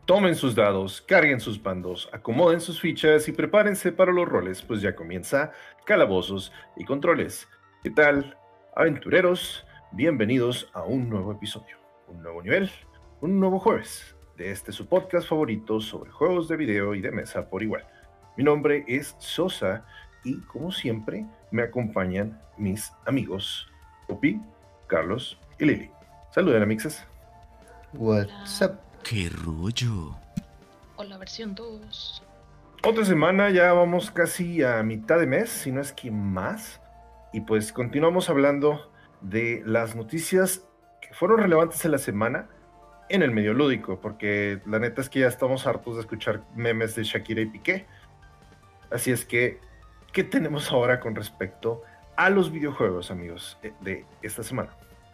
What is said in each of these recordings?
Tomen sus dados, carguen sus bandos, acomoden sus fichas y prepárense para los roles, pues ya comienza Calabozos y Controles. ¿Qué tal, aventureros? Bienvenidos a un nuevo episodio, un nuevo nivel, un nuevo jueves de su podcast favorito sobre juegos de video y de mesa por igual. Mi nombre es Sosa y como siempre me acompañan mis amigos Poppy, Carlos y Lili. Saluden, amixes. What's up? ¡Qué rollo! Hola, versión 2. Otra semana, ya vamos casi a mitad de mes, si no es que más. Y pues continuamos hablando de las noticias que fueron relevantes en la semana en el medio lúdico, porque la neta es que ya estamos hartos de escuchar memes de Shakira y Piqué. Así es que, ¿qué tenemos ahora con respecto a los videojuegos, amigos, de esta semana?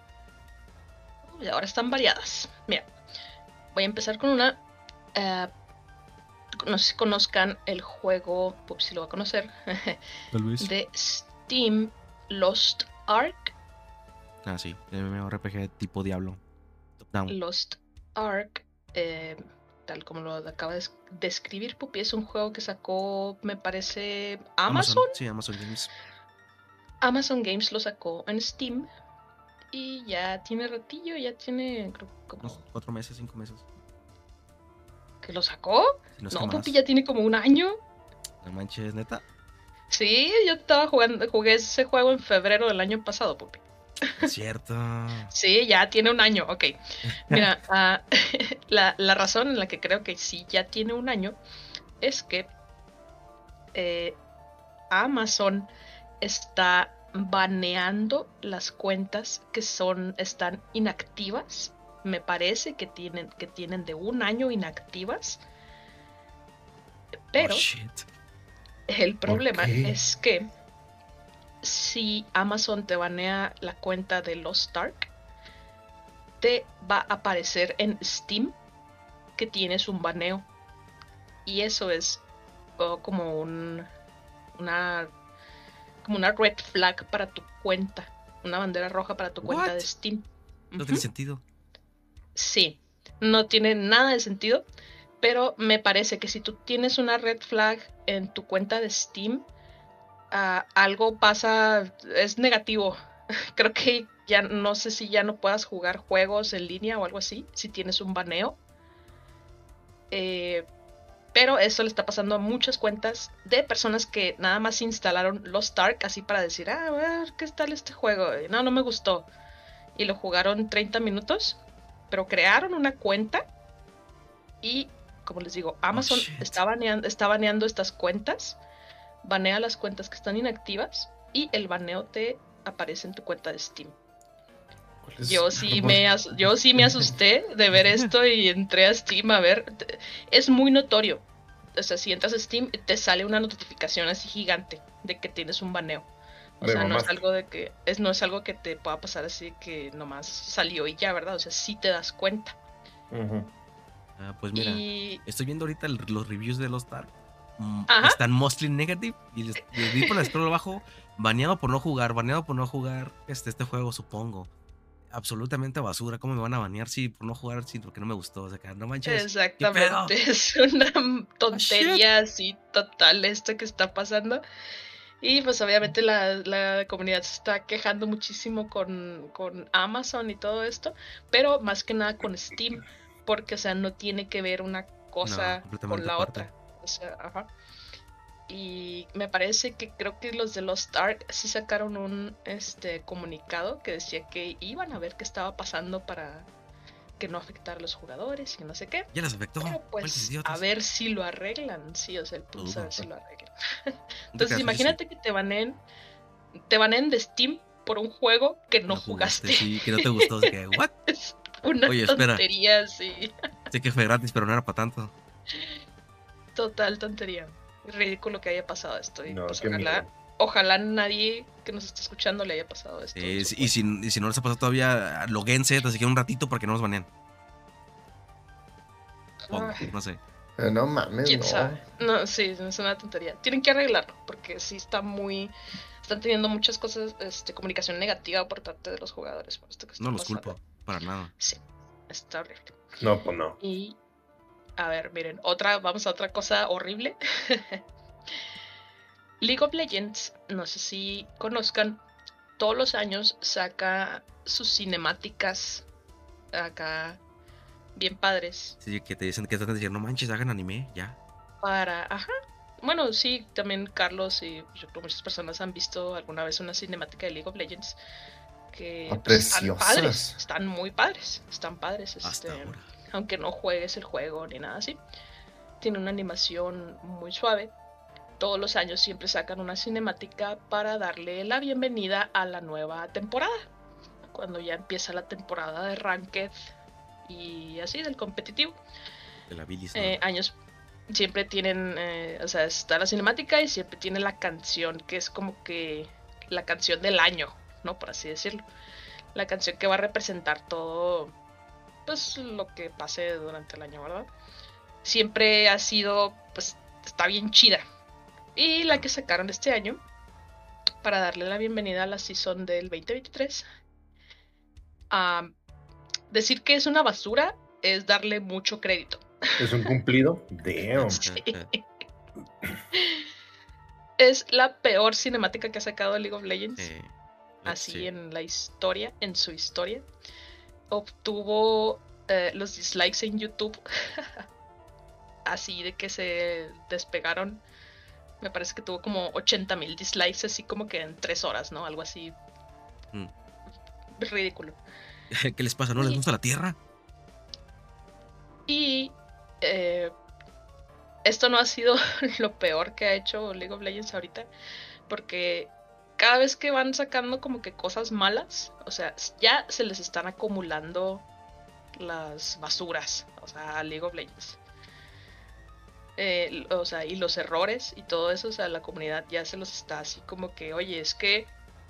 Y ahora están variadas. Mira, voy a empezar con una. No sé si conozcan el juego, pues si lo va a conocer, Tal vez. de Steam, Lost Ark. Ah, sí, MMORPG tipo Diablo. Top down. Lost Ark, tal como lo acaba de describir Pupi, es un juego que sacó, me parece, Amazon. Sí, Amazon Games. Amazon Games lo sacó en Steam y ya tiene ratillo, ya tiene creo como... Unos 4 meses, 5 meses. ¿Que lo sacó? Si no es No, que más. Pupi, ya tiene como un año. No manches, neta. Sí, yo jugué ese juego en febrero del año pasado, Pupi. Es cierto. Sí, ya tiene un año, ok. Mira, la razón en la que creo que sí ya tiene un año es que Amazon está baneando las cuentas que están inactivas. Me parece que tienen de un año inactivas. Pero Oh, shit. el problema ¿Por qué? es que si Amazon te banea la cuenta de Lost Ark, te va a aparecer en Steam que tienes un baneo. Y eso es como una red flag para tu cuenta. Una bandera roja para tu cuenta What? de Steam. No tiene sentido. Sí, no tiene nada de sentido. Pero me parece que si tú tienes una red flag en tu cuenta de Steam, algo pasa, es negativo. Creo que ya no sé si ya no puedas jugar juegos en línea o algo así, si tienes un baneo. Pero eso le está pasando a muchas cuentas de personas que nada más instalaron Lost Ark así para decir, a ver, ¿qué tal este juego? No me gustó. Y lo jugaron 30 minutos, pero crearon una cuenta y, como les digo, Amazon está baneando estas cuentas. Banea las cuentas que están inactivas y el baneo te aparece en tu cuenta de Steam. Yo sí me asusté de ver esto y entré a Steam a ver. Es muy notorio. O sea, si entras a Steam, te sale una notificación así gigante de que tienes un baneo. O sea, no es algo no es algo que te pueda pasar así que nomás salió y ya, ¿verdad? O sea, sí te das cuenta. Uh-huh. Pues mira, estoy viendo ahorita los reviews de Lost Ark. Están mostly negative. Y les di por la scroll abajo. Baneado por no jugar este juego, supongo. Absolutamente basura. ¿Cómo me van a banear por no jugar? Sí, porque no me gustó. O sea, que no manches. Exactamente. Es una tontería así total esto que está pasando. Y pues obviamente la comunidad se está quejando muchísimo con Amazon y todo esto. Pero más que nada con Steam. Porque, o sea, no tiene que ver una cosa con la otra. O sea, ajá. Y me parece que creo que los de Lost Ark sí sacaron un comunicado que decía que iban a ver qué estaba pasando para que no afectara a los jugadores y no sé qué. Ya les afectó. Pero pues a ver si lo arreglan. Sí, o sea, el punto es a ver si lo arreglan. Entonces imagínate que te baneen de Steam por un juego que no jugaste. Sí, que no te gustó. Que, ¿what? Es una tontería, sí. Sé que fue gratis, pero no era para tanto. Total tontería. Ridículo que haya pasado esto. Y No, pues ojalá nadie que nos esté escuchando le haya pasado esto. Y si no les ha pasado todavía, loguense, así que un ratito para que no nos banean. No sé. No mames, ¿Quién sabe? No, sí, es una tontería. Tienen que arreglarlo, porque sí están teniendo muchas cosas, comunicación negativa por parte de los jugadores. Por esto que no los culpo, para nada. Sí, está horrible. No, pues no. Y A ver, miren, vamos a otra cosa horrible. League of Legends, no sé si conozcan, todos los años saca sus cinemáticas acá bien padres. Sí, que te dicen que tratan de decir, no manches, hagan anime, ya. Ajá. Bueno, sí, también Carlos y yo creo muchas personas han visto alguna vez una cinemática de League of Legends que pues, están padres, están muy padres, están padres. Hasta ahora. Aunque no juegues el juego ni nada así. Tiene una animación muy suave. Todos los años siempre sacan una cinemática para darle la bienvenida a la nueva temporada. Cuando ya empieza la temporada de Ranked y así, del competitivo. De la bilis, años siempre tienen, o sea, está la cinemática y siempre tiene la canción, que es como que la canción del año, ¿no? Por así decirlo. La canción que va a representar todo, pues, lo que pase durante el año, ¿verdad? Siempre ha sido, pues, está bien chida. Y la que sacaron este año, para darle la bienvenida a la season del 2023, decir que es una basura es darle mucho crédito. ¿Es un cumplido? Damn. Sí. Es la peor cinemática que ha sacado League of Legends. Así en la historia, en su historia. Obtuvo los dislikes en YouTube. Así de que se despegaron. Me parece que tuvo como 80,000 dislikes así como que en 3 horas, ¿no? Algo así. Ridículo. ¿Qué les pasa? ¿No les gusta la tierra? Y esto no ha sido lo peor que ha hecho League of Legends ahorita, porque cada vez que van sacando como que cosas malas, o sea, ya se les están acumulando las basuras, o sea, a League of Legends. O sea, y los errores y todo eso, o sea, la comunidad ya se los está así como que, oye, es que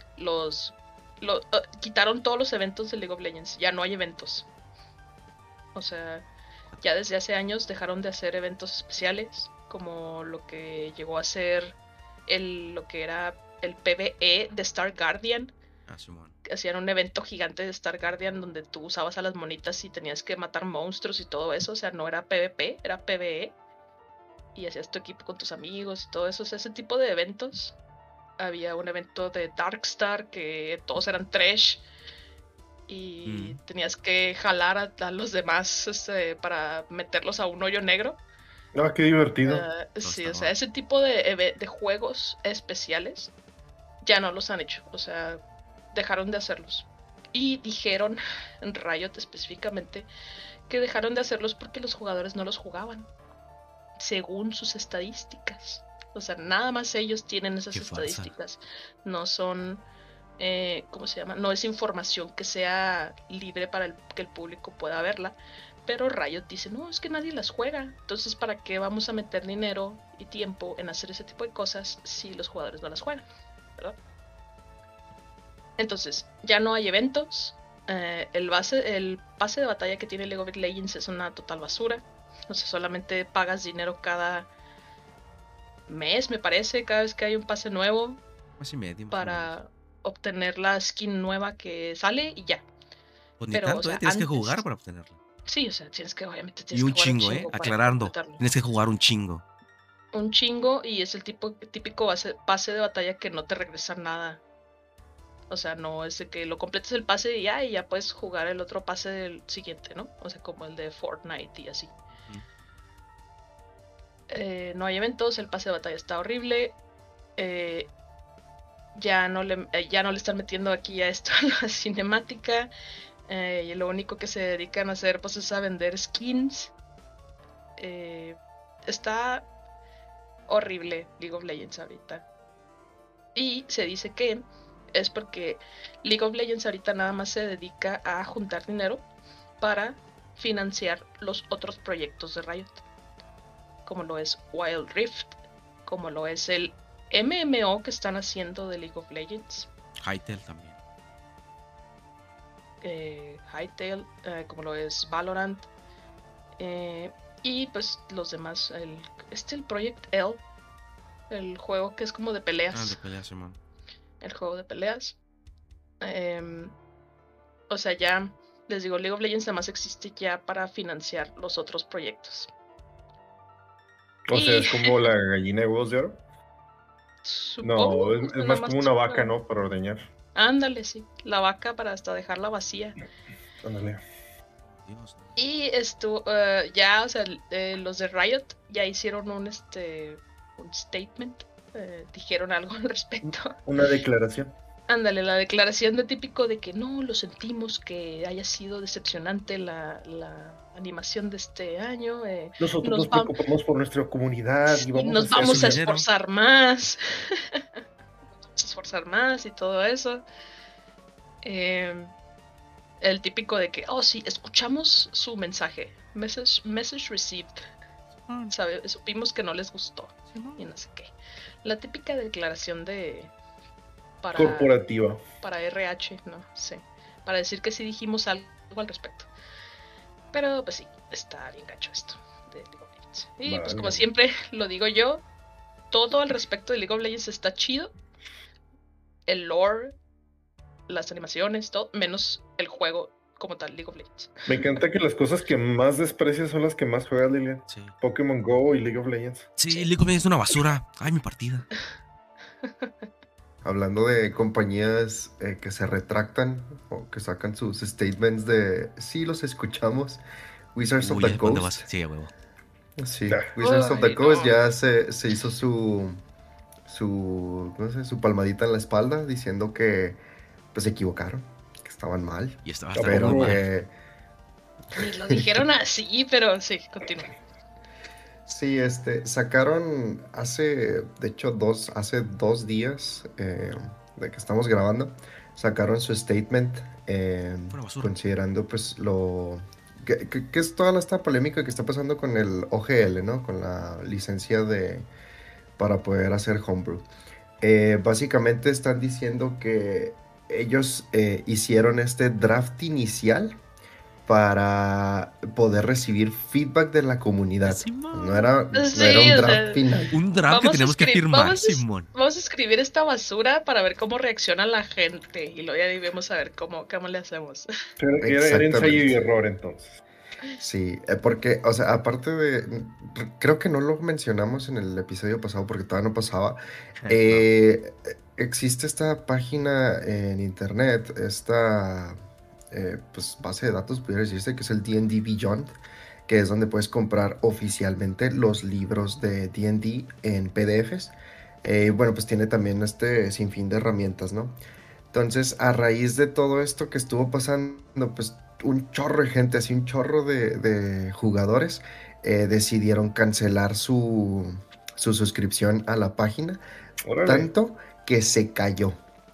quitaron todos los eventos de League of Legends, ya no hay eventos. O sea, ya desde hace años dejaron de hacer eventos especiales, como lo que llegó a ser lo que era el PvE de Star Guardian. Hacían un evento gigante de Star Guardian donde tú usabas a las monitas y tenías que matar monstruos y todo eso, o sea, no era PvP, era PvE. Y hacías tu equipo con tus amigos y todo eso, o sea, ese tipo de eventos. Había un evento de Darkstar que todos eran trash y tenías que jalar a los demás para meterlos a un hoyo negro. Ah, qué divertido. Sí, o sea, ese tipo de juegos especiales ya no los han hecho, o sea, dejaron de hacerlos. Y dijeron, en Riot específicamente, que dejaron de hacerlos porque los jugadores no los jugaban, según sus estadísticas. O sea, nada más ellos tienen esas estadísticas. No son, ¿cómo se llama? No es información que sea libre para que el público pueda verla. Pero Riot dice, no, es que nadie las juega. Entonces, ¿para qué vamos a meter dinero y tiempo en hacer ese tipo de cosas si los jugadores no las juegan? ¿Verdad? Entonces, ya no hay eventos. El pase de batalla que tiene League of Legends es una total basura. O sea, solamente pagas dinero cada mes, me parece, cada vez que hay un pase nuevo. Mes y medio. Para obtener la skin nueva que sale y ya. Pues ni tanto, o sea, tienes que jugar para obtenerla. Sí, o sea, obviamente tienes que jugar un chingo, aclarando. Tienes que jugar un chingo. Un chingo y es el típico pase de batalla que no te regresa nada. O sea, no es de que lo completes el pase y ya puedes jugar el otro pase del siguiente, ¿no? O sea, como el de Fortnite y así. No hay eventos, el pase de batalla está horrible. Ya no le están metiendo aquí a esto la cinemática. Y lo único que se dedican a hacer pues es a vender skins. Está horrible League of Legends ahorita. Y se dice que es porque League of Legends ahorita nada más se dedica a juntar dinero para financiar los otros proyectos de Riot, como lo es Wild Rift, como lo es el MMO que están haciendo de League of Legends. Hytale también. Hytale, como lo es Valorant. Y pues los demás, el Project L, el juego que es como de peleas. De peleas, hermano. El juego de peleas. O sea, ya les digo, League of Legends nada más existe ya para financiar los otros proyectos. O sea, es como la gallina de huevos de oro. Supongo, No, es más como una vaca, ¿no? Para ordeñar. Ándale, sí. La vaca para hasta dejarla vacía. Ándale. Y esto, ya, o sea, los de Riot ya hicieron un statement. Dijeron algo al respecto. Una declaración. Ándale, la declaración de típico de que no, lo sentimos que haya sido decepcionante la animación de este año. Nosotros nos preocupamos por nuestra comunidad y nos vamos a esforzar más. Vamos a esforzar más y todo eso. El típico de que, oh sí, escuchamos su mensaje. Message received. Supimos que no les gustó. Y no sé qué. La típica declaración corporativa. Para RH, no sé. Para decir que sí dijimos algo al respecto. Pero pues sí, está bien gacho esto de League of Legends. Y vale. Pues como siempre lo digo yo, todo al respecto de League of Legends está chido. El lore, las animaciones, todo, menos el juego como tal, League of Legends. Me encanta que las cosas que más desprecias son las que más juegas, Lilian. Sí. Pokémon Go y League of Legends. Sí, League of Legends es una basura. Ay, mi partida. Hablando de compañías que se retractan o que sacan sus statements de sí, los escuchamos. Wizards of the Coast. Sí, huevo. Sí, Wizards of the Coast ya se hizo su palmadita en la espalda diciendo que pues se equivocaron, que estaban mal. Y estaba pero mal. Ni lo dijeron así, pero sí, continúa. Sí, sacaron hace 2 días de que estamos grabando, sacaron su statement considerando pues que es toda esta polémica que está pasando con el OGL, ¿no? Con la licencia para poder hacer homebrew. Básicamente están diciendo que ellos hicieron este draft inicial para poder recibir feedback de la comunidad. No era un draft final. Un draft que tenemos que firmar, Simón. Vamos a escribir esta basura para ver cómo reacciona la gente. Y luego ya debemos saber cómo le hacemos. Era ensayo y error, entonces. Sí, porque, o sea, aparte de... Creo que no lo mencionamos en el episodio pasado porque todavía no pasaba. Existe esta página en internet, pues base de datos, pudiera decirse, que es el D&D Beyond, que es donde puedes comprar oficialmente los libros de D&D en PDFs. Bueno, pues tiene también sinfín de herramientas, ¿no? Entonces, a raíz de todo esto que estuvo pasando, pues un chorro de gente, así un chorro de jugadores, decidieron cancelar su suscripción a la página. ¡Órale! Tanto que se cayó.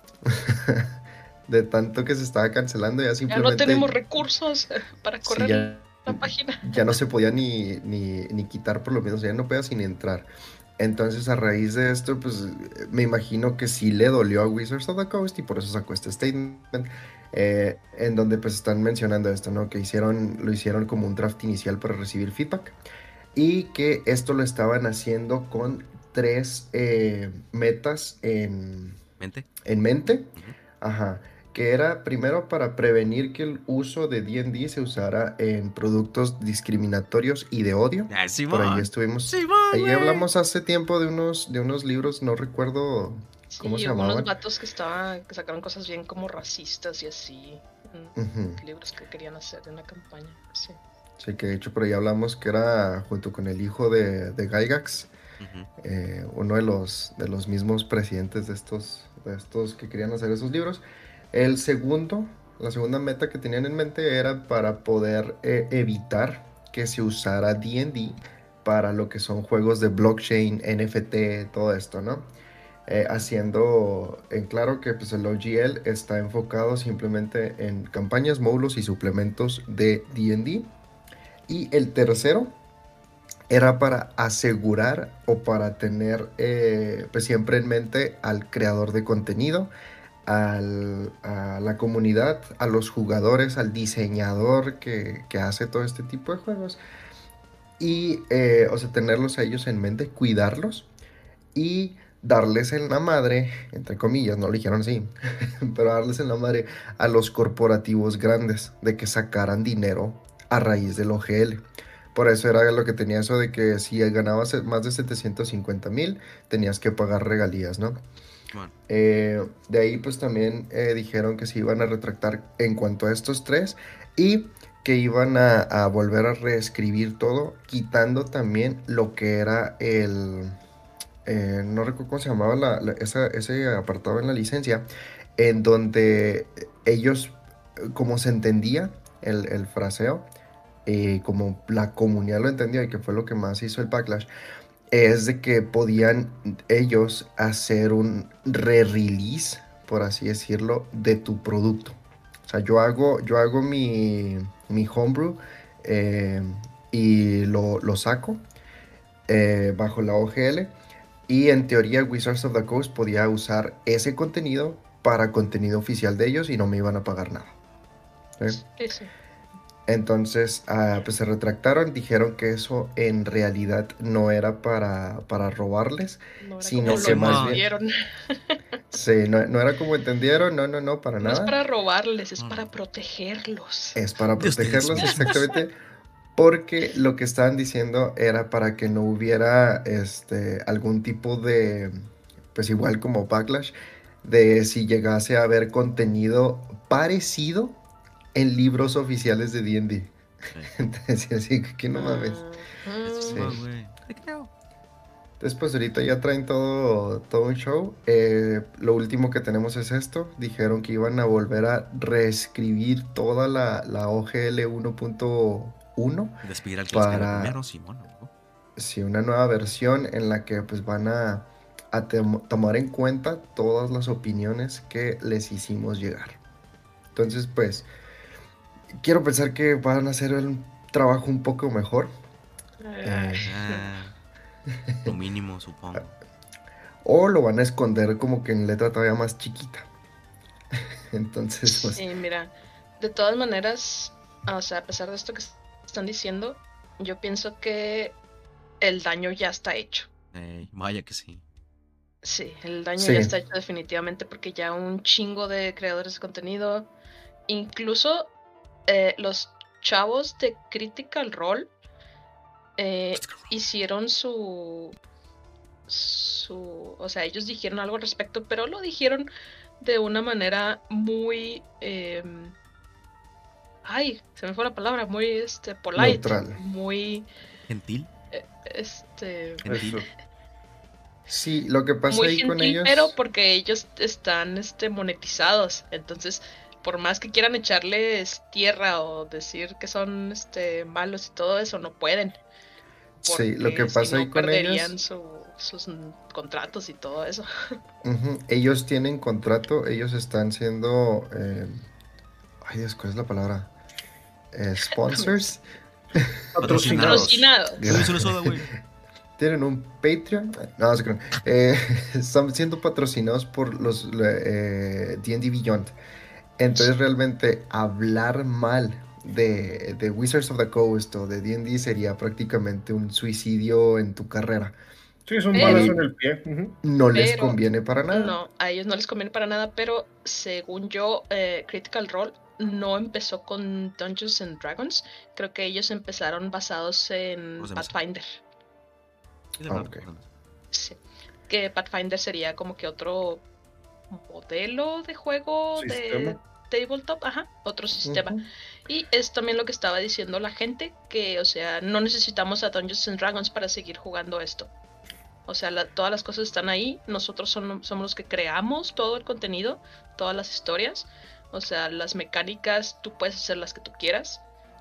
De tanto que se estaba cancelando, ya simplemente... Ya no tenemos recursos para correr la página. Ya no se podía ni quitar, por lo menos, ya no podías ni entrar. Entonces, a raíz de esto, pues me imagino que sí le dolió a Wizards of the Coast y por eso sacó este statement, en donde pues están mencionando esto, ¿no? Que lo hicieron como un draft inicial para recibir feedback y que esto lo estaban haciendo con 3 metas en mente. Ajá. Que era primero para prevenir que el uso de D&D se usara en productos discriminatorios y de odio. Por ahí estuvimos. Ahí hablamos hace tiempo de unos libros, no recuerdo cómo se llamaban. Unos vatos que sacaron cosas bien como racistas y así. Libros que querían hacer en la campaña. Sí. Sí, que de hecho por ahí hablamos que era junto con el hijo de Gygax, uno de los mismos presidentes de estos que querían hacer esos libros. La segunda meta que tenían en mente era para poder evitar que se usara D&D para lo que son juegos de blockchain, NFT, todo esto, ¿no? Haciendo en claro que pues, el OGL está enfocado simplemente en campañas, módulos y suplementos de D&D. Y el tercero era para asegurar o para tener pues siempre en mente al creador de contenido, a la comunidad, a los jugadores, al diseñador que hace todo este tipo de juegos y o sea, tenerlos a ellos en mente, cuidarlos y darles en la madre, entre comillas, no lo dijeron así, pero darles en la madre a los corporativos grandes de que sacaran dinero a raíz del OGL. Por eso era lo que tenía eso de que si ganabas más de 750,000, tenías que pagar regalías, ¿no? Bueno. De ahí pues también dijeron que se iban a retractar en cuanto a estos tres y que iban a volver a reescribir todo, quitando también lo que era no recuerdo cómo se llamaba ese apartado en la licencia, en donde ellos, como se entendía el fraseo, como la comunidad lo entendió y que fue lo que más hizo el backlash, es de que podían ellos hacer un re-release, por así decirlo, de tu producto. O sea, yo hago mi homebrew y lo saco bajo la OGL, y en teoría Wizards of the Coast podía usar ese contenido para contenido oficial de ellos y no me iban a pagar nada. Sí. Entonces, pues se retractaron, dijeron que eso en realidad no era para robarles, No era sino como que lo más bien... entendieron. Sí, no era como entendieron, no, para No es nada. para robarles, es para protegerlos. Es para De ustedes protegerlos, mismos. exactamente. Porque lo que estaban diciendo era para que no hubiera algún tipo de, pues igual como backlash, de si llegase a haber contenido parecido en libros oficiales de D&D. Sí. Entonces, así que no mames. Sí. Sí. Te creo. Entonces, pues ahorita ya traen todo un show. Lo último que tenemos es esto. Dijeron que iban a volver a reescribir toda la OGL 1.1 Despedir al que lo escribió para primero, Simón, ¿no? sí, una nueva versión en la que pues van a tomar en cuenta todas las opiniones que les hicimos llegar. Entonces, pues, quiero pensar que van a hacer un trabajo un poco mejor. Lo mínimo, supongo. O lo van a esconder como que en letra todavía más chiquita. Entonces, pues... Sí, mira, de todas maneras, o sea, a pesar de esto que están diciendo, yo pienso que el daño ya está hecho. Vaya que sí. Sí, el daño Sí. ya está hecho definitivamente porque ya un chingo de creadores de contenido, incluso los chavos de Critical Role, hicieron o sea, ellos dijeron algo al respecto, pero lo dijeron de una manera muy ay, se me fue la palabra, muy polite, Neutral. muy ¿Gentil? Gentil. Sí, lo que pasa muy ahí gentil, con ellos... pero porque ellos están monetizados, entonces por más que quieran echarles tierra o decir que son malos y todo eso, no pueden. Sí, lo que pasa si no ahí con perderían ellos... sus contratos y todo eso. Ellos tienen contrato, ellos están siendo... ay Dios, ¿cuál es la palabra? Sponsors. Patrocinados. Una soda, güey. Tienen un Patreon. No, se crean. Están siendo patrocinados por los D&D Beyond. Entonces realmente hablar mal de Wizards of the Coast o de D&D sería prácticamente un suicidio en tu carrera. Sí, es un balazo en el pie. No les conviene para nada. No, a ellos no les conviene para nada, pero según yo, Critical Role no empezó con Dungeons and Dragons. Creo que ellos empezaron basados en Pathfinder. Okay. Sí. Que Pathfinder sería como que otro modelo de juego de tabletop, otro sistema. Y es también lo que estaba diciendo la gente, que, o sea, no necesitamos a Dungeons and Dragons para seguir jugando esto. O sea, todas las cosas están ahí. Nosotros somos los que creamos todo el contenido, todas las historias. O sea, las mecánicas, tú puedes hacer las que tú quieras.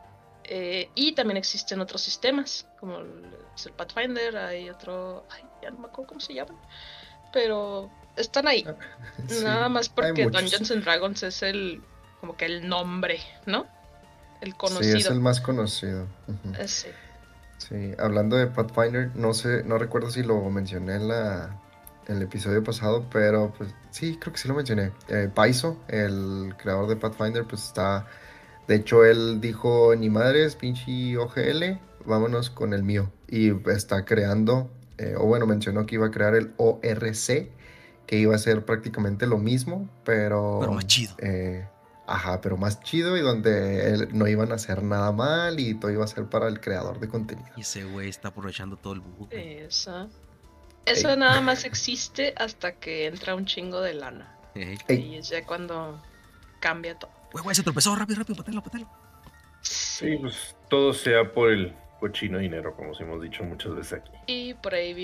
Y también existen otros sistemas, como el Pathfinder, hay otro... Ay, ya no me acuerdo cómo se llaman. Pero están ahí. Sí, nada más porque Dungeons and Dragons es como que el nombre, ¿no? El conocido. Sí, es el más conocido. Sí. Sí, hablando de Pathfinder, no recuerdo si lo mencioné en el episodio pasado, pero pues sí, creo que sí lo mencioné. Paizo, el creador de Pathfinder, pues está... De hecho, él dijo, ni madres, pinche OGL, vámonos con el mío. Y está creando, o bueno, mencionó que iba a crear el ORC, que iba a ser prácticamente lo mismo, pero más chido. Ajá, pero más chido y donde no iban a hacer nada mal y todo iba a ser para el creador de contenido. Y ese güey está aprovechando todo el bug. Eso nada más existe hasta que entra un chingo de lana. Y es ya cuando cambia todo. Güey, se tropezó, rápido, patelo. Sí, pues todo sea por el cochino dinero, como os hemos dicho muchas veces aquí. Y por ahí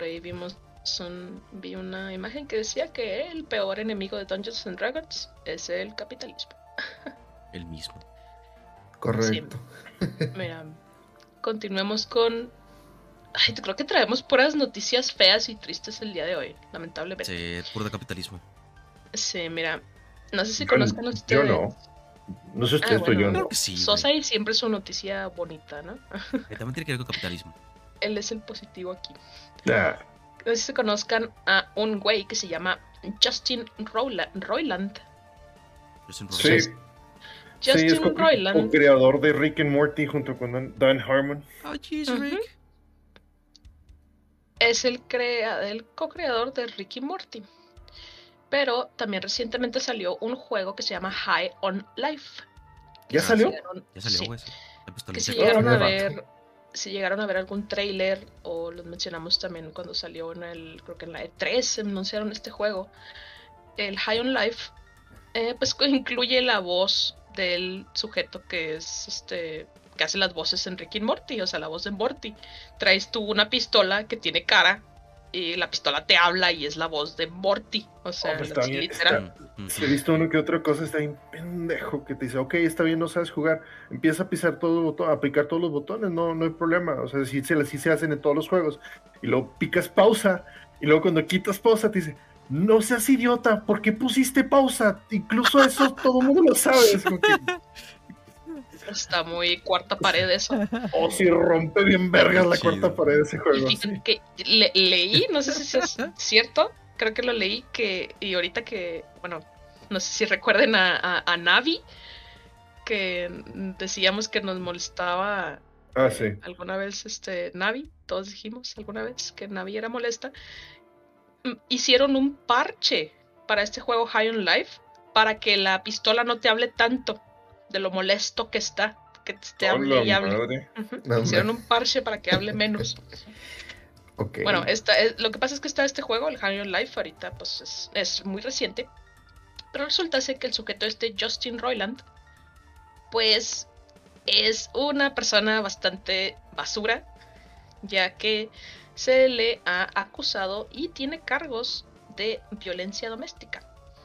vi una imagen que decía que el peor enemigo de Dungeons and Dragons es el capitalismo. El mismo. Correcto. Sí. Mira, continuemos con... Ay, creo que traemos puras noticias feas y tristes el día de hoy, lamentablemente. Sí, puro de capitalismo. Sí, mira, no sé si conozcan ustedes. Yo no. No sé ustedes, pero yo no. Sí, Sosa y siempre su noticia bonita, ¿no? También tiene que ver con capitalismo. Él es el positivo aquí. Nah. No sé si conozcan a un güey que se llama Justin Roiland. Sí. Justin Roiland, co-creador de Rick and Morty junto con Dan Harmon. Oh, jeez, Rick. Es el co-creador de Rick y Morty. Pero también recientemente salió un juego que se llama High on Life. ¿Ya salió? Ya salió, güey. Sí. Que si llegaron a ver algún trailer o los mencionamos también cuando salió creo que en la E3 se anunciaron este juego. El High on Life pues incluye la voz del sujeto que es que hace las voces en Rick y Morty, o sea, la voz de Morty. Traes tú una pistola que tiene cara y la pistola te habla y es la voz de Morty, o sea, literal. Si he visto uno que otra cosa, está bien pendejo que te dice, ok, está bien, no sabes jugar, empieza a pisar todo el botón, a picar todos los botones, no hay problema, o sea, sí se hacen en todos los juegos, y luego picas pausa, y luego cuando quitas pausa te dice, no seas idiota, ¿por qué pusiste pausa? Incluso eso todo el mundo lo sabe. Es como que... Está muy cuarta pared eso. O si rompe bien vergas la cuarta pared de ese juego. Y fíjate que leí, no sé si es cierto, creo que lo leí y ahorita que, bueno, no sé si recuerden a Navi, que decíamos que nos molestaba sí. alguna vez Navi, todos dijimos alguna vez que Navi era molesta. Hicieron un parche para este juego High on Life para que la pistola no te hable tanto de lo molesto que está, que te hable y hable. Hicieron un parche para que hable menos. Okay. Bueno, lo que pasa es que está este juego, el High on Life, ahorita pues es muy reciente, pero resulta ser que el sujeto Justin Roiland, pues es una persona bastante basura, ya que se le ha acusado y tiene cargos de violencia doméstica.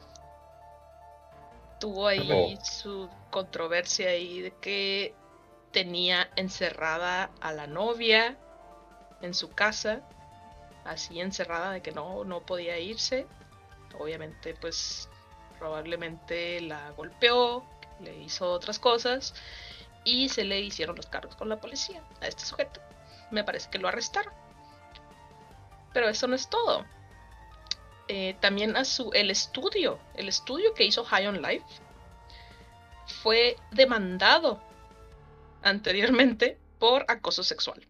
Tuvo ahí su controversia ahí de que tenía encerrada a la novia en su casa, así encerrada de que no podía irse. Obviamente pues probablemente la golpeó, le hizo otras cosas y se le hicieron los cargos con la policía a este sujeto. Me parece que lo arrestaron. Pero eso no es todo. También el estudio que hizo High on Life fue demandado anteriormente por acoso sexual.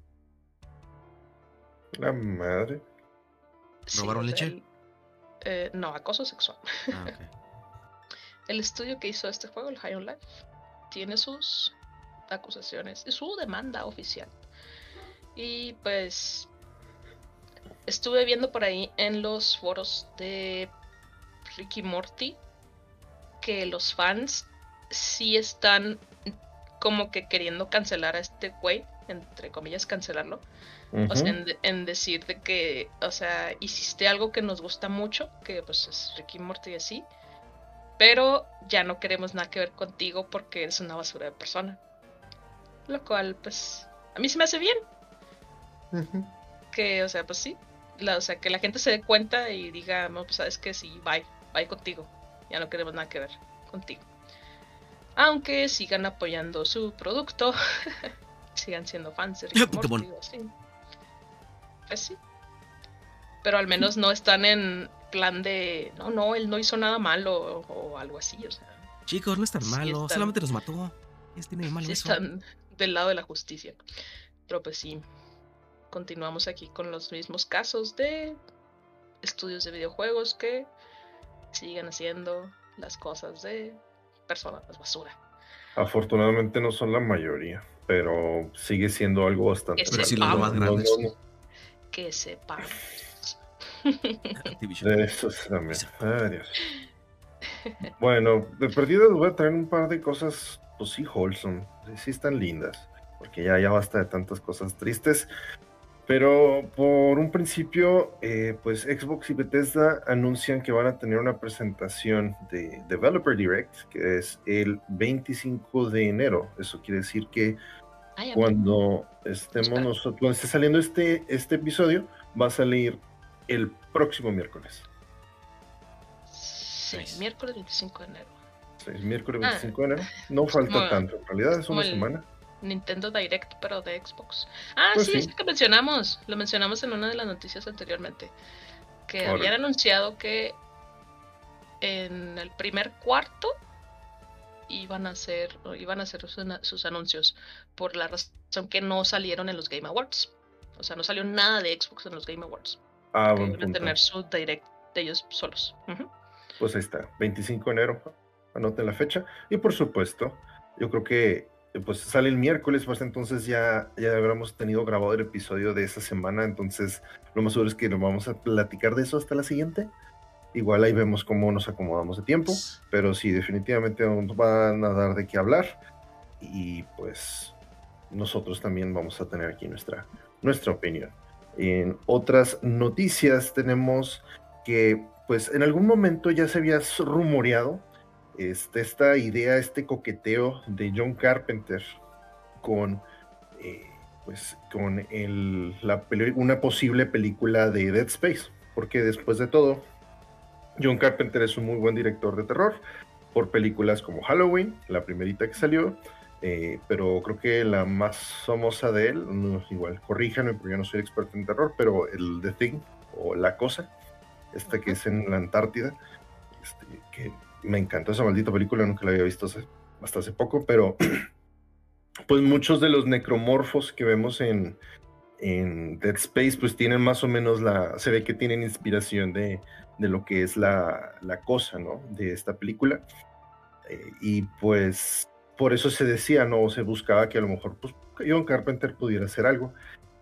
La madre. ¿Robaron leche? No, acoso sexual. Okay. El estudio que hizo este juego, el High on Life, tiene sus acusaciones y su demanda oficial. Y pues estuve viendo por ahí en los foros de Rick y Morty que los fans sí están como que queriendo cancelar a este güey, entre comillas cancelarlo. O sea, en decir de que, o sea, hiciste algo que nos gusta mucho, que pues es Rick y Morty así, pero ya no queremos nada que ver contigo porque eres una basura de persona. Lo cual, pues, a mí se me hace bien. Que, o sea, pues sí, o sea, que la gente se dé cuenta y diga, no, pues sabes que sí, bye contigo, ya no queremos nada que ver contigo. Aunque sigan apoyando su producto, sigan siendo fans de Rick y Morty, así. Pues sí. Pero al menos no están en plan de, no, él no hizo nada malo o algo así, o sea. Chicos, no es tan malo, solamente los mató. Tiene malo sí eso. Están del lado de la justicia. Pero pues sí, continuamos aquí con los mismos casos de estudios de videojuegos que siguen haciendo las cosas de personas, es basura. Afortunadamente no son la mayoría, pero sigue siendo algo bastante... Pero sí los más grandes. Que sepan. Eso también. Adiós. Bueno, de perdida les voy a traer un par de cosas, pues sí, wholesome, sí están lindas, porque ya basta de tantas cosas tristes. Pero por un principio, pues Xbox y Bethesda anuncian que van a tener una presentación de Developer Direct, que es el 25 de enero. Eso quiere decir que cuando cuando esté saliendo este episodio, va a salir el próximo miércoles. Sí, miércoles 25 de enero. Sí, miércoles 25 de enero. No falta tanto, en realidad es una semana. Nintendo Direct, pero de Xbox. Pues sí, es que lo mencionamos en una de las noticias anteriormente, que habían anunciado que en el primer cuarto iban a hacer sus anuncios, por la razón que no salieron en los Game Awards. O sea, no salió nada de Xbox en los Game Awards. Que iban a tener su Direct de ellos solos. Pues ahí está, 25 de enero, anoten la fecha. Y por supuesto, yo creo que pues sale el miércoles, pues entonces ya habremos tenido grabado el episodio de esa semana, entonces lo más seguro es que nos vamos a platicar de eso hasta la siguiente. Igual ahí vemos cómo nos acomodamos de tiempo, pero sí, definitivamente nos van a dar de qué hablar y pues nosotros también vamos a tener aquí nuestra opinión. En otras noticias tenemos que pues en algún momento ya se había rumoreado esta idea, este coqueteo de John Carpenter con una posible película de Dead Space, porque después de todo John Carpenter es un muy buen director de terror por películas como Halloween, la primerita que salió, pero creo que la más famosa de él, igual corríjanme porque yo no soy experto en terror, pero el The Thing o La Cosa, que es en la Antártida, que me encantó esa maldita película, nunca la había visto hasta hace poco, pero pues muchos de los necromorfos que vemos en Dead Space pues tienen más o menos se ve que tienen inspiración de lo que es la cosa, ¿no? De esta película, y pues por eso se decía, ¿no? Se buscaba que a lo mejor pues John Carpenter pudiera hacer algo.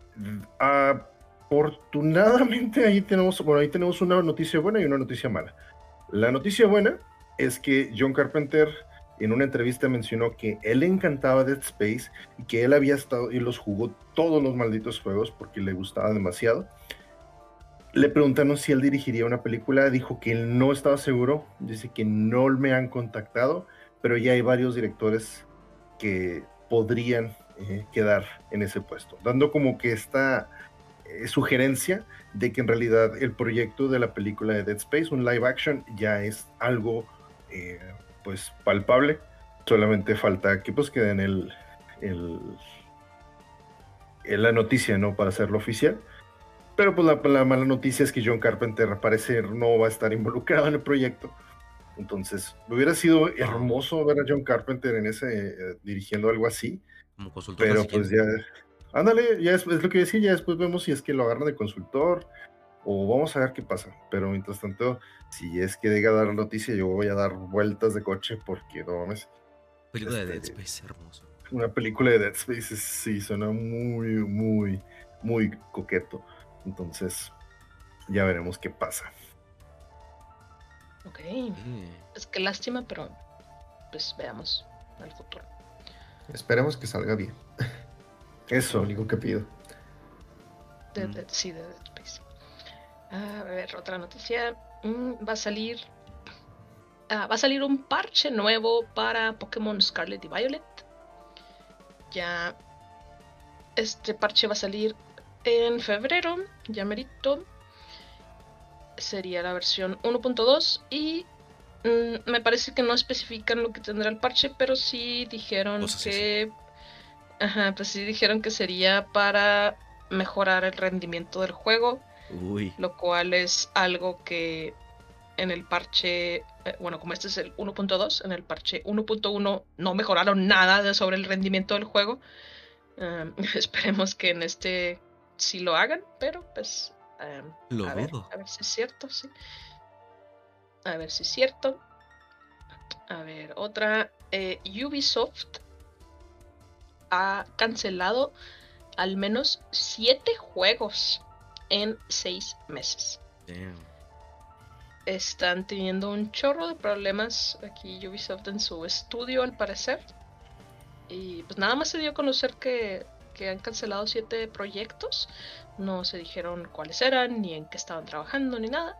Afortunadamente ahí tenemos una noticia buena y una noticia mala. La noticia buena es que John Carpenter en una entrevista mencionó que él le encantaba Dead Space y que él había estado y los jugó todos los malditos juegos porque le gustaba demasiado. Le preguntaron si él dirigiría una película, dijo que él no estaba seguro, dice que no me han contactado, pero ya hay varios directores que podrían quedar en ese puesto, dando como que esta sugerencia de que en realidad el proyecto de la película de Dead Space, un live action, ya es algo pues palpable. Solamente falta que pues queden la noticia, ¿no? Para hacerlo oficial. Pero pues la mala noticia es que John Carpenter al parecer no va a estar involucrado en el proyecto. Entonces, hubiera sido hermoso ver a John Carpenter dirigiendo algo así. Como consultor. Pero pues ya, ándale, ya es lo que decía, ya después vemos si es que lo agarran de consultor o vamos a ver qué pasa. Pero mientras tanto, si es que llega a dar noticia, yo voy a dar vueltas de coche porque no mames. Película de Dead Space, hermoso. Una película de Dead Space sí suena muy, muy, muy coqueto. Entonces, ya veremos qué pasa. Ok. Es que lástima, pero pues veamos al futuro. Esperemos que salga bien. Eso. Lo único que pido. Sí, de Dead Space. A ver, otra noticia. Va a salir un parche nuevo para Pokémon Scarlet y Violet. Ya este parche va a salir en febrero, ya merito. Sería la versión 1.2 y me parece que no especifican lo que tendrá el parche, pero sí dijeron pues sí dijeron que sería para mejorar el rendimiento del juego. Lo cual es algo que en el parche, como este es el 1.2, en el parche 1.1 no mejoraron nada sobre el rendimiento del juego. Esperemos que en este sí lo hagan, pero pues a ver si es cierto, sí. A ver si es cierto. A ver, otra. Ubisoft ha cancelado al menos 7 juegos en 6 meses. Damn. Están teniendo un chorro de problemas aquí Ubisoft en su estudio, al parecer. Y pues nada más se dio a conocer que han cancelado 7 proyectos. No se dijeron cuáles eran, ni en qué estaban trabajando, ni nada.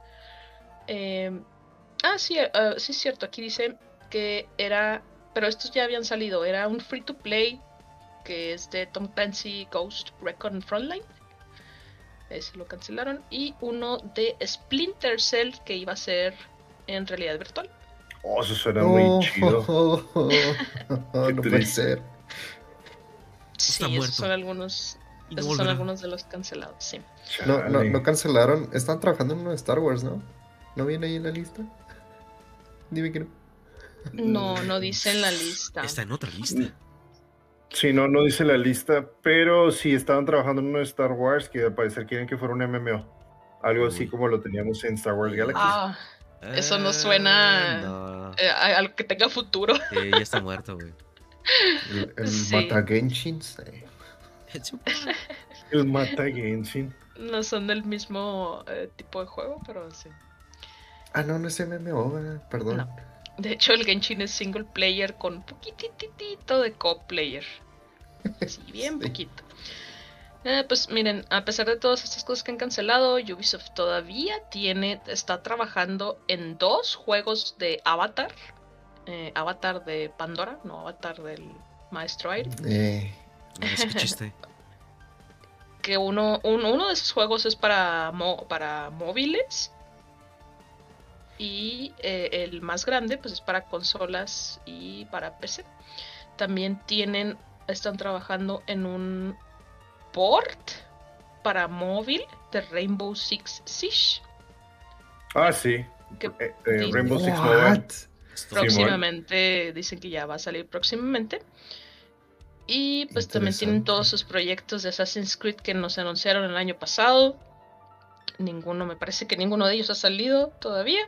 Sí es cierto. Aquí dice que era... Pero estos ya habían salido. Era un free to play que es de Tom Clancy Ghost Recon Frontline. Ese lo cancelaron. Y uno de Splinter Cell que iba a ser en realidad virtual. Oh, eso suena muy chido. No puede ser. Sí, esos son algunos. Esos son algunos de los cancelados, sí. No cancelaron. Están trabajando en uno de Star Wars, ¿no? ¿No viene ahí en la lista? Dime que no. No dice en la lista. Está en otra lista. Sí, no dice la lista, pero sí estaban trabajando en uno de Star Wars que al parecer quieren que fuera un MMO. Algo así como lo teníamos en Star Wars Galaxy. Eso no suena a algo que tenga futuro. Ya está muerto, güey. El Mata Genshin. El Mata Genshin. No son del mismo tipo de juego, pero sí. No es MMO, ¿verdad? Perdón. No. De hecho, el Genshin es single player con un poquitito de co-player. Sí, bien poquito. Pues miren, a pesar de todas estas cosas que han cancelado, Ubisoft todavía está trabajando en 2 juegos de Avatar. Avatar de Pandora, no Avatar del Maestro Aire. No es que chiste. Que uno de esos juegos es para móviles. Y el más grande pues es para consolas y para PC. También están trabajando en un port para móvil de Rainbow Six Siege. Sí. Rainbow Six Mobile. Próximamente, dicen que ya va a salir próximamente. Y pues también tienen todos sus proyectos de Assassin's Creed que nos anunciaron el año pasado. Me parece que ninguno de ellos ha salido todavía.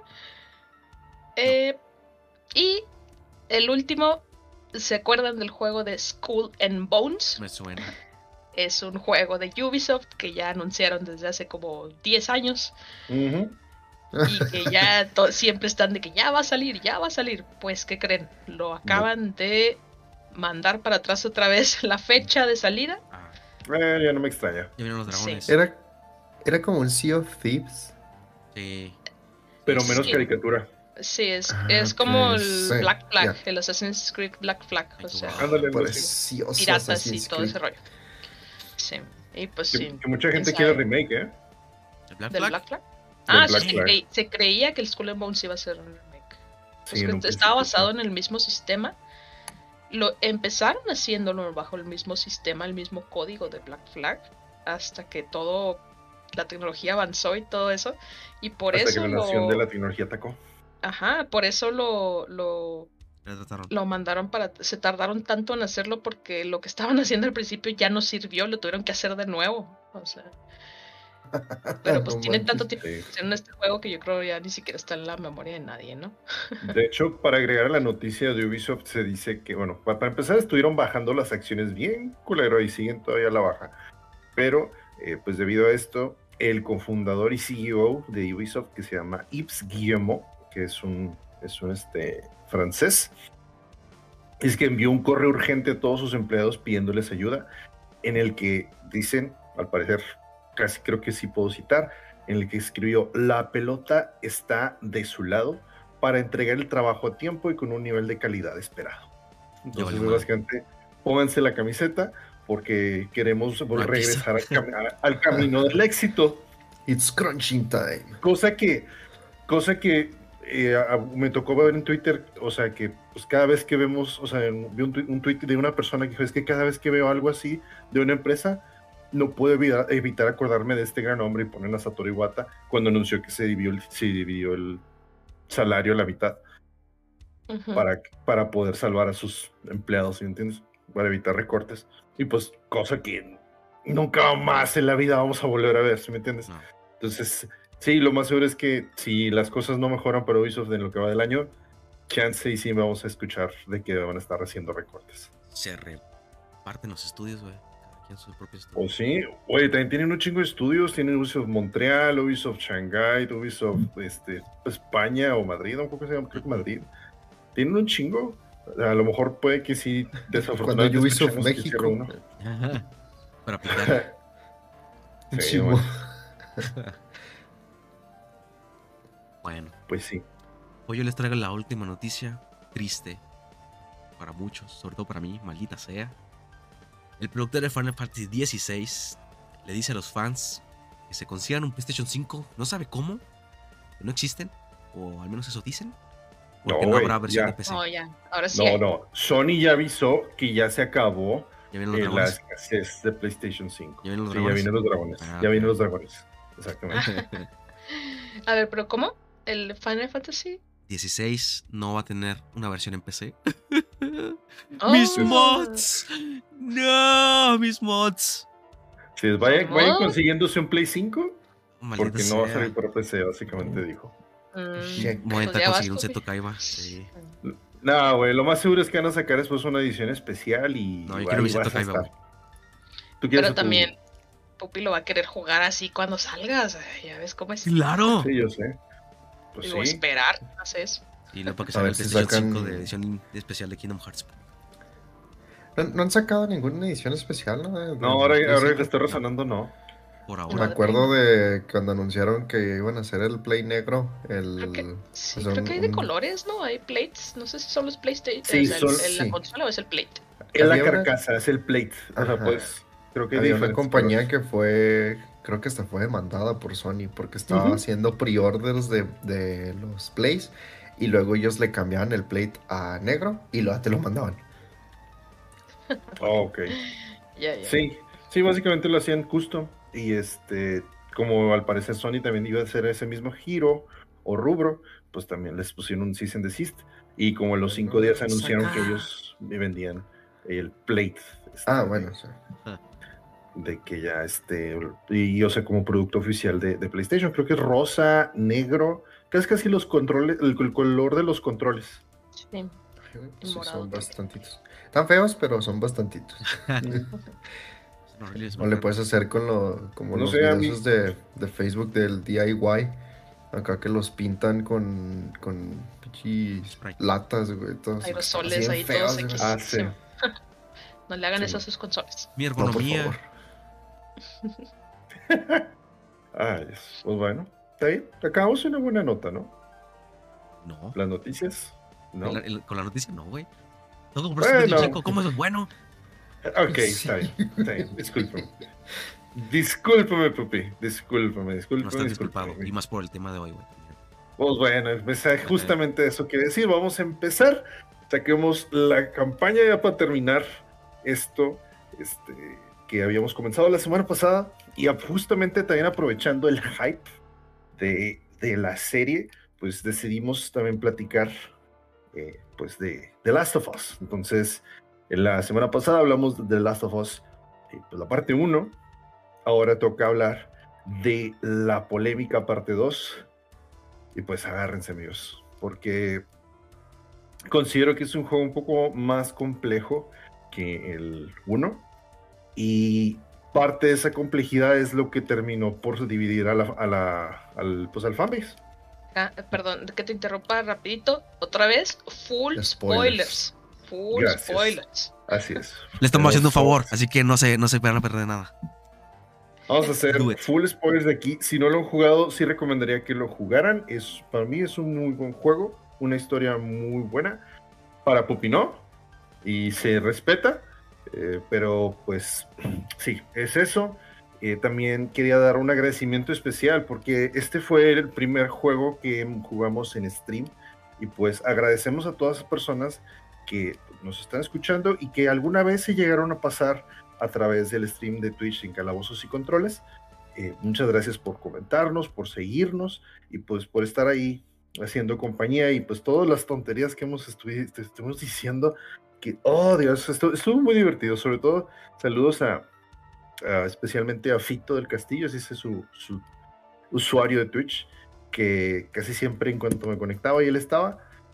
Y el último, ¿se acuerdan del juego de Skull and Bones? Me suena. Es un juego de Ubisoft que ya anunciaron desde hace como 10 años. Uh-huh. Y que ya siempre están de que ya va a salir. Pues, ¿qué creen? Lo acaban de mandar para atrás otra vez la fecha de salida. Ya no me extraña. Ya vieron los dragones. Sí. Era como un Sea of Thieves. Sí. Pero menos caricatura. Sí, es como el Black Flag, el Assassin's Creed Black Flag. O sea, piratas y todo ese rollo. Sí, y pues sí. Que mucha gente quiere remake, ¿eh? ¿Del Black Flag? Se creía que el Skull and Bones iba a ser un remake. Sí, estaba basado en el mismo sistema. Lo empezaron haciéndolo bajo el mismo sistema, el mismo código de Black Flag, hasta que la tecnología avanzó y todo eso. Y por eso que la nación de la tecnología atacó. Ajá, por eso lo mandaron se tardaron tanto en hacerlo porque lo que estaban haciendo al principio ya no sirvió, lo tuvieron que hacer de nuevo, o sea. Pero pues tiene tanto tiempo en este juego que yo creo ya ni siquiera está en la memoria de nadie, ¿no? De hecho, para agregar a la noticia de Ubisoft se dice que, bueno, para empezar estuvieron bajando las acciones bien culero y siguen todavía a la baja, pero pues debido a esto, el cofundador y CEO de Ubisoft, que se llama Yves Guillemot, que es un francés, es que envió un correo urgente a todos sus empleados pidiéndoles ayuda, en el que dicen, al parecer, casi creo que sí puedo citar, en el que escribió: la pelota está de su lado para entregar el trabajo a tiempo y con un nivel de calidad esperado. Entonces, básicamente, pónganse la camiseta porque queremos regresar al camino del éxito. It's crunching time. Cosa que me tocó ver en Twitter, o sea, que pues cada vez que vemos, o sea, vi un tweet de una persona que dijo: es que cada vez que veo algo así de una empresa, no puedo evitar acordarme de este gran hombre, y ponen a Satoru Iwata cuando anunció que se dividió el salario a la mitad, uh-huh, para poder salvar a sus empleados, ¿sí entiendes? Para evitar recortes. Y pues, cosa que nunca más en la vida vamos a volver a ver, ¿sí me entiendes? No. Entonces, sí, lo más seguro es que si las cosas no mejoran para Ubisoft en lo que va del año, chance y sí vamos a escuchar de que van a estar haciendo recortes. Se reparten los estudios, güey. Cada quien sus propios O estudios. sí, oye, también tienen un chingo de estudios. Tienen Ubisoft Montreal, Ubisoft Shanghai, Ubisoft España o Madrid, un poco se llama, creo que Madrid. Tienen un chingo. A lo mejor puede que sí, desafortunadamente. Cuando Ubisoft México. Uno. Para aplicar. Sí, bueno. Bueno, Pues sí. hoy yo les traigo la última noticia, triste para muchos, sobre todo para mí, maldita sea. El productor de Final Fantasy XVI le dice a los fans que se consigan un PlayStation 5, no sabe cómo, que no existen, o al menos eso dicen, porque no habrá versión de PC. Oh, ya. Ahora sí. No. Sony ya avisó que ya se acabó la escasez de PlayStation 5. ¿Ya vienen los dragones? Ya vienen los dragones. Ya vienen los dragones. Exactamente. A ver, pero ¿cómo? ¿El Final Fantasy 16 no va a tener una versión en PC? Oh. ¡Mis mods! ¡No! ¡Mis mods! Sí, vayan consiguiéndose un Play 5 Maldita porque sea. no va a salir para PC, básicamente dijo. Voy a intentar conseguir un Seto Kaiba. Sí. No, güey, lo más seguro es que van a sacar después una edición especial y no, yo quiero mi Seto Kaiba, güey. Pero también Pupi lo va a querer jugar así cuando salgas. Ya ves cómo es. ¡Claro! Sí, yo sé. Pues digo, esperar, haces. Y no para que salga el PlayStation 5 de edición especial de Kingdom Hearts. No han sacado ninguna edición especial, ¿no? No, ahora que estoy resonando, no. Por ahora. Me acuerdo de cuando anunciaron que iban a hacer el Play negro. Creo que hay de colores, ¿no? Hay plates. No sé si son los PlayStation. Sí, la consola o es el plate. Es la carcasa, es el plate. O sea, pues creo que había una compañía que creo que hasta fue demandada por Sony porque estaba haciendo pre-orders de los plays y luego ellos le cambiaban el plate a negro y luego te lo mandaban. Ok. Sí, básicamente lo hacían custom y como al parecer Sony también iba a hacer ese mismo giro o rubro, pues también les pusieron un cease and desist y como en los 5 días anunciaron que ellos vendían el plate. Bueno, sí. De que ya y o sea, como producto oficial de PlayStation, creo que es rosa, negro, casi los controles, el color de los controles. Sí. Son bastantitos. Están feos, pero son bastantitos. O le puedes hacer como los videos de Facebook del DIY. Acá que los pintan con latas, güey. Aerosoles ahí todos aquí. Sí. No le hagan eso a sus consolas. Mi ergonomía. Pues bueno, está bien. Acabamos una buena nota, ¿no? No. Las noticias, ¿no? Con la noticia, no, güey. Tengo que comprar PlayStation 5, ¿cómo eso es bueno? Ok, está bien. Discúlpame, Pupi. Discúlpame. No estás disculpado. Y más por el tema de hoy, güey. Pues bueno, justamente eso quiere decir. Vamos a empezar. Saquemos la campaña ya para terminar esto que habíamos comenzado la semana pasada. Y justamente también aprovechando el hype de la serie, pues decidimos también platicar pues de The Last of Us. Entonces, en la semana pasada hablamos de The Last of Us, pues la parte 1. Ahora toca hablar de la polémica parte 2. Y pues agárrense, amigos, porque considero que es un juego un poco más complejo que el 1. Y parte de esa complejidad es lo que terminó por dividir al fanbase. Perdón, que te interrumpa rapidito. Otra vez, full spoilers. Spoilers. Así es. Le estamos haciendo un favor, así que no se van a perder nada. Vamos a hacer full spoilers de aquí. Si no lo han jugado, sí recomendaría que lo jugaran. Para mí es un muy buen juego, una historia muy buena. Para Pupi no, y se respeta. Pero pues sí, es eso. También quería dar un agradecimiento especial porque este fue el primer juego que jugamos en stream y pues agradecemos a todas las personas que nos están escuchando y que alguna vez se llegaron a pasar a través del stream de Twitch en Calabozos y Controles. Muchas gracias por comentarnos, por seguirnos y pues por estar ahí haciendo compañía y pues todas las tonterías que estuvimos diciendo que, oh Dios, estuvo muy divertido. Sobre todo saludos especialmente a Fito del Castillo, ese es su usuario de Twitch, que casi siempre en cuanto me conectaba y él estaba,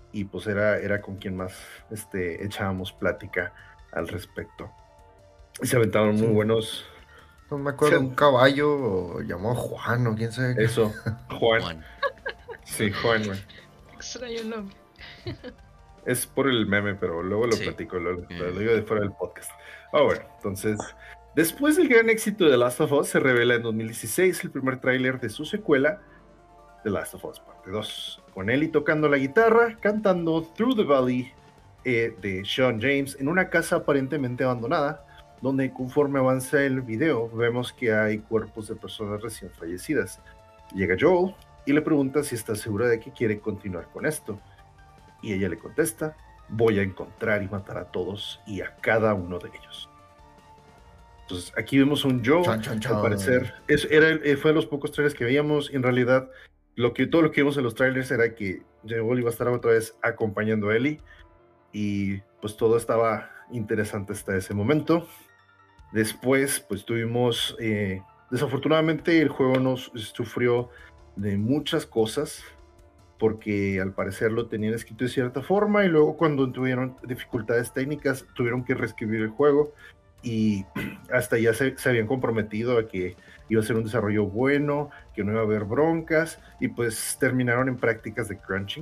y pues era con quien más echábamos plática al respecto. Y se aventaron muy buenos. No me acuerdo, un caballo llamado Juan o quién sabe. Eso, Juan. Sí, Juan, güey. Extraño nombre. Es por el meme, pero luego lo platico, lo digo de fuera del podcast. Bueno, entonces, después del gran éxito de The Last of Us, se revela en 2016 el primer tráiler de su secuela, The Last of Us Parte 2, con Ellie tocando la guitarra, cantando Through the Valley de Sean James en una casa aparentemente abandonada, donde conforme avanza el video vemos que hay cuerpos de personas recién fallecidas. Llega Joel y le pregunta si está segura de que quiere continuar con esto, y ella le contesta: voy a encontrar y matar a todos y a cada uno de ellos. Entonces aquí vemos un Joel, al parecer fue de los pocos trailers que veíamos. En realidad todo lo que vimos en los trailers era que Joel iba a estar otra vez acompañando a Ellie, y pues todo estaba interesante hasta ese momento. Después pues tuvimos, desafortunadamente el juego nos sufrió de muchas cosas, porque al parecer lo tenían escrito de cierta forma y luego cuando tuvieron dificultades técnicas tuvieron que reescribir el juego, y hasta ya se habían comprometido a que iba a ser un desarrollo bueno, que no iba a haber broncas, y pues terminaron en prácticas de crunching.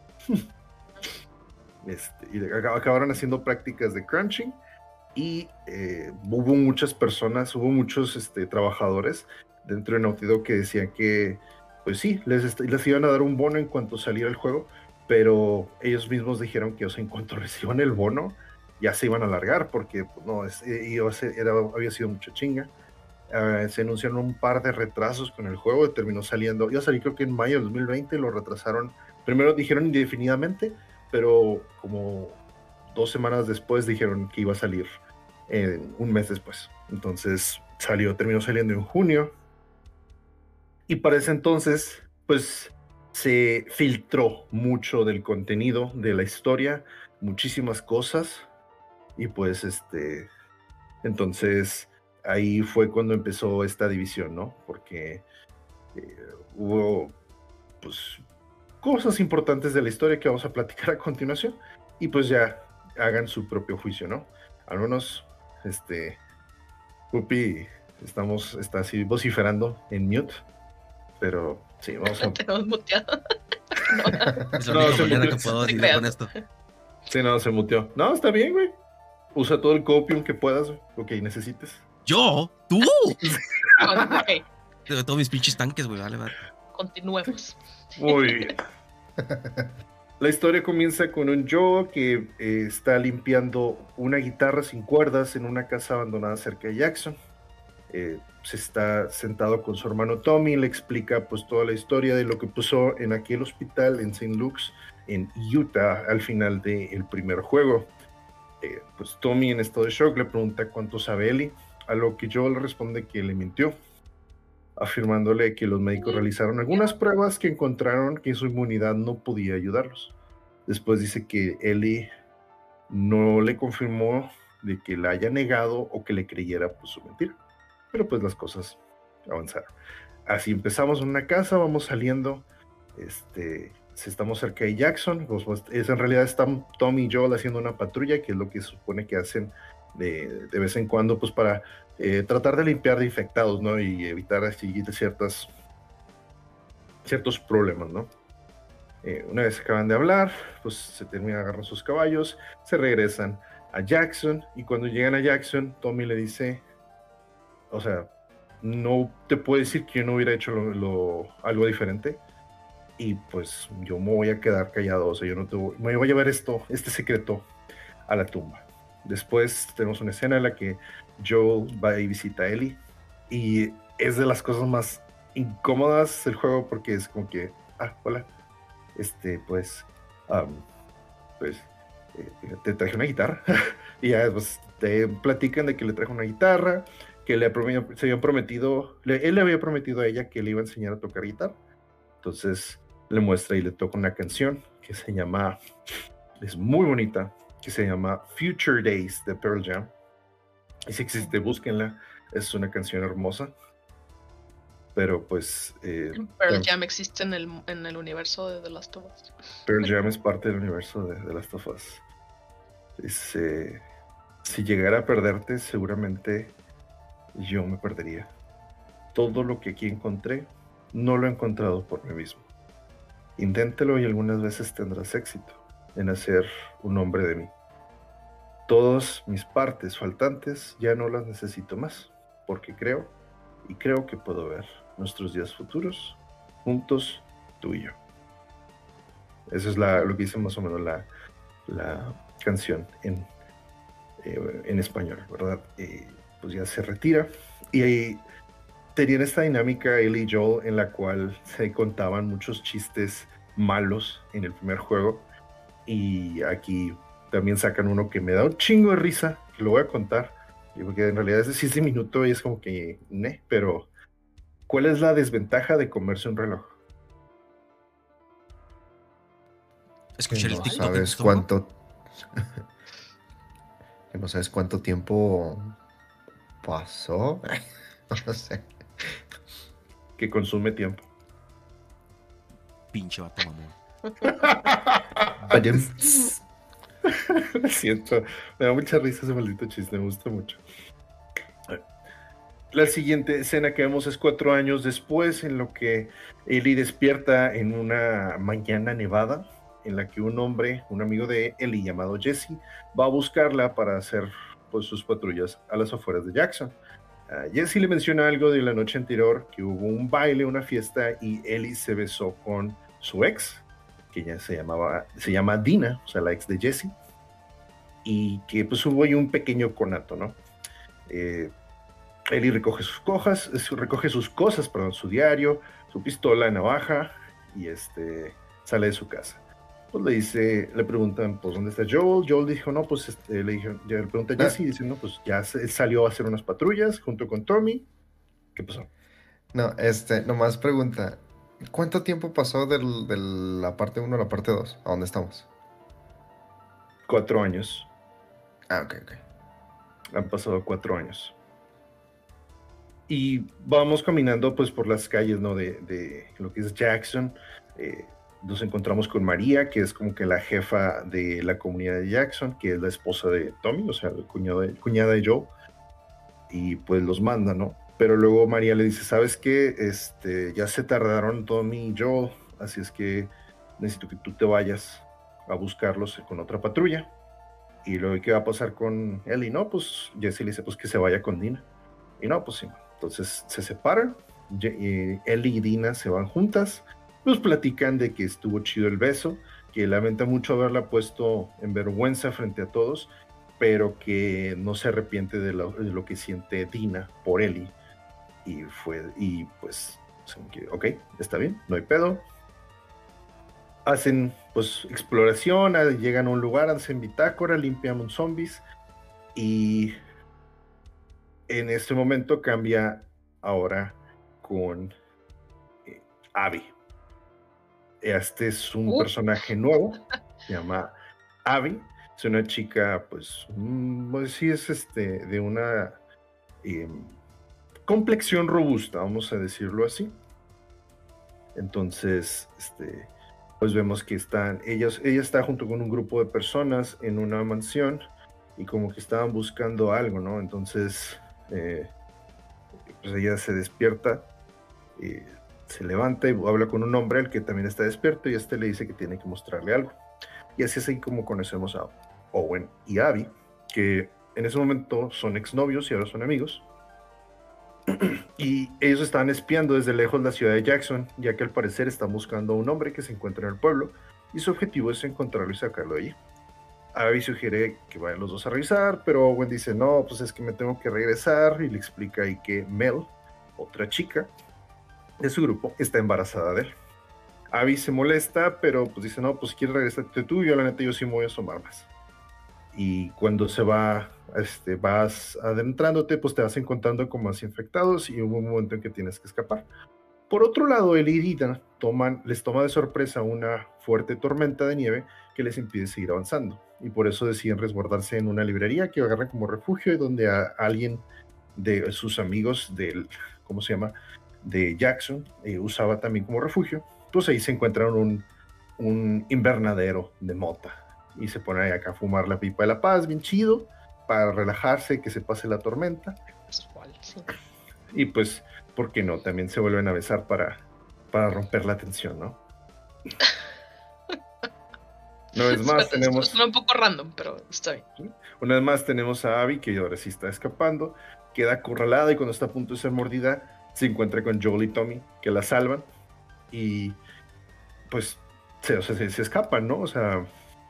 Y acabaron haciendo prácticas de crunching, y hubo muchos trabajadores dentro de Naughty Dog que decían que pues sí, les iban a dar un bono en cuanto saliera el juego, pero ellos mismos dijeron que, o sea, en cuanto reciban el bono ya se iban a largar, porque pues, no, había sido mucha chinga. Se anunciaron un par de retrasos con el juego, iba a salir creo que en mayo del 2020, lo retrasaron. Primero dijeron indefinidamente, pero como 2 semanas después dijeron que iba a salir un mes después. Entonces terminó saliendo en junio, y para ese entonces pues se filtró mucho del contenido de la historia, muchísimas cosas, y pues entonces ahí fue cuando empezó esta división, ¿no? Porque hubo pues cosas importantes de la historia que vamos a platicar a continuación, y pues ya hagan su propio juicio, ¿no? Al menos Pupi está así vociferando en mute, pero sí, vamos a... Tenemos muteado. Es la única manera que puedo lidiar con esto. Sí, no, se muteó. No, está bien, güey. Usa todo el copium que puedas, lo que necesites. ¿Yo? ¿Tú? Okay. Todos mis pinches tanques, güey, vale. Continuemos. Muy bien. La historia comienza con un Joe que está limpiando una guitarra sin cuerdas en una casa abandonada cerca de Jackson. Se está sentado con su hermano Tommy, le explica pues toda la historia de lo que pasó en aquel hospital en St. Luke's, en Utah, al final del primer juego. Pues Tommy, en estado de shock, le pregunta cuánto sabe Ellie, a lo que Joel le responde que le mintió, afirmándole que los médicos realizaron algunas pruebas que encontraron que su inmunidad no podía ayudarlos. Después dice que Ellie no le confirmó de que la haya negado o que le creyera pues su mentira, pero pues las cosas avanzaron. Así empezamos en una casa, vamos saliendo, estamos cerca de Jackson, en realidad están Tom y Joel haciendo una patrulla, que es lo que se supone que hacen de vez en cuando, pues para tratar de limpiar de infectados, ¿no? Y evitar así ciertos problemas, ¿no? Una vez acaban de hablar, pues se terminan agarrando sus caballos, se regresan a Jackson, y cuando llegan a Jackson, Tommy le dice, o sea, no te puedo decir que yo no hubiera hecho algo diferente, y pues yo me voy a quedar callado, o sea, yo no me voy a llevar este secreto a la tumba. Después tenemos una escena en la que Joel va y visita a Ellie, y es de las cosas más incómodas del juego, porque es como que, hola, te traje una guitarra, y ya pues te platican de que le traje una guitarra, que él le había prometido a ella que le iba a enseñar a tocar guitarra. Entonces le muestra y le toca una canción que es muy bonita, que se llama Future Days de Pearl Jam. Y si existe, búsquenla, es una canción hermosa. pero pues... Pearl Jam existe en el universo de The Last of Us. Pearl Jam es parte del universo de The Last of Us. Si llegara a perderte, seguramente yo me perdería. Todo lo que aquí encontré, no lo he encontrado por mí mismo. Inténtelo y algunas veces tendrás éxito en hacer un hombre de mí. Todas mis partes faltantes ya no las necesito más, porque creo que puedo ver nuestros días futuros juntos, tú y yo. Eso es lo que dice más o menos la canción en español, ¿verdad? Pues ya se retira y ahí tenían esta dinámica Ellie y Joel en la cual se contaban muchos chistes malos en el primer juego, y aquí también sacan uno que me da un chingo de risa, que lo voy a contar, porque en realidad es de 7 minutos y es como que, pero ¿cuál es la desventaja de comerse un reloj? Escuché el no TikTok sabes cuánto que no sabes cuánto tiempo pasó. No sé. Que consume tiempo. Pinche vato mamón. Lo siento, me da mucha risa ese maldito chiste, me gusta mucho. La siguiente escena que vemos es 4 años después, en lo que Ellie despierta en una mañana nevada, en la que un hombre, un amigo de Ellie llamado Jesse, va a buscarla para hacer pues, sus patrullas a las afueras de Jackson. Jesse le menciona algo de la noche anterior, que hubo un baile, una fiesta, y Ellie se besó con su ex, que ya se llama Dina, o sea, la ex de Jesse, y que pues hubo ahí un pequeño conato, ¿no? Ellie recoge sus cosas, su diario, su pistola, navaja, y sale de su casa. Pues le preguntan, pues, ¿dónde está Joel? Joel dijo, no, pues, le pregunta a Jesse, y dice, no, pues, ya salió a hacer unas patrullas junto con Tommy. ¿Qué pasó? No, nomás pregunta, ¿cuánto tiempo pasó de la parte 1 a la parte 2? ¿A dónde estamos? 4 años. Ok. Han pasado 4 años. Y vamos caminando, pues, por las calles, ¿no? De lo que es Jackson. Nos encontramos con María, que es como que la jefa de la comunidad de Jackson, que es la esposa de Tommy, o sea, la cuñada de Joe, y pues los manda, ¿no? Pero luego María le dice, ¿sabes qué? Ya se tardaron Tommy y Joe, así es que necesito que tú te vayas a buscarlos con otra patrulla. Y luego, ¿qué va a pasar con Ellie? No, pues Jesse le dice, pues que se vaya con Dina. Y no, pues sí. Entonces se separan, Ellie y Dina se van juntas. Nos platican de que estuvo chido el beso, que lamenta mucho haberla puesto en vergüenza frente a todos, pero que no se arrepiente de lo que siente Dina por Ellie. Y pues, ok, está bien, no hay pedo. Hacen pues exploración, llegan a un lugar, hacen bitácora, limpian zombies, y en este momento cambia ahora con Abby. Este es un personaje nuevo, se llama Abby, es una chica, pues sí es de una complexión robusta, vamos a decirlo así. Entonces, pues vemos que ella está junto con un grupo de personas en una mansión, y como que estaban buscando algo, ¿no? Entonces, pues ella se despierta, se levanta y habla con un hombre, el que también está despierto, y le dice que tiene que mostrarle algo. Y así es ahí como conocemos a Owen y Abby, que en ese momento son exnovios y ahora son amigos. Y ellos estaban espiando desde lejos la ciudad de Jackson, ya que al parecer están buscando a un hombre que se encuentra en el pueblo, y su objetivo es encontrarlo y sacarlo de allí. Abby sugiere que vayan los dos a revisar, pero Owen dice, no, pues es que me tengo que regresar, y le explica ahí que Mel, otra chica de su grupo, está embarazada de él. Abby se molesta, pero pues dice, no, pues quieres regresarte tú, yo la neta yo sí me voy a asomar más. Y cuando vas adentrándote, pues te vas encontrando con más infectados, y hubo un momento en que tienes que escapar. Por otro lado, Ellie y Dina les toma de sorpresa una fuerte tormenta de nieve que les impide seguir avanzando, y por eso deciden resguardarse en una librería que agarran como refugio, y donde a alguien de sus amigos ¿cómo se llama? de Jackson usaba también como refugio, pues ahí se encuentran un invernadero de mota y se ponen ahí acá a fumar la pipa de la paz, bien chido, para relajarse, que se pase la tormenta. Sí. Y pues, ¿por qué no? También se vuelven a besar para romper la tensión, ¿no? Una vez más tenemos... Suena un poco random, pero está bien. ¿Sí? Una vez más tenemos a Abby, que ahora sí está escapando, queda acorralada y cuando está a punto de ser mordida, se encuentra con Joel y Tommy, que la salvan y pues se escapan, ¿no? O sea,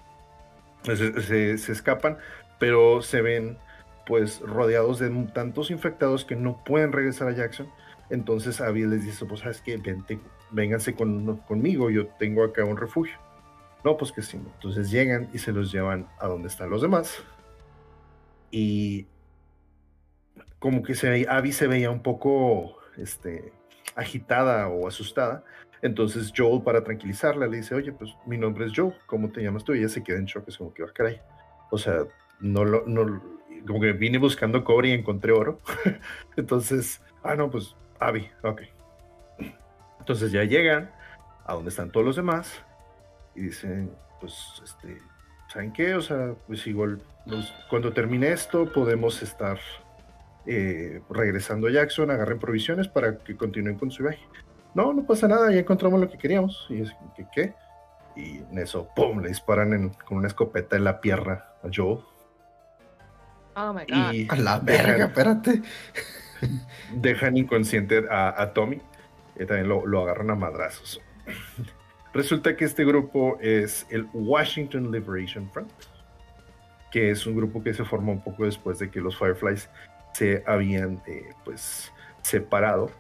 se escapan, pero se ven pues rodeados de tantos infectados que no pueden regresar a Jackson. Entonces Abby les dice, pues sabes qué, vénganse conmigo, yo tengo acá un refugio. No, pues que sí. Entonces llegan y se los llevan a donde están los demás. Y como que Abby se veía un poco agitada o asustada. Entonces Joel, para tranquilizarla, le dice, oye, pues mi nombre es Joel, ¿cómo te llamas tú? Y ella se queda en shock, es como que, caray. O sea, como que vine buscando cobre y encontré oro. Entonces, no, pues Abby, ok. Entonces ya llegan a donde están todos los demás y dicen, pues, ¿saben qué? O sea, pues igual, cuando termine esto, podemos estar regresando a Jackson, agarren provisiones para que continúen con su viaje. No pasa nada, ya encontramos lo que queríamos. Y es que, ¿qué? Y en eso, ¡pum!, le disparan con una escopeta en la pierna a Joel. Oh my God. Y a la verga, espérate. Dejan inconsciente a Tommy. También lo agarran a madrazos. Resulta que este grupo es el Washington Liberation Front, que es un grupo que se formó un poco después de que los Fireflies se habían pues separado.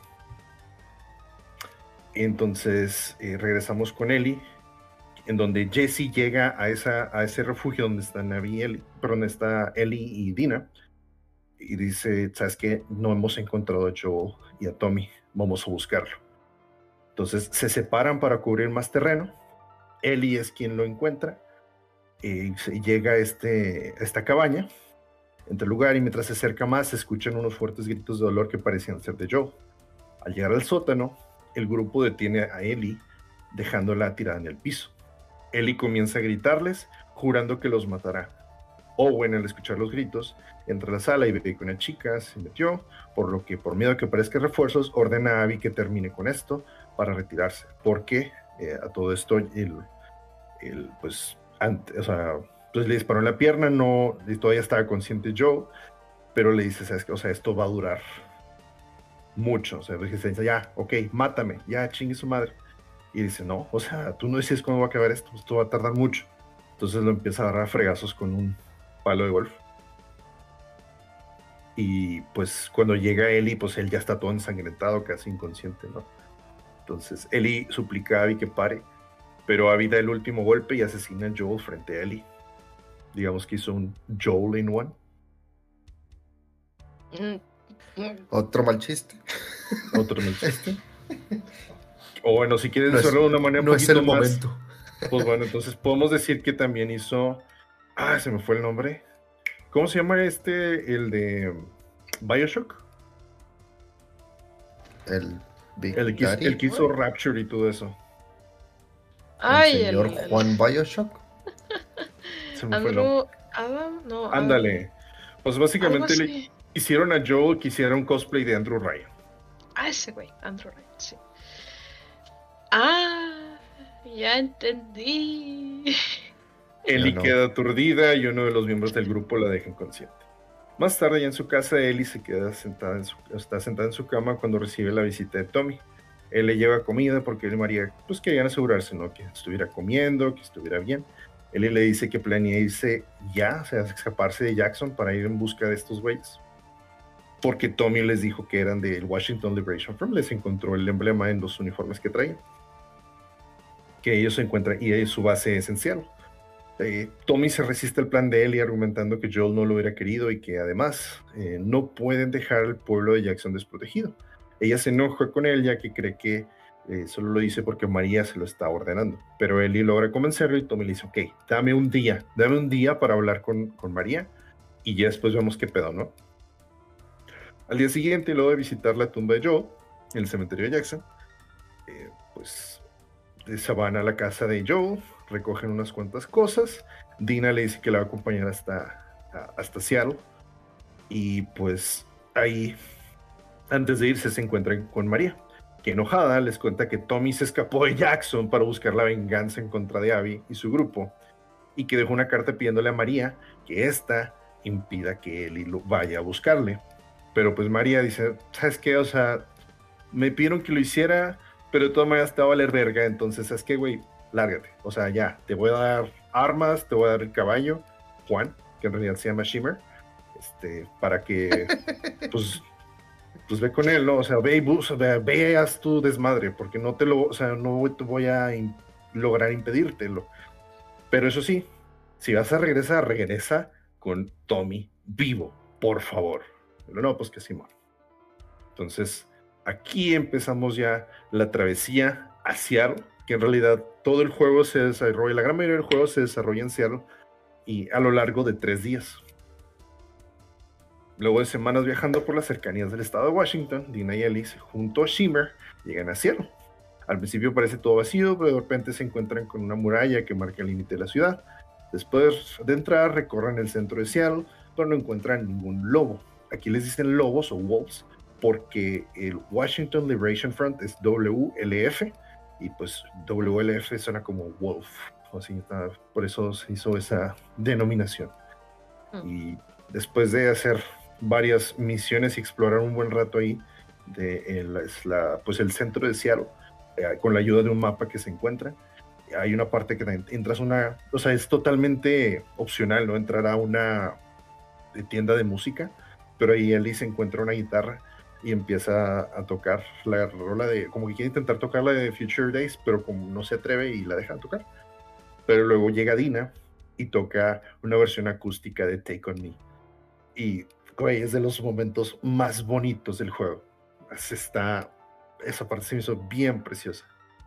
Entonces regresamos con Ellie, en donde Jesse llega a ese refugio donde están está Ellie y Dina, y dice, ¿sabes qué? No hemos encontrado a Joel y a Tommy, vamos a buscarlo. Entonces se separan para cubrir más terreno. Ellie es quien lo encuentra, llega a esta cabaña, entra al lugar y mientras se acerca más se escuchan unos fuertes gritos de dolor que parecían ser de Joel. Al llegar al sótano, el grupo detiene a Ellie, dejándola tirada en el piso. Ellie comienza a gritarles, jurando que los matará. Owen, al escuchar los gritos, entra a la sala y ve que una chica se metió, por lo que, por miedo a que aparezcan refuerzos, ordena a Abby que termine con esto para retirarse. Porque a todo esto, pues le disparó en la pierna, todavía estaba consciente Joe, pero le dice, ¿sabes qué? O sea, esto va a durar mucho. O sea, dice, ya, ok, mátame, ya, chingue su madre. Y dice, no, o sea, tú no decides cuándo va a acabar esto va a tardar mucho. Entonces lo empieza a agarrar a fregazos con un palo de golf. Y pues cuando llega Ellie, pues él ya está todo ensangrentado, casi inconsciente, ¿no? Entonces Ellie suplica a Abby que pare, pero Abby da el último golpe y asesina a Joel frente a Ellie. Digamos que hizo un Joel in one. Otro mal chiste. Otro mal chiste. O bueno, si quieres hacerlo de una manera no un poquito es el más, momento. pues bueno, entonces podemos decir que también hizo... se me fue el nombre. ¿Cómo se llama el de BioShock? El que hizo Rapture y todo eso. El señor Juan BioShock. Se me fue el nombre. Adam, no. Ándale. Pues básicamente le hicieron a Joel que hiciera un cosplay de Andrew Ryan. Ese güey, Andrew Ryan, sí. Ya entendí. Ellie queda aturdida y uno de los miembros del grupo la deja inconsciente. Más tarde, ya en su casa, Ellie se queda está sentada en su cama cuando recibe la visita de Tommy. Él le lleva comida porque él y María pues querían asegurarse, ¿no?, que estuviera comiendo, que estuviera bien. Ellie le dice que planea irse ya, o sea, escaparse de Jackson para ir en busca de estos güeyes. Porque Tommy les dijo que eran del Washington Liberation Front, les encontró el emblema en los uniformes que traían. Que ellos se encuentran y es su base esencial. Tommy se resiste al plan de Ellie argumentando que Joel no lo hubiera querido y que además no pueden dejar al pueblo de Jackson desprotegido. Ella se enoja con él ya que cree que solo lo dice porque María se lo está ordenando, pero Ellie logra convencerlo y Tommy le dice, ok, dame un día para hablar con María y ya después vemos qué pedo, ¿no? Al día siguiente, luego de visitar la tumba de Joel, el cementerio de Jackson, pues se van a la casa de Joe, recogen unas cuantas cosas. Dina le dice que la va a acompañar hasta Seattle. Y pues ahí, antes de irse, se encuentran con María, que enojada les cuenta que Tommy se escapó de Jackson para buscar la venganza en contra de Abby y su grupo, y que dejó una carta pidiéndole a María que ésta impida que Ellie lo vaya a buscarle. Pero pues María dice, ¿sabes qué? O sea, me pidieron que lo hiciera, pero de todas maneras te va a valer verga, entonces, ¿sabes qué, güey? Lárgate. O sea, ya, te voy a dar armas, te voy a dar el caballo, Juan, que en realidad se llama Shimmer, para que, pues ve con él, ¿no? O sea, ve, haz tu desmadre, porque no te voy a lograr impedírtelo. Pero eso sí, si vas a regresar, regresa con Tommy vivo, por favor. Pero no, pues que Simón. Entonces, aquí empezamos ya la travesía a Seattle, que en realidad todo el juego se desarrolla, la gran mayoría del juego se desarrolla en Seattle y a lo largo de 3 días. Luego de semanas viajando por las cercanías del estado de Washington, Dina y Ellie, junto a Shimmer, llegan a Seattle. Al principio parece todo vacío, pero de repente se encuentran con una muralla que marca el límite de la ciudad. Después de entrar, recorren el centro de Seattle, pero no encuentran ningún lobo. Aquí les dicen lobos o wolves, porque el Washington Liberation Front es WLF, y pues WLF suena como wolf, así está, por eso se hizo esa denominación. Y después de hacer varias misiones y explorar un buen rato ahí pues el centro de Seattle, con la ayuda de un mapa que se encuentra, hay una parte que entras o sea, es totalmente opcional, ¿no? Entrar a una tienda de música, pero ahí Ellie se encuentra una guitarra y empieza a tocar la rola como que quiere intentar tocar la de Future Days, pero como no se atreve y la dejan tocar. Pero luego llega Dina y toca una versión acústica de Take On Me. Y, güey, es de los momentos más bonitos del juego. Esa parte se me hizo bien preciosa.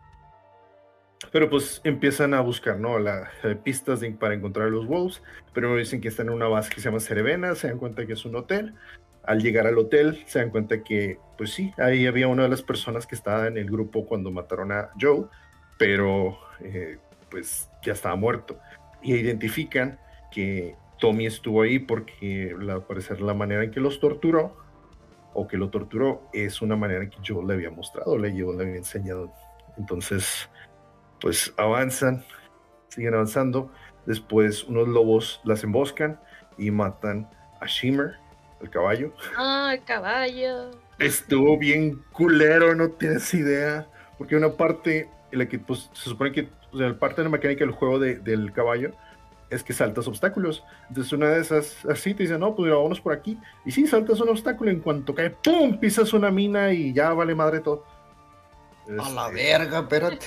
Pero pues empiezan a buscar, ¿no? Pistas para encontrar a los wolves. Pero me dicen que están en una base que se llama Cerevena, se dan cuenta que es un hotel. Al llegar al hotel se dan cuenta que, pues sí, ahí había una de las personas que estaba en el grupo cuando mataron a Joe, pero pues ya estaba muerto. Y identifican que Tommy estuvo ahí porque al parecer la manera en que los torturó, o que lo torturó, es una manera que yo le había mostrado, le había enseñado. Entonces, pues siguen avanzando. Después unos lobos las emboscan y matan a Shimmer, el caballo. El caballo. Estuvo bien culero, no tienes idea. Porque una parte en la que pues, se supone que la parte de la mecánica del juego del caballo es que saltas obstáculos. Entonces una de esas, así te dicen, no, pues mira, vámonos por aquí. Y sí, saltas un obstáculo, en cuanto cae, ¡pum!, pisas una mina y ya vale madre todo. A la verga, espérate.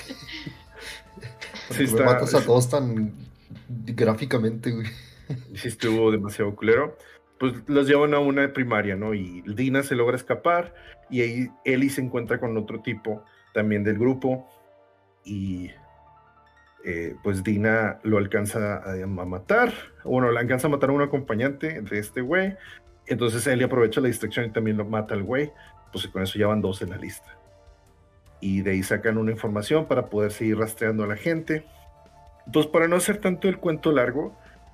Sí, matas a todos tan gráficamente, güey. Sí, estuvo demasiado culero. Pues los llevan a una primaria, ¿no? Y Dina se logra escapar y ahí Ellie se encuentra con otro tipo también del grupo y pues Dina lo alcanza a matar. Bueno, le alcanza a matar a un acompañante de este güey. Entonces Ellie aprovecha la distracción y también lo mata al güey. Pues con eso ya van 2 en la lista. Y de ahí sacan una información para poder seguir rastreando a la gente. Pues para no hacer tanto el cuento largo,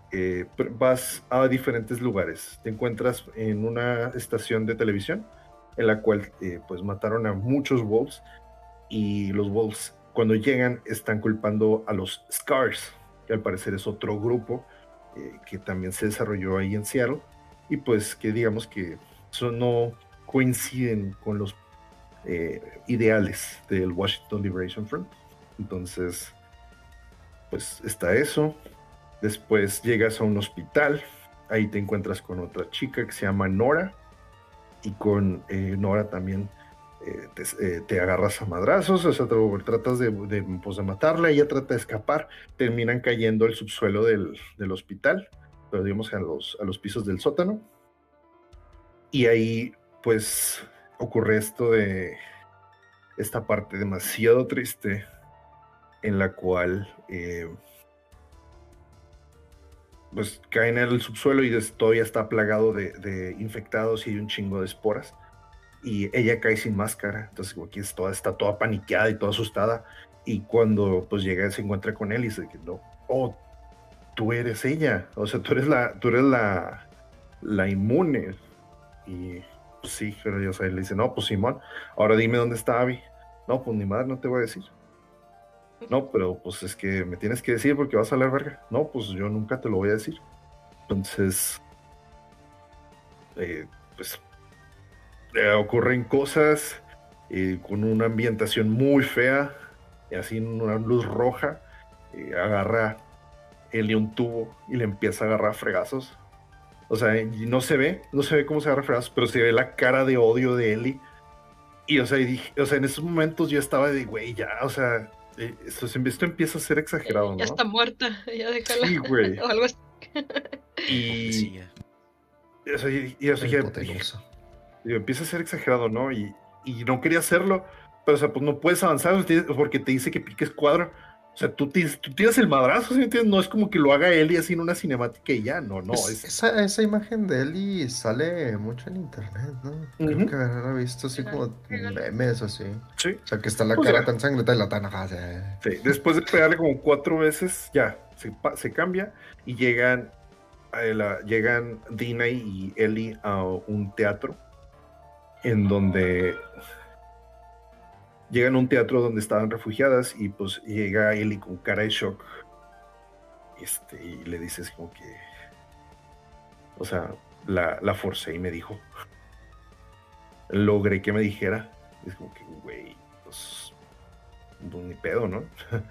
vas a diferentes lugares. Te encuentras en una estación de televisión en la cual pues mataron a muchos wolves, y los wolves cuando llegan están culpando a los Scars, que al parecer es otro grupo que también se desarrolló ahí en Seattle, y pues que digamos que no coinciden con los ideales del Washington Liberation Front. Entonces pues está eso. Después llegas a un hospital, ahí te encuentras con otra chica que se llama Nora, y con Nora también te agarras a madrazos, o sea, tratas de matarla, ella trata de escapar, terminan cayendo al subsuelo del hospital, pero digamos a los pisos del sótano, y ahí pues ocurre esta parte demasiado triste en la cual pues caen en el subsuelo y todavía está plagado de infectados y hay un chingo de esporas. y ella cae sin máscara, entonces como que está toda paniqueada y toda asustada, y cuando pues llega se encuentra con él y dice que no, oh, tú eres ella, o sea, tú eres la inmune, y pues sí, pero yo le dice, no, pues Simón, ahora dime dónde está Abby. No, pues ni madre, no te voy a decir. No, pero pues es que me tienes que decir porque vas a la verga. No, pues yo nunca te lo voy a decir. Entonces, pues ocurren cosas con una ambientación muy fea, y así en una luz roja, agarra Ellie un tubo y le empieza a agarrar a fregazos. O sea, y no se ve cómo se agarra a fregazos, pero se ve la cara de odio de Ellie. Y o sea, en esos momentos yo estaba de, güey, ya, o sea, esto empieza a ser exagerado, ¿no? Ya está muerta, ya déjala. Sí, güey. O algo así. Y empieza a ser exagerado, ¿no? Y no quería hacerlo, pero o sea, pues no puedes avanzar porque te dice que piques cuadro. O sea, tú tiras el madrazo, ¿sí me entiendes? No es como que lo haga Ellie así en una cinemática y ya, no. Esa imagen de Ellie sale mucho en internet, ¿no? Creo que habrá visto así como memes o así. Sí. O sea, que está la cara tan sangrienta y la tan ajá. Sí, después de pegarle como 4 veces, ya, se cambia y llegan Dina y Ellie a un teatro en donde estaban refugiadas, y pues llega Ellie con cara de shock y le dices como que, o sea, la forcé y me dijo, logré que me dijera. Es como que, güey, pues ni pedo, ¿no?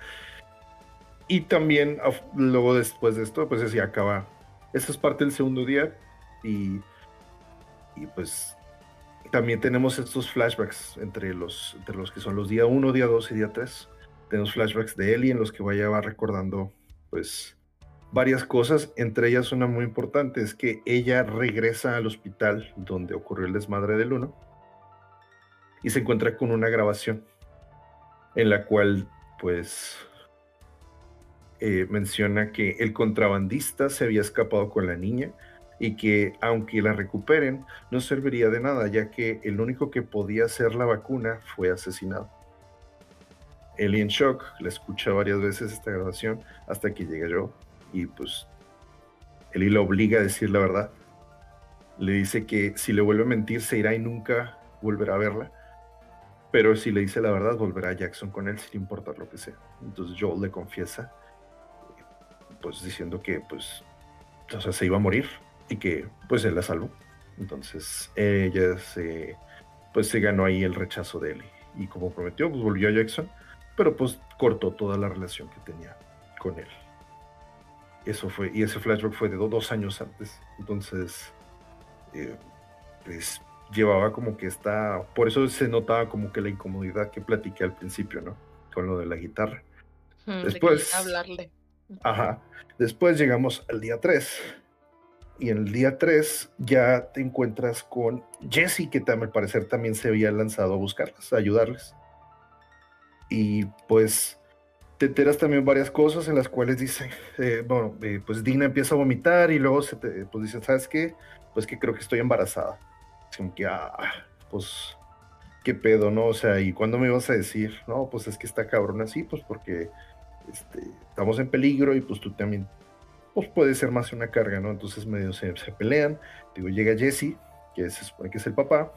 Y también luego después de esto, pues así acaba. Esta es parte del segundo día, y pues también tenemos estos flashbacks entre los que son los día 1, día 2 y día 3. Tenemos flashbacks de Ellie en los que va recordando pues varias cosas. Entre ellas una muy importante es que ella regresa al hospital donde ocurrió el desmadre del 1 y se encuentra con una grabación en la cual pues menciona que el contrabandista se había escapado con la niña y que aunque la recuperen no serviría de nada, ya que el único que podía hacer la vacuna fue asesinado. Ellie en shock la escucha varias veces esta grabación hasta que llega Joe, y pues Ellie la obliga a decir la verdad. Le dice que si le vuelve a mentir se irá y nunca volverá a verla, pero si le dice la verdad volverá a Jackson con él sin importar lo que sea. Entonces Joel le confiesa, pues diciendo que pues, o sea, se iba a morir y que pues él la salvó. Entonces ella se ganó ahí el rechazo de Ellie, y como prometió, pues volvió a Jackson, pero pues cortó toda la relación que tenía con él. Eso fue, y ese flashback fue de 2 años antes. Entonces pues llevaba como que por eso se notaba como que la incomodidad que platiqué al principio, ¿no? Con lo de la guitarra. Después hablarle. Ajá. Después llegamos al día 3. Y en el día 3 ya te encuentras con Jessie, que al parecer también se había lanzado a buscarlas, a ayudarles. Y pues te enteras también varias cosas en las cuales dice, pues Dina empieza a vomitar y luego pues dice, ¿sabes qué? Pues que creo que estoy embarazada. Es como que, pues, ¿qué pedo, no? O sea, ¿y cuándo me ibas a decir? No, pues es que está cabrón así, pues porque estamos en peligro y pues tú también pues puede ser más una carga, ¿no? Entonces medio se pelean. Digo, llega Jesse, que se supone que es el papá,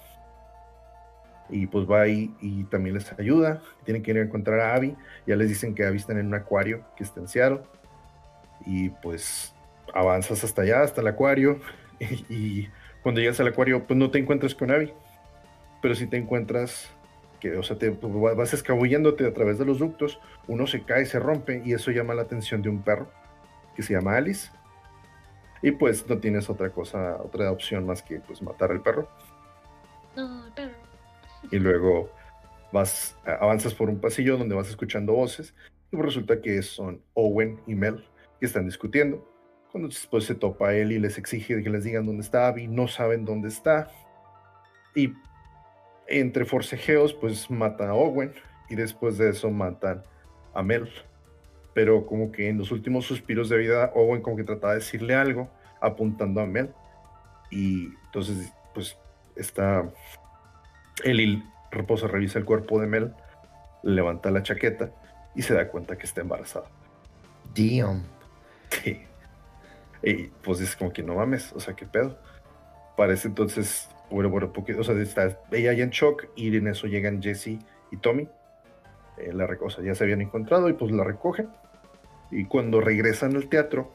y pues va ahí y también les ayuda. Tienen que ir a encontrar a Abby. Ya les dicen que Abby está en un acuario que está en Seattle, y pues avanzas hasta allá, hasta el acuario, y cuando llegas al acuario pues no te encuentras con Abby, pero sí te encuentras que, o sea, vas escabulléndote a través de los ductos. Uno se cae, se rompe, y eso llama la atención de un perro que se llama Alice, y pues no tienes otra opción más que pues matar al perro. No, perro. Y luego avanzas por un pasillo donde vas escuchando voces, y pues resulta que son Owen y Mel que están discutiendo. Cuando después se topa él y les exige que les digan dónde está Abby, no saben dónde está, y entre forcejeos pues matan a Owen, y después de eso matan a Mel. Pero como que en los últimos suspiros de vida, Owen como que trataba de decirle algo, apuntando a Mel. Y entonces, pues, Ellie reposa, revisa el cuerpo de Mel, levanta la chaqueta y se da cuenta que está embarazada. Damn. Sí. Y pues es como que no mames, o sea, qué pedo. Parece entonces, porque, o sea, está ella ya en shock y en eso llegan Jesse y Tommy. O sea, ya se habían encontrado y pues la recogen. Y cuando regresan al teatro,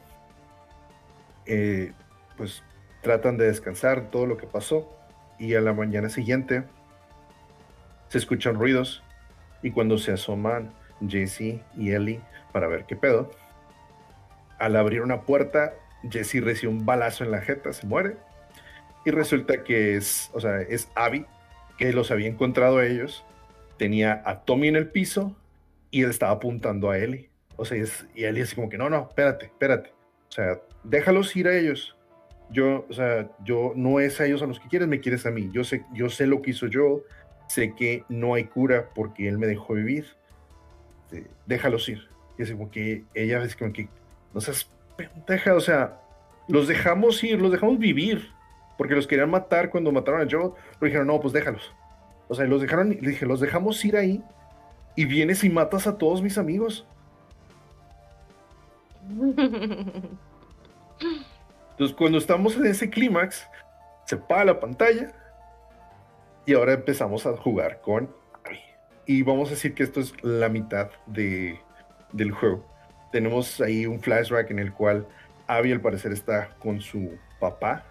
pues tratan de descansar todo lo que pasó. Y a la mañana siguiente se escuchan ruidos. Y cuando se asoman Jesse y Ellie para ver qué pedo, al abrir una puerta, Jesse recibe un balazo en la jeta, se muere. Y resulta que es Abby, que los había encontrado a ellos. Tenía a Tommy en el piso y él estaba apuntando a Ellie. O sea, y Ellie así como que, no, espérate. O sea, déjalos ir a ellos. Yo no es a ellos a los que quieres, me quieres a mí. Yo sé lo que hizo Joel. Sé que no hay cura porque él me dejó vivir. Déjalos ir. Y así como que ella es como que, no seas pendeja, o sea, los dejamos ir, los dejamos vivir. Porque los querían matar cuando mataron a Joel. Pero dijeron, no, pues déjalos. O sea, los dejaron, le dije, los dejamos ir ahí. Y vienes y matas a todos mis amigos. Entonces, cuando estamos en ese clímax, se apaga la pantalla y ahora empezamos a jugar con Abby. Y vamos a decir que esto es la mitad del juego. Tenemos ahí un flashback en el cual Abby al parecer está con su papá,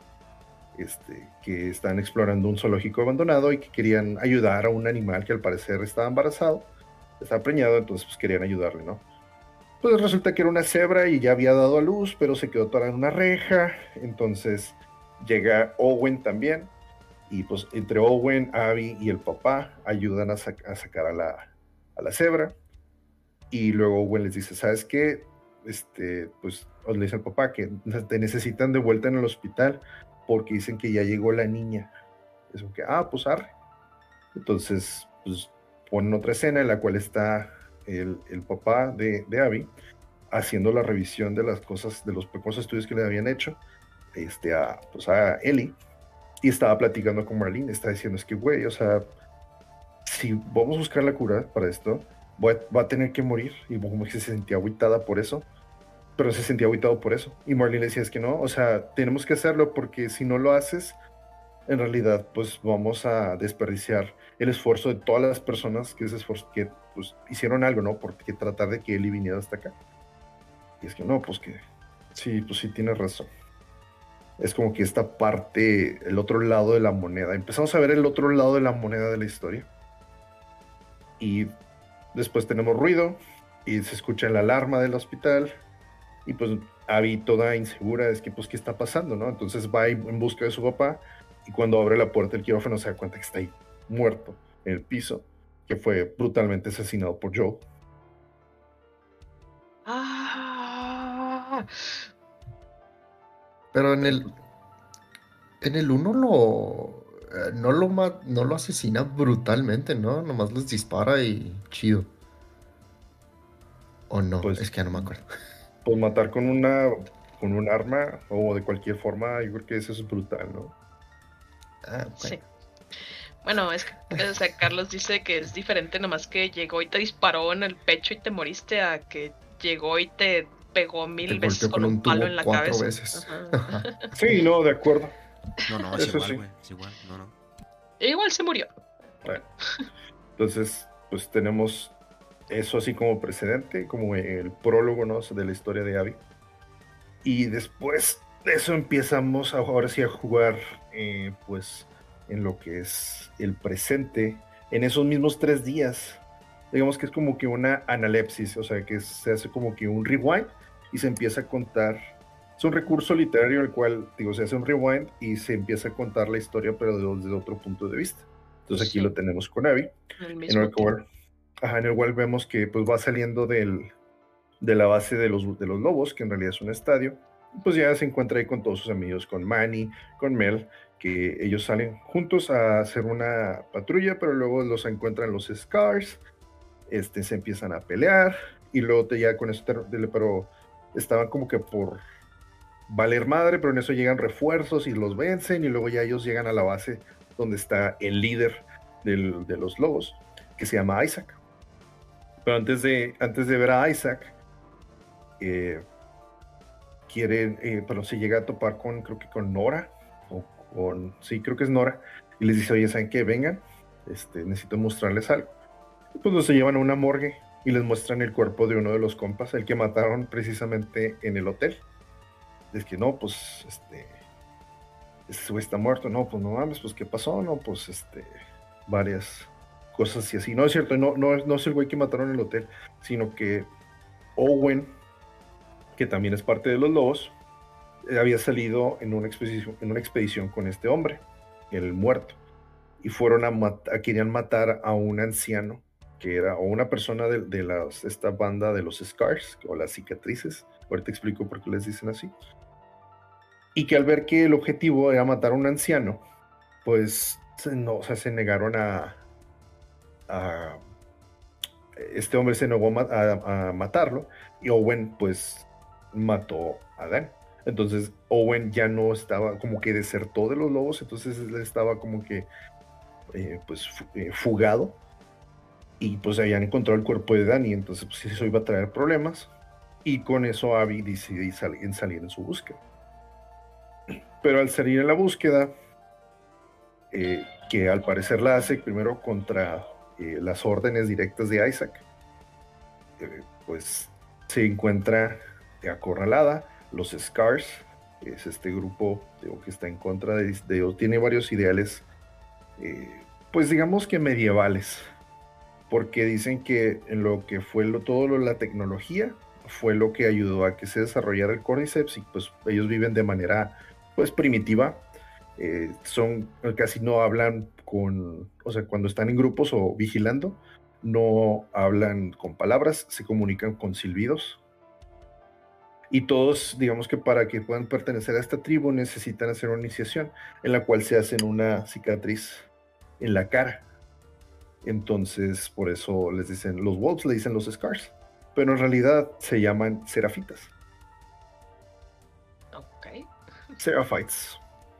que están explorando un zoológico abandonado y que querían ayudar a un animal que al parecer estaba embarazado, estaba preñado, entonces pues querían ayudarle, ¿no? Pues resulta que era una cebra y ya había dado a luz, pero se quedó atorada en una reja. Entonces llega Owen también. Y pues entre Owen, Abby y el papá ayudan a sacar a la cebra. Y luego Owen les dice, ¿sabes qué? Pues le dice al papá que te necesitan de vuelta en el hospital porque dicen que ya llegó la niña. Es como que, pues arre. Entonces, pues ponen otra escena en la cual está el papá de Abby haciendo la revisión de las cosas, de los pequeños estudios que le habían hecho a Ellie, y estaba platicando con Marlene, está diciendo, es que güey, o sea, si vamos a buscar la cura para esto, va a tener que morir, y como que se sentía agüitada por eso, pero se sentía agüitado por eso, y Marlene le decía, es que no, o sea, tenemos que hacerlo, porque si no lo haces, en realidad, pues vamos a desperdiciar el esfuerzo de todas las personas que pues, hicieron algo, ¿no? Porque tratar de que Ellie viniera hasta acá. Y es que no, pues sí tienes razón. Es como que esta parte, el otro lado de la moneda. Empezamos a ver el otro lado de la moneda de la historia. Y después tenemos ruido y se escucha la alarma del hospital. Y pues Abby toda insegura, es que pues qué está pasando, ¿no? Entonces va en busca de su papá. Y cuando abre la puerta del quirófano se da cuenta que está ahí muerto en el piso, que fue brutalmente asesinado por Joe. Pero en el 1 no lo asesina brutalmente, ¿no? Nomás les dispara y chido. ¿O no? Pues, es que ya no me acuerdo. Pues matar con un arma o de cualquier forma, yo creo que eso es brutal, ¿no? Okay. Sí. Bueno, es que, o sea, Carlos dice que es diferente, nomás que llegó y te disparó en el pecho y te moriste, a que llegó y te pegó 1000 veces con un palo en la 4 cabeza. veces. Sí, no, de acuerdo. No, es igual, güey. Es igual, no. Igual se murió. Bueno, entonces, pues tenemos eso así como precedente, como el prólogo, ¿no?, de la historia de Abby. Y después de eso empezamos ahora sí a jugar, pues, en lo que es el presente, en esos mismos 3 días. Digamos que es como que una analepsis, o sea, que se hace como que un rewind y se empieza a contar. Es un recurso literario en el cual, se hace un rewind y se empieza a contar la historia, pero desde otro punto de vista. Entonces aquí lo tenemos con Abby, en el cual vemos que pues va saliendo de la base de los lobos, que en realidad es un estadio. Pues ya se encuentra ahí con todos sus amigos, con Manny, con Mel, que ellos salen juntos a hacer una patrulla, pero luego los encuentran los Scars, se empiezan a pelear, y luego ya con eso, pero estaban como que por valer madre, pero en eso llegan refuerzos y los vencen, y luego ya ellos llegan a la base donde está el líder de los lobos, que se llama Isaac. Pero antes de ver a Isaac, se llega a topar creo que con Nora, sí, creo que es Nora, y les dice, oye, ¿saben qué? Vengan, necesito mostrarles algo. Y pues los llevan a una morgue y les muestran el cuerpo de uno de los compas, el que mataron precisamente en el hotel. Es que no, pues, este güey está muerto. No, pues no mames, pues ¿qué pasó? No, pues, varias cosas y así. No es cierto, no es el güey que mataron en el hotel, sino que Owen, que también es parte de los lobos, había salido en una expedición con este hombre, el muerto, y fueron querían matar a un anciano que era, o una persona de esta banda de los Scars, o las cicatrices. Ahorita explico por qué les dicen así. Y que al ver que el objetivo era matar a un anciano, pues se negaron este hombre se negó a matarlo, y Owen pues mató a Dan. Entonces Owen ya no estaba, como que desertó de los lobos, entonces él estaba como que fugado, y pues habían encontrado el cuerpo de Danny, entonces pues eso iba a traer problemas, y con eso Abby decide salir en su búsqueda. Pero al salir en la búsqueda, que al parecer la hace primero contra las órdenes directas de Isaac, pues se encuentra acorralada. Los Scars es este grupo que está en contra de tiene varios ideales, pues digamos que medievales, porque dicen que en lo que fue la tecnología fue lo que ayudó a que se desarrollara el Cordyceps, y pues ellos viven de manera pues primitiva. Casi no hablan cuando están en grupos o vigilando, no hablan con palabras, se comunican con silbidos. Y todos, digamos que para que puedan pertenecer a esta tribu necesitan hacer una iniciación en la cual se hacen una cicatriz en la cara. Entonces, por eso les dicen, los Wolves le dicen los Scars, pero en realidad se llaman Serafitas. Ok. Seraphites.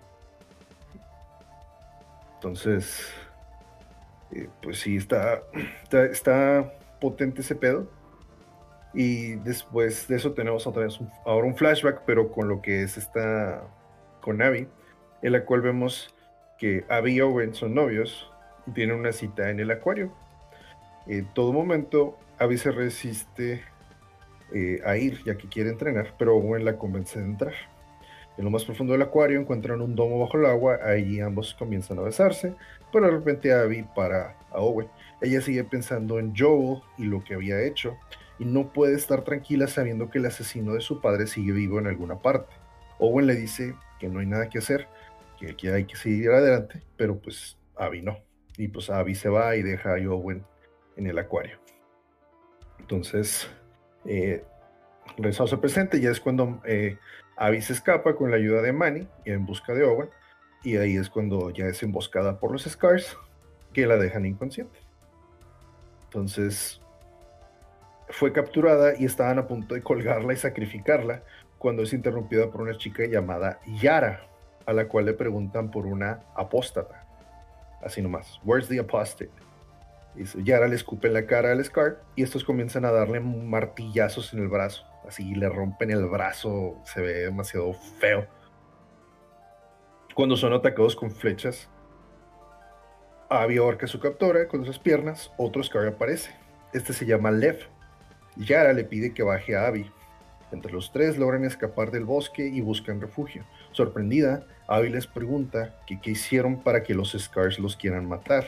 Entonces, pues sí, está potente ese pedo. Y después de eso tenemos otra vez ahora un flashback, pero con lo que es con Abby, en la cual vemos que Abby y Owen son novios y tienen una cita en el acuario. En todo momento, Abby se resiste a ir, ya que quiere entrenar, pero Owen la convence de entrar. En lo más profundo del acuario encuentran un domo bajo el agua, allí ambos comienzan a besarse, pero de repente Abby para a Owen. Ella sigue pensando en Joel y lo que había hecho, y no puede estar tranquila sabiendo que el asesino de su padre sigue vivo en alguna parte. Owen le dice que no hay nada que hacer, que hay que seguir adelante, pero pues Abby no. Y pues Abby se va y deja a Owen en el acuario. Entonces, regresamos al presente, ya es cuando Abby se escapa con la ayuda de Manny en busca de Owen, y ahí es cuando ya es emboscada por los Scars, que la dejan inconsciente. Entonces fue capturada y estaban a punto de colgarla y sacrificarla cuando es interrumpida por una chica llamada Yara, a la cual le preguntan por una apóstata. Así nomás, where's the apostate? Y Yara le escupe en la cara al Scar, y estos comienzan a darle martillazos en el brazo. Así le rompen el brazo, se ve demasiado feo. Cuando son atacados con flechas, Abby ahorca a su captora con sus piernas, otro Scar aparece. Este se llama Lev. Yara le pide que baje a Abby. Entre los tres logran escapar del bosque y buscan refugio. Sorprendida, Abby les pregunta que qué hicieron para que los Scars los quieran matar.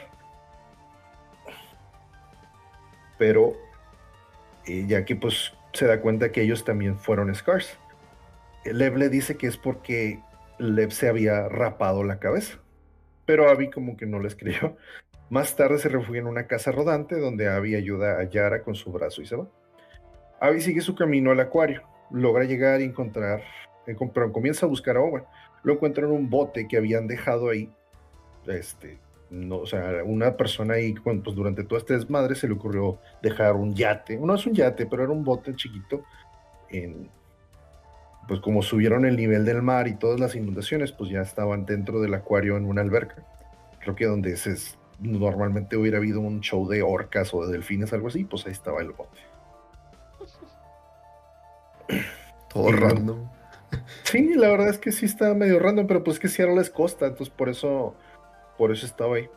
Pero ya que pues se da cuenta que ellos también fueron Scars. Lev le dice que es porque Lev se había rapado la cabeza, pero Abby como que no les creyó. Más tarde se refugia en una casa rodante donde Abby ayuda a Yara con su brazo y se va. Abby sigue su camino al acuario, logra llegar y pero comienza a buscar a Owen. Lo encuentra en un bote que habían dejado ahí. Una persona ahí, pues durante todo este desmadre se le ocurrió dejar un yate. No es un yate, pero era un bote chiquito. Pues como subieron el nivel del mar y todas las inundaciones, pues ya estaban dentro del acuario en una alberca. creo que donde normalmente hubiera habido un show de orcas o de delfines, algo así, pues ahí estaba el bote. Todo random. Sí, la verdad es que sí está medio random, pero pues que Seattle es costa, entonces por eso estaba ahí.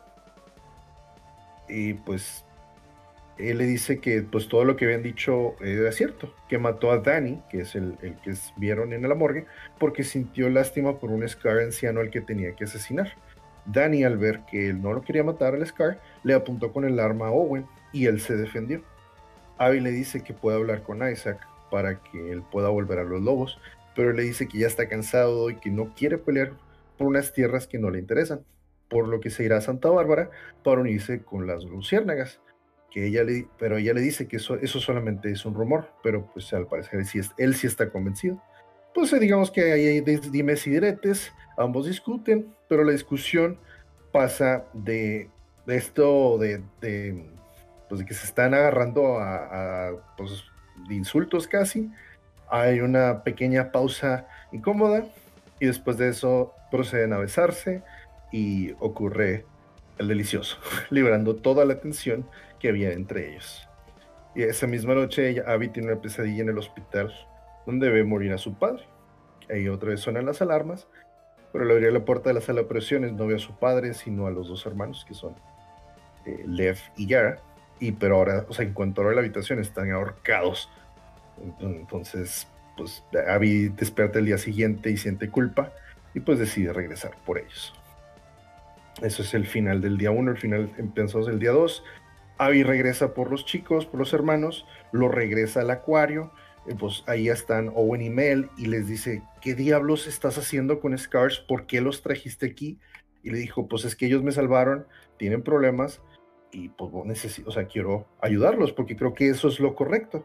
Y pues él le dice que pues todo lo que habían dicho era cierto, que mató a Danny, que es el que vieron en la morgue, porque sintió lástima por un Scar anciano al que tenía que asesinar. Danny, al ver que él no lo quería matar al Scar, le apuntó con el arma a Owen y él se defendió. Abby le dice que puede hablar con Isaac para que él pueda volver a los lobos, pero él le dice que ya está cansado y que no quiere pelear por unas tierras que no le interesan, por lo que se irá a Santa Bárbara para unirse con las luciérnagas. Pero ella le dice que eso solamente es un rumor, pero pues al parecer él sí está convencido. Pues digamos que hay dimes y diretes, ambos discuten, pero la discusión pasa de esto pues de que se están agarrando pues, de insultos casi. Hay una pequeña pausa incómoda y después de eso proceden a besarse y ocurre el delicioso, librando toda la tensión que había entre ellos. Y esa misma noche Abby tiene una pesadilla en el hospital donde ve morir a su padre. Ahí otra vez suenan las alarmas, pero al abrir la puerta de la sala de operaciones no ve a su padre, sino a los dos hermanos que son Lev y Yara. Pero ahora, o sea, en cuanto a la habitación, están ahorcados. Entonces, pues Abby despierta el día siguiente y siente culpa y pues decide regresar por ellos. Eso es el final del día 1, el final empezamos el día 2. Abby regresa por los chicos, por los hermanos, lo regresa al acuario, pues ahí están Owen y Mel y les dice, ¿qué diablos estás haciendo con Scars? ¿Por qué los trajiste aquí? Y le dijo, pues es que ellos me salvaron, tienen problemas y pues quiero ayudarlos porque creo que eso es lo correcto.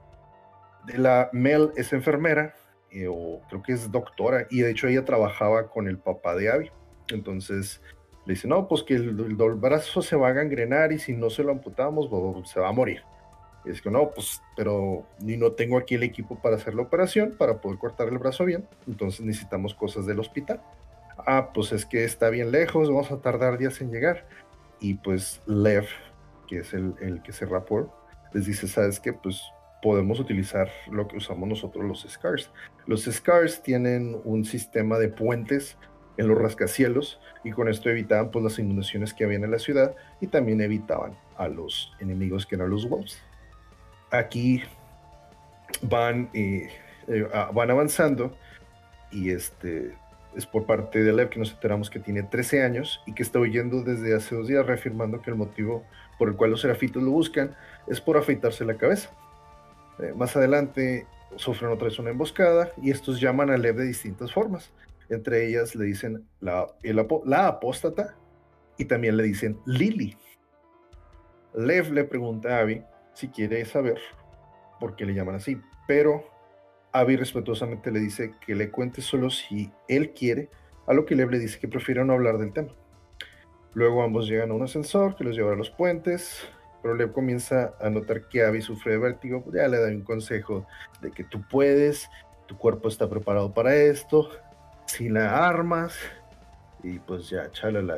Mel es enfermera, o creo que es doctora, y de hecho ella trabajaba con el papá de Abby. Entonces le dice, no, pues que el brazo se va a gangrenar y si no se lo amputamos, se va a morir. Y es que no, pues, pero ni no tengo aquí el equipo para hacer la operación, para poder cortar el brazo bien, entonces necesitamos cosas del hospital. Pues es que está bien lejos, vamos a tardar días en llegar. Y pues Lev, que es el que se rapó, les dice, ¿sabes qué? Pues podemos utilizar lo que usamos nosotros los Scars. Los Scars tienen un sistema de puentes en los rascacielos y con esto evitaban pues las inundaciones que habían en la ciudad y también evitaban a los enemigos que eran los Wolves. Aquí van avanzando y es por parte de Lev que nos enteramos que tiene 13 años y que está huyendo desde hace 2 días, reafirmando que el motivo por el cual los serafitos lo buscan es por afeitarse la cabeza. Más adelante sufren otra vez una emboscada y estos llaman a Lev de distintas formas. Entre ellas le dicen la apóstata y también le dicen Lily. Lev le pregunta a Abby si quiere saber por qué le llaman así, pero Abby respetuosamente le dice que le cuente solo si él quiere, a lo que Lev le dice que prefiere no hablar del tema. Luego ambos llegan a un ascensor que los lleva a los puentes, pero Lev comienza a notar que Abby sufre de vértigo. Ya le da un consejo de que tú puedes, tu cuerpo está preparado para esto, si la armas, y pues ya, chalala.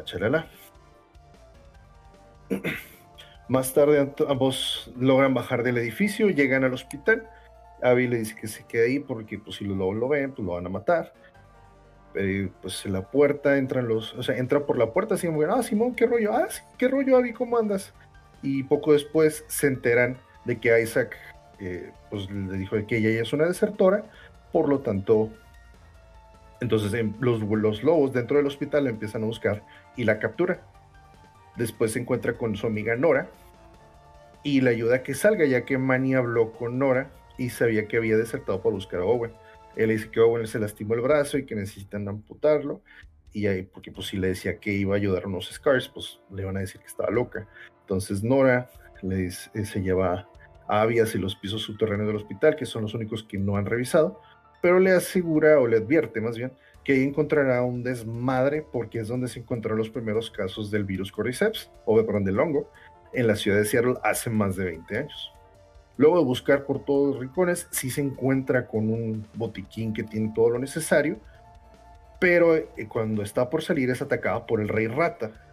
Más tarde ambos logran bajar del edificio, llegan al hospital. Abby le dice que se quede ahí porque pues si los lobos lo ven, pues lo van a matar. Pero pues en la puerta entra por la puerta así como, Simón, ¿qué rollo? Sí, ¿qué rollo, Abby? ¿Cómo andas? Y poco después se enteran de que Isaac pues le dijo que ella ya es una desertora, por lo tanto, entonces los lobos dentro del hospital la empiezan a buscar y la captura. Después se encuentra con su amiga Nora y le ayuda a que salga, ya que Manny habló con Nora y sabía que había desertado para buscar a Owen. Él le dice que Owen se lastimó el brazo y que necesitan amputarlo, y ahí, porque pues si le decía que iba a ayudar a unos Scars, pues le iban a decir que estaba loca. Entonces Nora se lleva a Abby hacia los pisos subterráneos del hospital, que son los únicos que no han revisado, pero le asegura, o le advierte más bien, que ahí encontrará un desmadre, porque es donde se encontraron los primeros casos del virus Cordyceps, del hongo, en la ciudad de Seattle hace más de 20 años. Luego de buscar por todos los rincones, sí se encuentra con un botiquín que tiene todo lo necesario, pero cuando está por salir es atacada por el Rey Rata,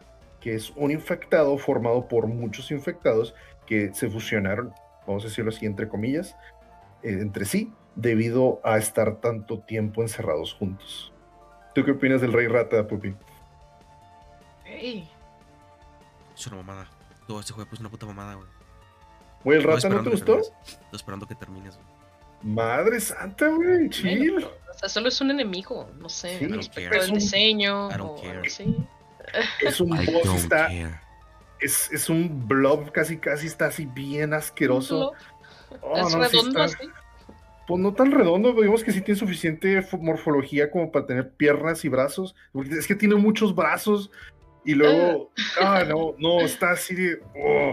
que es un infectado formado por muchos infectados que se fusionaron, vamos a decirlo así, entre comillas, entre sí, debido a estar tanto tiempo encerrados juntos. ¿Tú qué opinas del Rey Rata, Pupi? Hey. Es una mamada. Todo este juego es una puta mamada, güey. Güey, ¿el Rata no te gustó? Estoy esperando que termines, güey. Madre santa, güey, chill. Bueno, o sea, solo es un enemigo, no sé, Sí, respecto del diseño. Sí. Es un boss, es un blob, casi está así bien asqueroso. Es redondo así. Pues no tan redondo, digamos que sí tiene suficiente morfología como para tener piernas y brazos. Porque es que tiene muchos brazos y luego, no, está así de...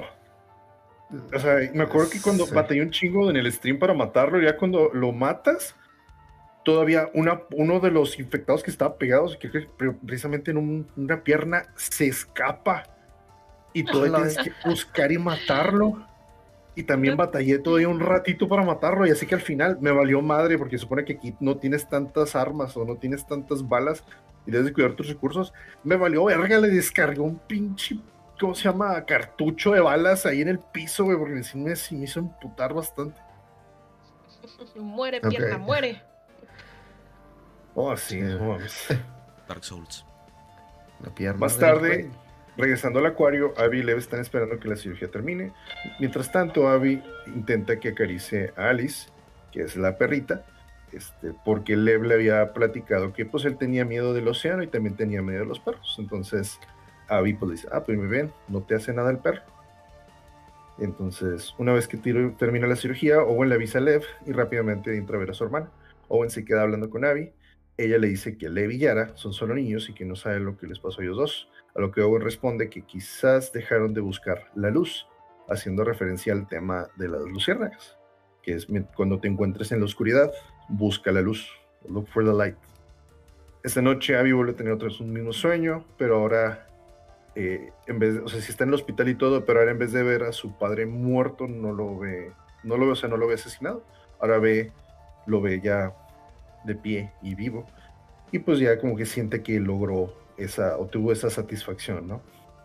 O sea, me acuerdo que cuando batallé un chingo en el stream para matarlo, ya cuando lo matas, todavía uno de los infectados que estaba pegado, que precisamente en una pierna, se escapa y todavía tienes que buscar y matarlo. Y también batallé todavía un ratito para matarlo, y así que al final me valió madre, porque supone que aquí no tienes tantas armas o no tienes tantas balas y debes de cuidar tus recursos. Me valió verga, le descargué un pinche, ¿cómo se llama? Cartucho de balas ahí en el piso, güey, porque sí me hizo emputar bastante. Muere, pierna, muere. Oh, sí, no mames. Dark Souls. La pierna. Más tarde, regresando al acuario, Abby y Lev están esperando que la cirugía termine. Mientras tanto, Abby intenta que acaricie a Alice, que es la perrita, porque Lev le había platicado que pues él tenía miedo del océano y también tenía miedo de los perros. Entonces Abby pues dice, pues muy bien, no te hace nada el perro. Entonces, una vez que termina la cirugía, Owen le avisa a Lev y rápidamente entra a ver a su hermana. Owen se queda hablando con Abby. Ella le dice que Lev y Yara son solo niños y que no saben lo que les pasó a ellos dos. A lo que Owen responde que quizás dejaron de buscar la luz, haciendo referencia al tema de las luciérnagas, que es cuando te encuentres en la oscuridad, busca la luz, look for the light. Esta noche Abby vuelve a tener otra vez un mismo sueño, pero ahora, en vez de, o sea, sí está en el hospital y todo, pero ahora en vez de ver a su padre muerto, no lo ve asesinado, ahora lo ve ya de pie y vivo, y pues ya como que siente que logró tuvo esa satisfacción, ¿no?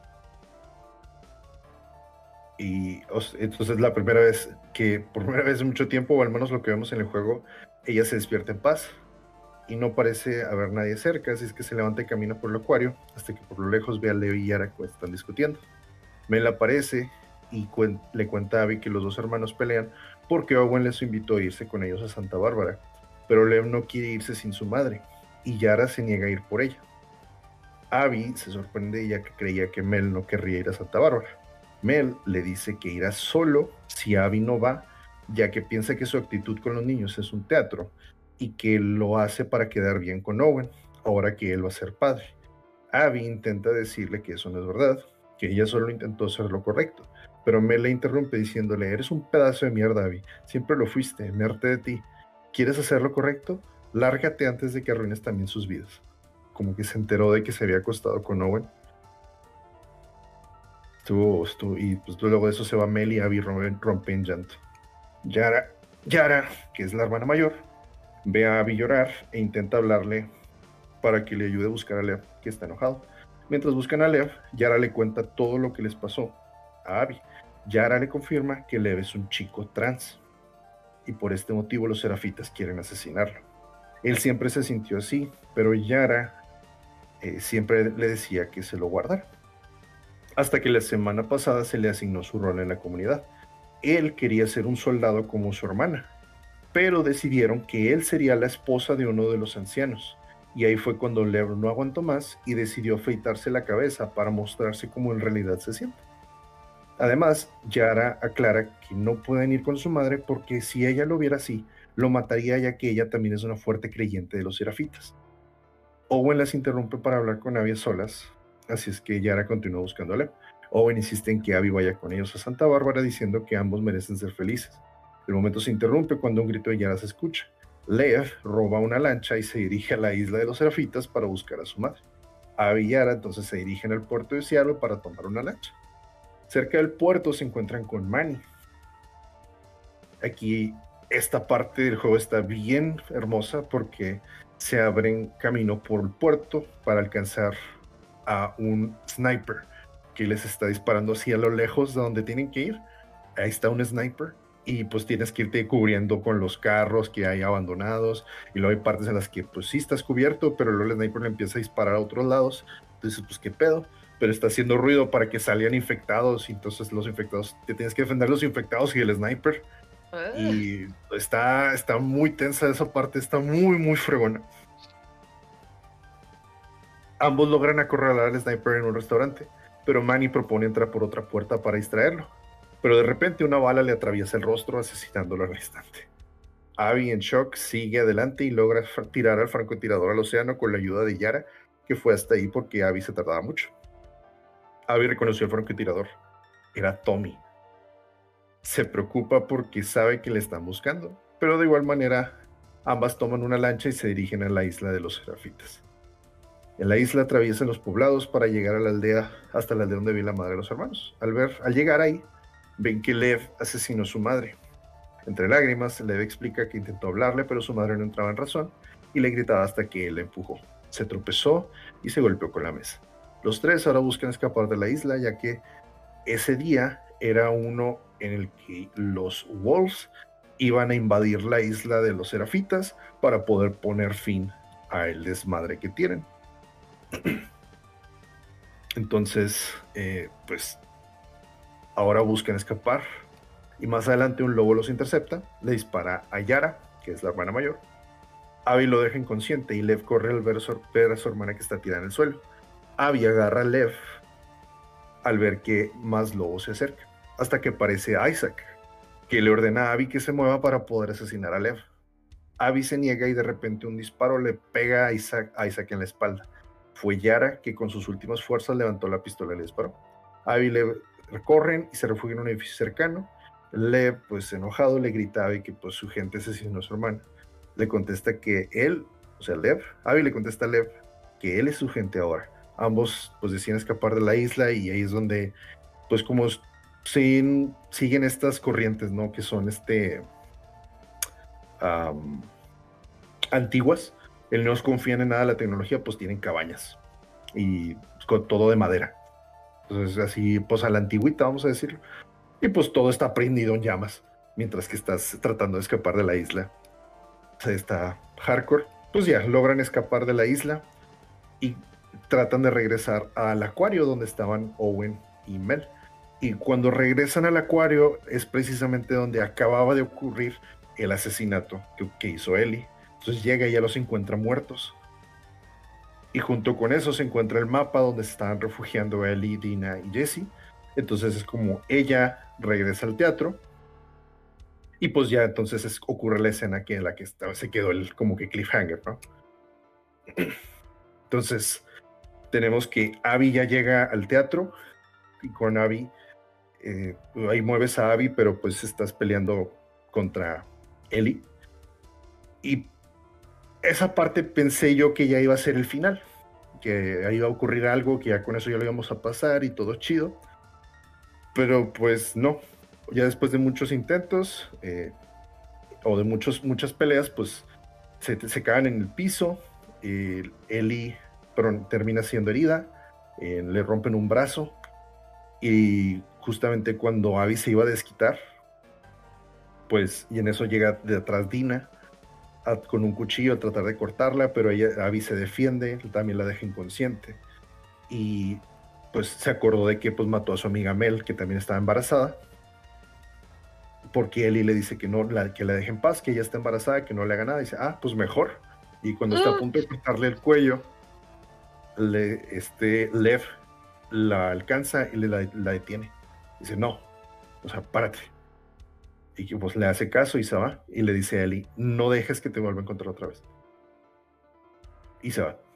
Y entonces la primera vez por primera vez en mucho tiempo, o al menos lo que vemos en el juego, ella se despierta en paz y no parece haber nadie cerca, así es que se levanta y camina por el acuario hasta que por lo lejos ve a Lev y Yara que están discutiendo. Mel aparece y le cuenta a Abby que los dos hermanos pelean porque Owen les invitó a irse con ellos a Santa Bárbara, pero Lev no quiere irse sin su madre y Yara se niega a ir por ella. Abby se sorprende ya que creía que Mel no querría ir a Santa Bárbara. Mel le dice que irá solo si Abby no va, ya que piensa que su actitud con los niños es un teatro y que lo hace para quedar bien con Owen, ahora que él va a ser padre. Abby intenta decirle que eso no es verdad, que ella solo intentó hacer lo correcto, pero Mel le interrumpe diciéndole, eres un pedazo de mierda, Abby, siempre lo fuiste, me harté de ti. ¿Quieres hacer lo correcto? Lárgate antes de que arruines también sus vidas. Como que se enteró de que se había acostado con Owen. Y pues luego de eso se va Mel y Abby rompe en llanto. Yara, que es la hermana mayor, ve a Abby llorar e intenta hablarle para que le ayude a buscar a Lev, que está enojado. Mientras buscan a Lev, Yara le cuenta todo lo que les pasó a Abby. Yara le confirma que Lev es un chico trans y por este motivo los serafitas quieren asesinarlo. Él siempre se sintió así, pero Yara siempre le decía que se lo guardara. Hasta que la semana pasada se le asignó su rol en la comunidad. Él quería ser un soldado como su hermana, pero decidieron que él sería la esposa de uno de los ancianos. Y ahí fue cuando Lev no aguantó más y decidió afeitarse la cabeza para mostrarse como en realidad se siente. Además, Yara aclara que no pueden ir con su madre porque si ella lo viera así, lo mataría, ya que ella también es una fuerte creyente de los serafitas. Owen las interrumpe para hablar con Abby a solas, así es que Yara continúa buscando a Lev. Owen insiste en que Abby vaya con ellos a Santa Bárbara, diciendo que ambos merecen ser felices. El momento se interrumpe cuando un grito de Yara se escucha. Lev roba una lancha y se dirige a la isla de los serafitas para buscar a su madre. Abby y Yara entonces se dirigen al puerto de Seattle para tomar una lancha. Cerca del puerto se encuentran con Manny. Aquí esta parte del juego está bien hermosa porque se abren camino por el puerto para alcanzar a un sniper que les está disparando así a lo lejos de donde tienen que ir. Ahí está un sniper y pues tienes que irte cubriendo con los carros que hay abandonados, y luego hay partes en las que pues sí estás cubierto, pero luego el sniper le empieza a disparar a otros lados. Entonces pues qué pedo, pero está haciendo ruido para que salgan infectados, y entonces los infectados, te tienes que defender los infectados y el sniper. Y está muy tensa esa parte, está muy fregona. Ambos logran acorralar al sniper en un restaurante, pero Manny propone entrar por otra puerta para distraerlo. Pero de repente una bala le atraviesa el rostro, asesinándolo al instante. Abby, en shock, sigue adelante y logra tirar al francotirador al océano con la ayuda de Yara, que fue hasta ahí porque Abby se tardaba mucho. Abby reconoció al francotirador. Era Tommy. Se preocupa porque sabe que le están buscando, pero de igual manera ambas toman una lancha y se dirigen a la isla de los Serafitas. En la isla atraviesan los poblados para llegar a la aldea, hasta la aldea donde vive la madre de los hermanos. Al llegar ahí, ven que Lev asesinó a su madre. Entre lágrimas, Lev explica que intentó hablarle, pero su madre no entraba en razón y le gritaba hasta que él la empujó. Se tropezó y se golpeó con la mesa. Los tres ahora buscan escapar de la isla, ya que ese día era uno en el que los Wolves iban a invadir la isla de los Serafitas para poder poner fin al desmadre que tienen. Entonces, pues ahora buscan escapar, y más adelante un lobo los intercepta, le dispara a Yara, que es la hermana mayor. Abby lo deja inconsciente y Lev corre al ver a su hermana que está tirada en el suelo. Abby agarra a Lev al ver que más lobos se acercan, hasta que aparece Isaac, que le ordena a Abby que se mueva para poder asesinar a Lev. Abby se niega y de repente un disparo le pega a Isaac en la espalda. Fue Yara que con sus últimas fuerzas levantó la pistola y le disparó. Abby y Lev corren y se refugian en un edificio cercano. Lev, pues enojado, le grita a Abby que pues su gente asesinó a su hermana. Le contesta que él, o sea Lev, Abby le contesta a Lev que él es su gente ahora. Ambos pues deciden escapar de la isla, y ahí es donde pues como siguen estas corrientes, ¿no? Que son antiguas. Él no os confían en nada de la tecnología, pues tienen cabañas y pues, con todo de madera. Entonces así pues a la antigüita, vamos a decirlo. Y pues todo está prendido en llamas mientras que estás tratando de escapar de la isla. O sea, está hardcore. Pues ya, logran escapar de la isla y tratan de regresar al acuario donde estaban Owen y Mel. Y cuando regresan al acuario es precisamente donde acababa de ocurrir el asesinato que hizo Ellie. Entonces llega y ya los encuentra muertos. Y junto con eso se encuentra el mapa donde se estaban refugiando Ellie, Dina y Jessie. Entonces es como ella regresa al teatro. Y pues ya entonces ocurre la escena en la que se quedó el como que cliffhanger, ¿no? Entonces tenemos que Abby ya llega al teatro. Y con Abby, ahí mueves a Abby, pero pues estás peleando contra Ellie. Y esa parte pensé yo que ya iba a ser el final, que ahí iba a ocurrir algo, que ya con eso ya lo íbamos a pasar y todo chido. Pero pues no, ya después de muchos intentos o de muchas peleas, pues se caen en el piso. Ellie termina siendo herida, le rompen un brazo, y justamente cuando Abby se iba a desquitar, pues, y en eso llega de atrás Dina con un cuchillo a tratar de cortarla, pero Abby se defiende, también la deja inconsciente, y pues se acordó de que pues mató a su amiga Mel, que también estaba embarazada, porque Ellie le dice que que la deje en paz, que ella está embarazada, que no le haga nada. Y dice, pues mejor. Y cuando está a punto de cortarle el cuello, Lev la alcanza y la detiene. Dice, no, o sea, párate. Y pues le hace caso y se va, y le dice a Ellie, no dejes que te vuelva a encontrar otra vez. Y se va.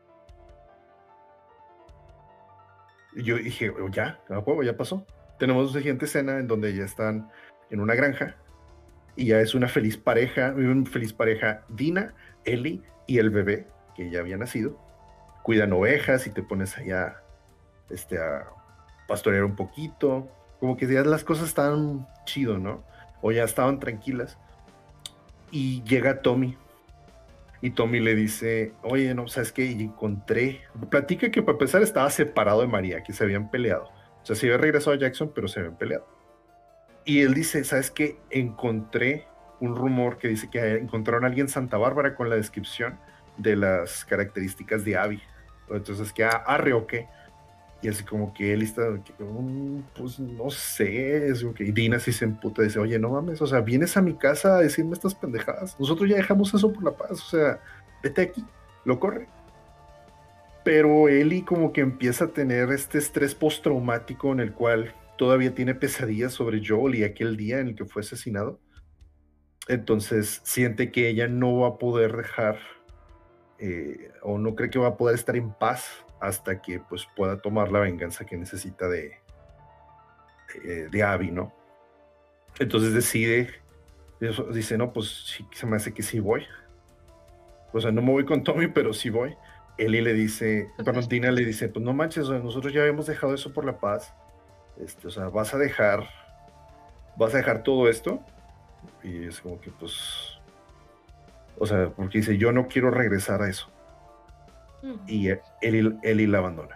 Y yo dije, ya pasó. Tenemos la siguiente escena en donde ya están en una granja y ya es una feliz pareja Dina, Ellie y el bebé que ya había nacido. Cuidan ovejas y te pones allá a pastorear un poquito. Como que ya las cosas estaban chido, ¿no? O ya estaban tranquilas. Y llega Tommy. Y Tommy le dice, oye, no, ¿sabes qué? Y encontré, platica que para empezar estaba separado de María, que se habían peleado. O sea, se había regresado a Jackson, pero se habían peleado. Y él dice, ¿sabes qué? Encontré un rumor que dice que encontraron a alguien en Santa Bárbara con la descripción de las características de Abby. Entonces, ¿qué arre o qué? Y así como que él está, pues no sé, es como que, y Dina sí se emputa y dice, oye, no mames, o sea, vienes a mi casa a decirme estas pendejadas, nosotros ya dejamos eso por la paz, o sea, vete aquí, lo corre. Pero Ellie como que empieza a tener este estrés postraumático en el cual todavía tiene pesadillas sobre Joel y aquel día en el que fue asesinado. Entonces siente que ella no va a poder dejar o no cree que va a poder estar en paz hasta que pues pueda tomar la venganza que necesita de Abby, ¿no? Entonces dice, no, pues sí, se me hace que sí voy. O sea, no me voy con Tommy, pero sí voy. Ellie le dice, perdón, Dina le dice, pues no manches, o sea, nosotros ya habíamos dejado eso por la paz. O sea, vas a dejar todo esto. Y es como que pues, o sea, porque dice, yo no quiero regresar a eso. Y Ellie la abandona.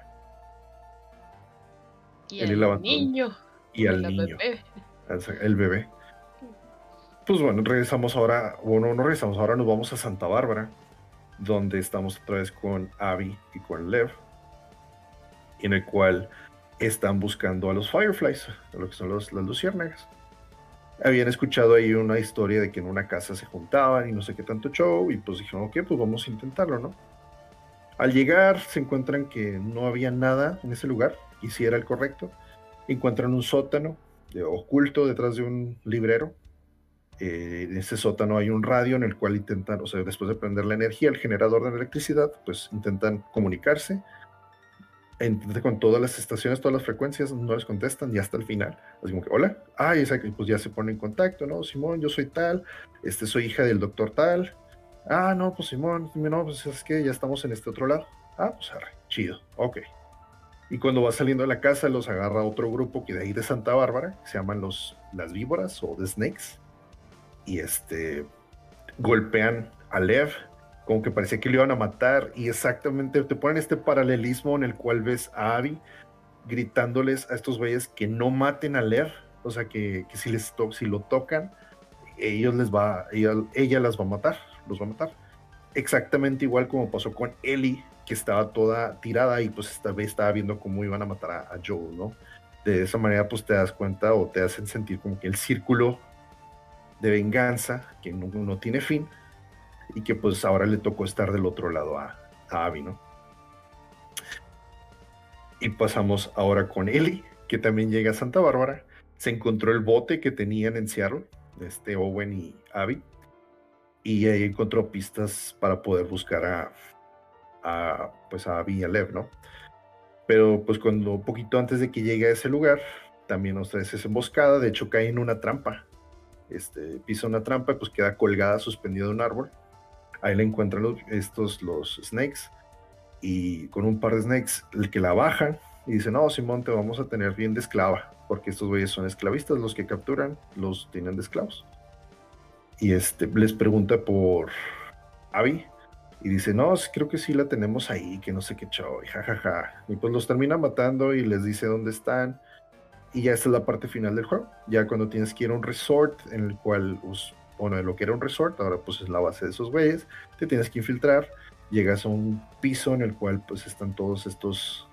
Y al niño. Y al niño. El bebé. Pues bueno, regresamos ahora, bueno, no regresamos, ahora nos vamos a Santa Bárbara, donde estamos otra vez con Abby y con Lev, en el cual están buscando a los Fireflies, a lo que son las luciérnagas. Habían escuchado ahí una historia de que en una casa se juntaban y no sé qué tanto show, y pues dijeron, ok, pues vamos a intentarlo, ¿no? Al llegar se encuentran que no había nada en ese lugar, y si era el correcto. Encuentran un sótano oculto detrás de un librero. En ese sótano hay un radio en el cual intentan, o sea, después de prender la energía, el generador de electricidad, pues intentan comunicarse. Intentan con todas las estaciones, todas las frecuencias, no les contestan y hasta el final. Así como que, hola, pues ya se pone en contacto, ¿no? Simón, yo soy tal, soy hija del doctor tal. Ah, no, pues Simón, no, pues es que ya estamos en este otro lado. Ah, pues arre, chido, ok. Y cuando va saliendo de la casa, los agarra otro grupo que de ahí de Santa Bárbara, que se llaman las víboras o The Snakes. Y golpean a Lev, como que parecía que le iban a matar. Y exactamente te ponen este paralelismo en el cual ves a Abby gritándoles a estos güeyes que no maten a Lev. O sea, que si lo tocan, ella las va a matar, los va a matar. Exactamente igual como pasó con Ellie, que estaba toda tirada y pues esta vez estaba viendo cómo iban a matar a Joel, ¿no? De esa manera pues te das cuenta o te hacen sentir como que el círculo de venganza que no tiene fin y que pues ahora le tocó estar del otro lado a Abby, ¿no? Y pasamos ahora con Ellie, que también llega a Santa Bárbara. Se encontró el bote que tenían en Seattle, Owen y Abby, y ahí encontró pistas para poder buscar a Abby y a Lev, ¿no? Pero pues cuando poquito antes de que llegue a ese lugar, también otra vez es emboscada, de hecho cae en una trampa. Pisa una trampa y pues queda colgada, suspendida de un árbol. Ahí la encuentran los Snakes, y con un par de Snakes, el que la bajan y dice, no, Simón, te vamos a tener bien de esclava, porque estos güeyes son esclavistas, los que capturan los tienen de esclavos. Y les pregunta por Abby, y dice, no, creo que sí la tenemos ahí, que no sé qué show, y jajaja. Y pues los termina matando y les dice dónde están. Y ya esta es la parte final del juego. Ya cuando tienes que ir a un resort, en el cual, pues, bueno, de lo que era un resort, ahora pues es la base de esos güeyes, te tienes que infiltrar, llegas a un piso en el cual pues están todos estos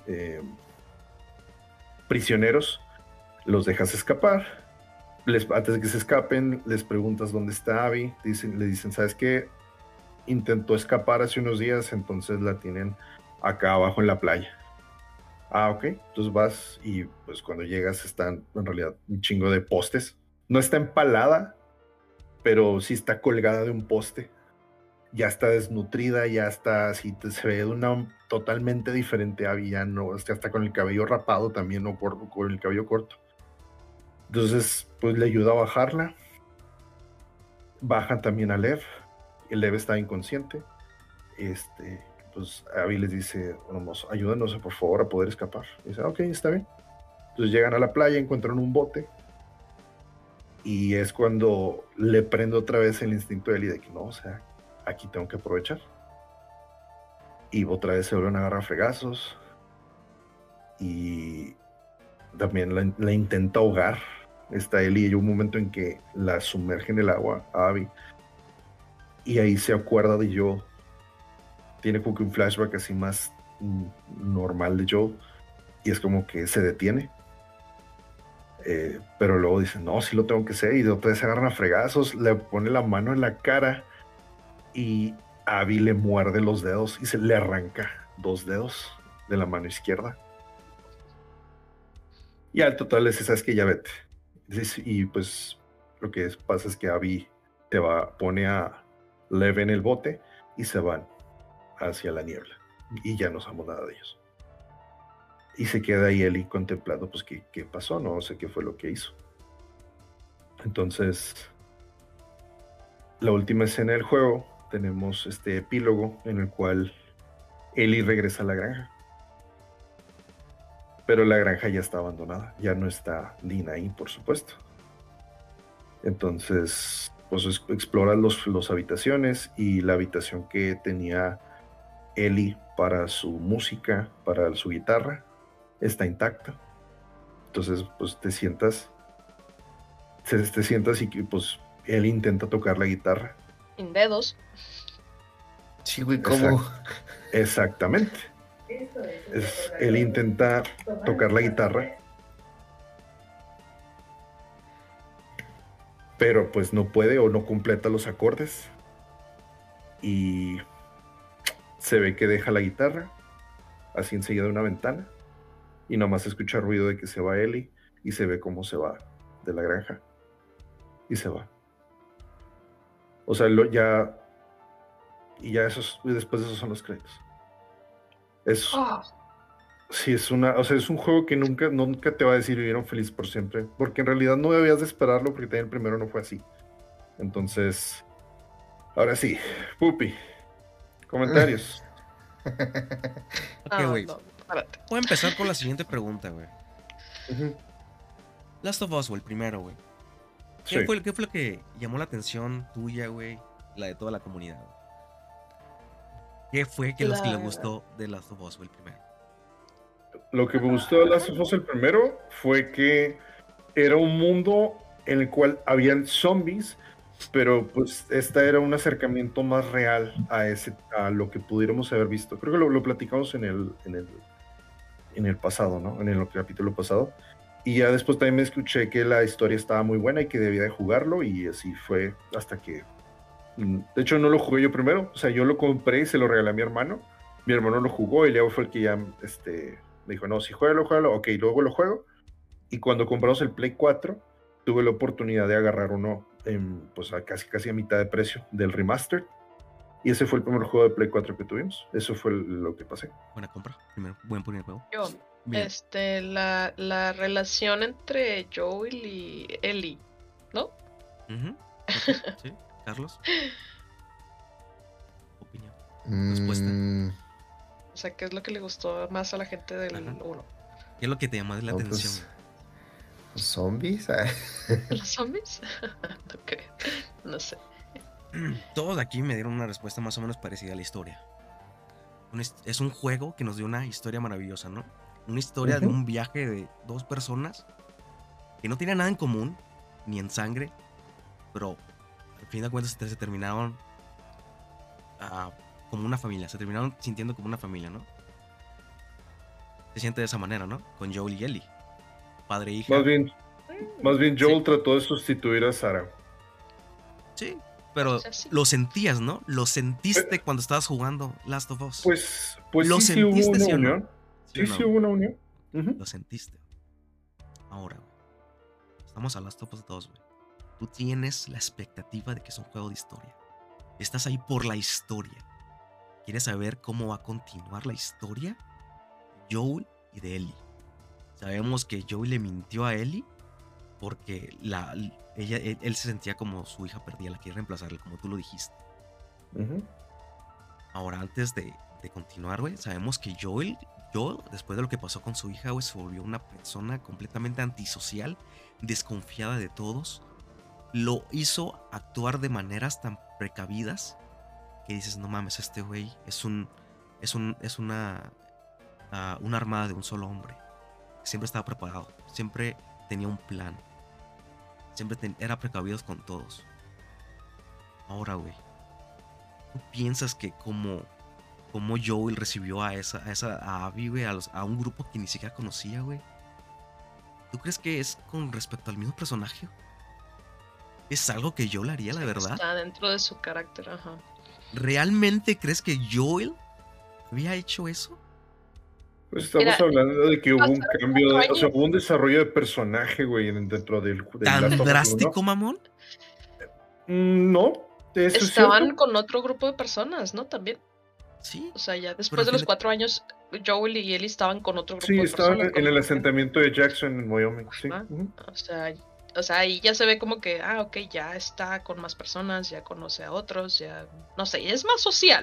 prisioneros, los dejas escapar, antes de que se escapen, les preguntas dónde está Abby, le dicen, ¿sabes qué? Intentó escapar hace unos días, entonces la tienen acá abajo en la playa. Ah, ok, entonces vas y pues cuando llegas están en realidad un chingo de postes. No está empalada, pero sí está colgada de un poste. Ya está desnutrida, ya está así, se ve de una totalmente diferente a Abby, ya no, ya está con el cabello rapado también, o con el cabello corto. Entonces, pues le ayuda a bajarla. Bajan también a Lev. El Lev está inconsciente. Pues Abby les dice, vamos, ayúdanos por favor a poder escapar. Y dice, ok, está bien. Entonces llegan a la playa, encuentran un bote. Y es cuando le prende otra vez el instinto de Ellie de que no, o sea, aquí tengo que aprovechar. Y otra vez se vuelven a agarrar fregazos. Y también la intenta ahogar. Está Ellie y hay un momento en que la sumerge en el agua a Abby. Y ahí se acuerda de Joel. Tiene como que un flashback así más normal de Joel. Y es como que se detiene. Pero luego dice, no, sí lo tengo que hacer. Y de otra vez se agarran a fregazos. Le pone la mano en la cara. Y Abby le muerde los dedos. Y se le arranca 2 dedos de la mano izquierda. Y al total es, sabes que ya vete. Y pues lo que pasa es que Abby pone a Lev en el bote y se van hacia la niebla. Y ya no sabemos nada de ellos. Y se queda ahí Ellie contemplando pues qué pasó, no sé qué fue lo que hizo. Entonces, la última escena del juego, tenemos este epílogo en el cual Ellie regresa a la granja. Pero la granja ya está abandonada, ya no está Dean ahí, por supuesto. Entonces, pues exploras las habitaciones y la habitación que tenía Ellie para su música, para su guitarra, está intacta. Entonces, pues te sientas y pues él intenta tocar la guitarra. Sin dedos. Sí, güey, ¿cómo? Exactamente. Él intenta tocar la guitarra, pero pues no puede o no completa los acordes. Y se ve que deja la guitarra así enseguida de una ventana. Y nomás se escucha ruido de que se va Ellie y se ve cómo se va de la granja. Y se va. O sea, y ya después de esos son los créditos. Sí, es un juego que nunca te va a decir vivieron feliz por siempre. Porque en realidad no debías de esperarlo porque también el primero no fue así. Entonces, ahora sí, Pupi, comentarios. Ok, güey. Voy a empezar con la siguiente pregunta, güey. Last of Us, güey, el primero, güey. ¿Qué fue lo que llamó la atención tuya, güey? La de toda la comunidad. ¿Qué fue que les gustó de Last of Us, güey, el primero? Lo que me gustó de Last of Us el primero fue que era un mundo en el cual habían zombies, pero pues era un acercamiento más real a lo que pudiéramos haber visto. Creo que lo platicamos en el pasado, ¿no? En el capítulo pasado. Y ya después también me escuché que la historia estaba muy buena y que debía de jugarlo, y así fue hasta que... De hecho, no lo jugué yo primero, o sea, yo lo compré y se lo regalé a mi hermano. Mi hermano lo jugó y luego fue el que ya me dijo, no, si juégalo, ok, luego lo juego. Y cuando compramos el Play 4, tuve la oportunidad de agarrar uno pues casi a mitad de precio del remaster. Y ese fue el primer juego de Play 4 que tuvimos. Eso fue lo que pasé. Buena compra, buen primer juego. La relación entre Joel y Ellie, ¿no? Okay. Sí, Carlos. Opinión. Respuesta. O sea, ¿qué es lo que le gustó más a la gente del 1? ¿Qué es lo que te llamó la atención? Pues, ¿zombies? ¿Los zombies? No sé. Todos aquí me dieron una respuesta más o menos parecida a la historia. Es un juego que nos dio una historia maravillosa, ¿no? Una historia de un viaje de 2 personas que no tenían nada en común, ni en sangre, pero al fin de cuentas se terminaron como una familia, se terminaron sintiendo como una familia, ¿no? Se siente de esa manera, ¿no? Con Joel y Ellie, padre e hija. Más bien Joel trató de sustituir a Sarah. Sí, pero lo sentías, ¿no? Lo sentiste cuando estabas jugando Last of Us. Pues lo sí, sentiste, hubo una unión. Sí hubo una unión. Lo sentiste. Ahora, güey, estamos a Last of Us 2, güey. Tú tienes la expectativa de que es un juego de historia. Estás ahí por la historia. ¿Quieres saber cómo va a continuar la historia? Joel y de Ellie. Sabemos que Joel le mintió a Ellie porque él se sentía como su hija perdida, la quiere reemplazarle, como tú lo dijiste. Ahora, antes de continuar, güey, sabemos que Joel, después de lo que pasó con su hija, güey, se volvió una persona completamente antisocial, desconfiada de todos. Lo hizo actuar de maneras tan precavidas que dices, no mames, este güey es una armada de un solo hombre. Siempre estaba preparado, siempre tenía un plan, siempre era precavido con todos. Ahora, güey, ¿tú piensas que como Joel recibió a Abby, güey, a un grupo que ni siquiera conocía, güey? ¿Tú crees que es con respecto al mismo personaje? ¿Es algo que Joel haría, la verdad? Está dentro de su carácter, ajá. ¿Realmente crees que Joel había hecho eso? Pues estamos hablando de que hubo un cambio, o sea, hubo un desarrollo de personaje, güey, dentro del ¿Tan drástico, mamón? No. Estaban con otro grupo de personas, ¿no? También. Sí. O sea, ya después de los 4 años, Joel y Ellie estaban con otro grupo de Sí, personas. estaban en el asentamiento de Jackson, en Wyoming. Sí. O sea, ahí ya se ve como que, ok, ya está con más personas, ya conoce a otros, ya, no sé, es más social.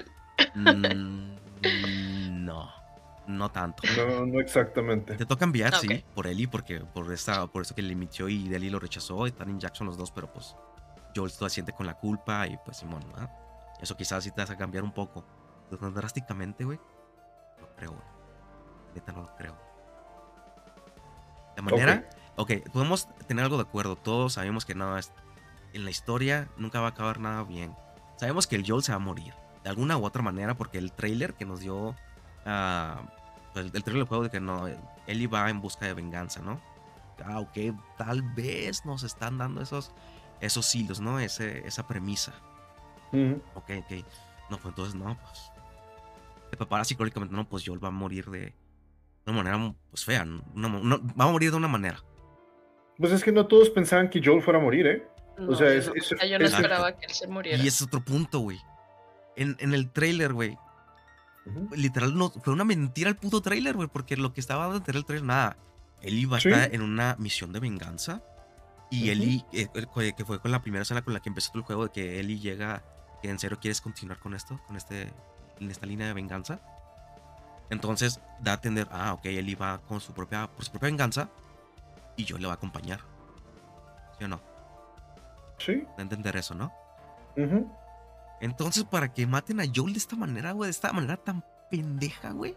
No tanto. No exactamente. Intentó cambiar, sí, por Ellie, porque por eso que le mintió y Ellie lo rechazó. Están en Jackson los dos, pero pues Joel todavía siente con la culpa y pues Simón, ¿verdad? Eso quizás sí te hace cambiar un poco. Pero drásticamente, güey, no creo, güey. Neta no lo creo. De manera, ok, podemos tener algo de acuerdo. Todos sabemos que nada, en la historia nunca va a acabar nada bien. Sabemos que el Joel se va a morir de alguna u otra manera, porque el trailer que nos dio el trailer del juego de que no, Ellie va en busca de venganza, ¿no? Ok, tal vez nos están dando esos hilos, ¿no? Esa premisa. Ok. No, pues entonces no, pues te prepara psicológicamente, no, pues Joel va a morir de una manera pues fea, va a morir de una manera. Pues es que no todos pensaban que Joel fuera a morir, ¿eh? No, o sea, yo no esperaba que él se muriera. Y ese es otro punto, güey. En el trailer, güey, literal, no, fue una mentira el puto trailer, güey, porque lo que estaba dando a entender el trailer, nada. Ellie va a estar en una misión de venganza. Y Ellie, que fue con la primera escena con la que empezó todo el juego, de que Ellie llega, que en serio quieres continuar con esto, en esta línea de venganza. Entonces da a entender, ok, Ellie va por su propia venganza y yo le va a acompañar. ¿Sí o no? Sí. Da a entender eso, ¿no? Entonces, para que maten a Joel de esta manera, güey, de esta manera tan pendeja, güey,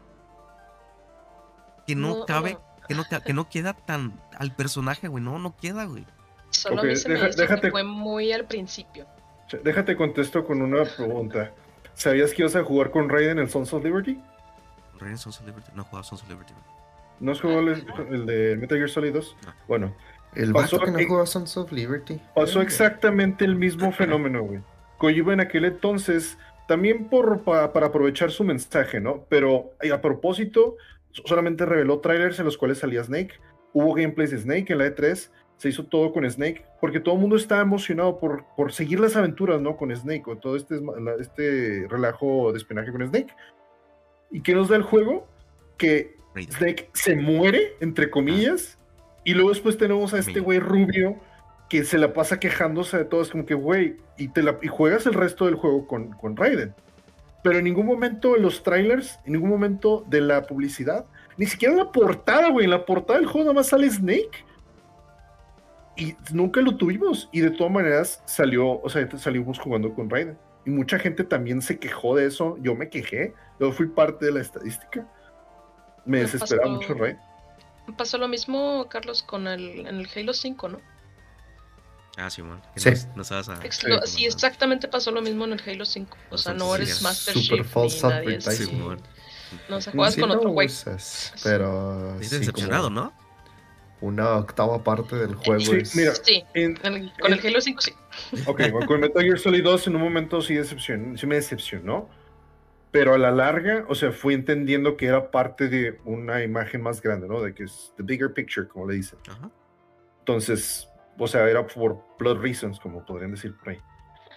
que no cabe, que no queda tan al personaje, güey, no queda, güey. Solo a mí se me hizo que fue muy al principio. Déjate contesto con una pregunta. ¿Sabías que ibas a jugar con Raiden en Sons of Liberty? Raiden Sons of Liberty, no he jugado Sons of Liberty, güey. ¿No has jugado el de Metal Gear Solid 2? No. Bueno. El vato que no jugó Sons of Liberty. Pasó exactamente el mismo fenómeno, güey. Kojima en aquel entonces, también para aprovechar su mensaje, ¿no? Pero a propósito, solamente reveló trailers en los cuales salía Snake. Hubo gameplays de Snake en la E3. Se hizo todo con Snake, porque todo el mundo estaba emocionado por seguir las aventuras, ¿no? Con Snake, con todo este relajo de espionaje con Snake. ¿Y qué nos da el juego? Que Snake se muere, entre comillas, y luego después tenemos a este güey rubio que se la pasa quejándose de todo. Es como que, güey, y juegas el resto del juego con Raiden. Pero en ningún momento en los trailers, en ningún momento de la publicidad, ni siquiera en la portada, güey, en la portada del juego nada más sale Snake. Y nunca lo tuvimos. Y de todas maneras salimos jugando con Raiden. Y mucha gente también se quejó de eso. Yo me quejé. Yo fui parte de la estadística. Me desesperaba mucho Raiden. Pasó lo mismo, Carlos, en el Halo 5, ¿no? Sí, man. Sí. Sí, exactamente pasó lo mismo en el Halo 5. O sea, no eres Master Chief ni nadie así. No, se juegas con otro güey. Pero sí, decepcionado, ¿no? Una octava parte del juego mira, con el Halo 5 sí. Ok, con Metal Gear Solid 2 en un momento sí me decepcionó, pero a la larga, o sea, fui entendiendo que era parte de una imagen más grande, ¿no? De que es the bigger picture, como le dicen. Entonces, o sea, era por plot reasons, como podrían decir por ahí.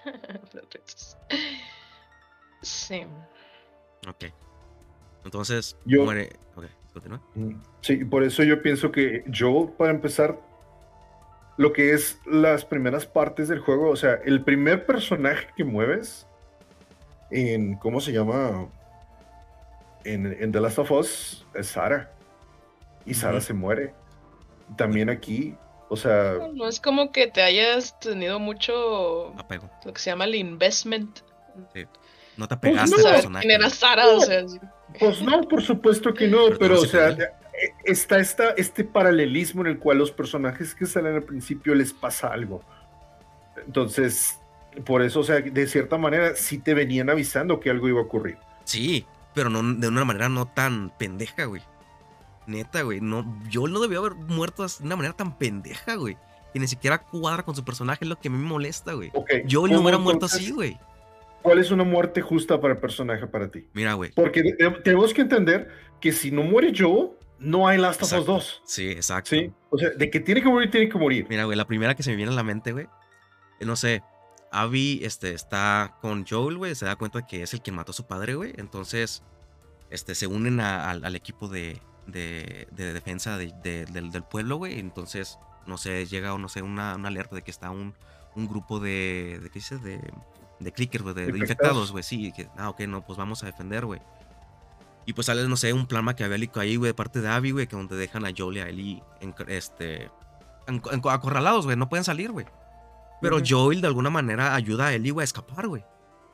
Sí. Ok. Entonces, muere. Ok, continúa. Sí, por eso yo pienso que Joel, para empezar, lo que es las primeras partes del juego, o sea, el primer personaje que mueves en, ¿cómo se llama? En The Last of Us es Sarah. Y Sarah se muere. También aquí, o sea... No es como que te hayas tenido mucho apego. Lo que se llama el investment Sí. No te pegaste al personaje. ¿Quién era Sara? O sea, pues no, por supuesto que no, pero o sea, está este paralelismo en el cual los personajes que salen al principio les pasa algo. Entonces, por eso, o sea, de cierta manera sí te venían avisando que algo iba a ocurrir. Sí, pero no de una manera no tan pendeja, güey. Neta, güey, no, Joel no debió haber muerto de una manera tan pendeja, güey. Que ni siquiera cuadra con su personaje, es lo que a mí me molesta, güey. Okay. Joel no hubiera muerto así, güey. ¿Cuál es una muerte justa para el personaje para ti? Mira, güey. Porque tenemos que entender que si no muere Joel, no hay Last of Us 2. Sí, exacto. ¿Sí? O sea, de que tiene que morir, tiene que morir. Mira, güey, la primera que se me viene a la mente, güey, no sé, Abby está con Joel, güey, se da cuenta que es el quien mató a su padre, güey. Entonces, se unen al equipo de defensa del pueblo, güey. Entonces, no sé, llega una alerta de que está un grupo ¿qué dices? De clickers, güey, de infectados, güey, sí. Que, ok, no, pues vamos a defender, güey. Y pues sale, no sé, un plan maquiavélico ahí, güey, de parte de Abby, güey, que donde dejan a Joel y a Ellie acorralados, güey, no pueden salir, güey. Pero Joel de alguna manera ayuda a Ellie, güey, a escapar, güey.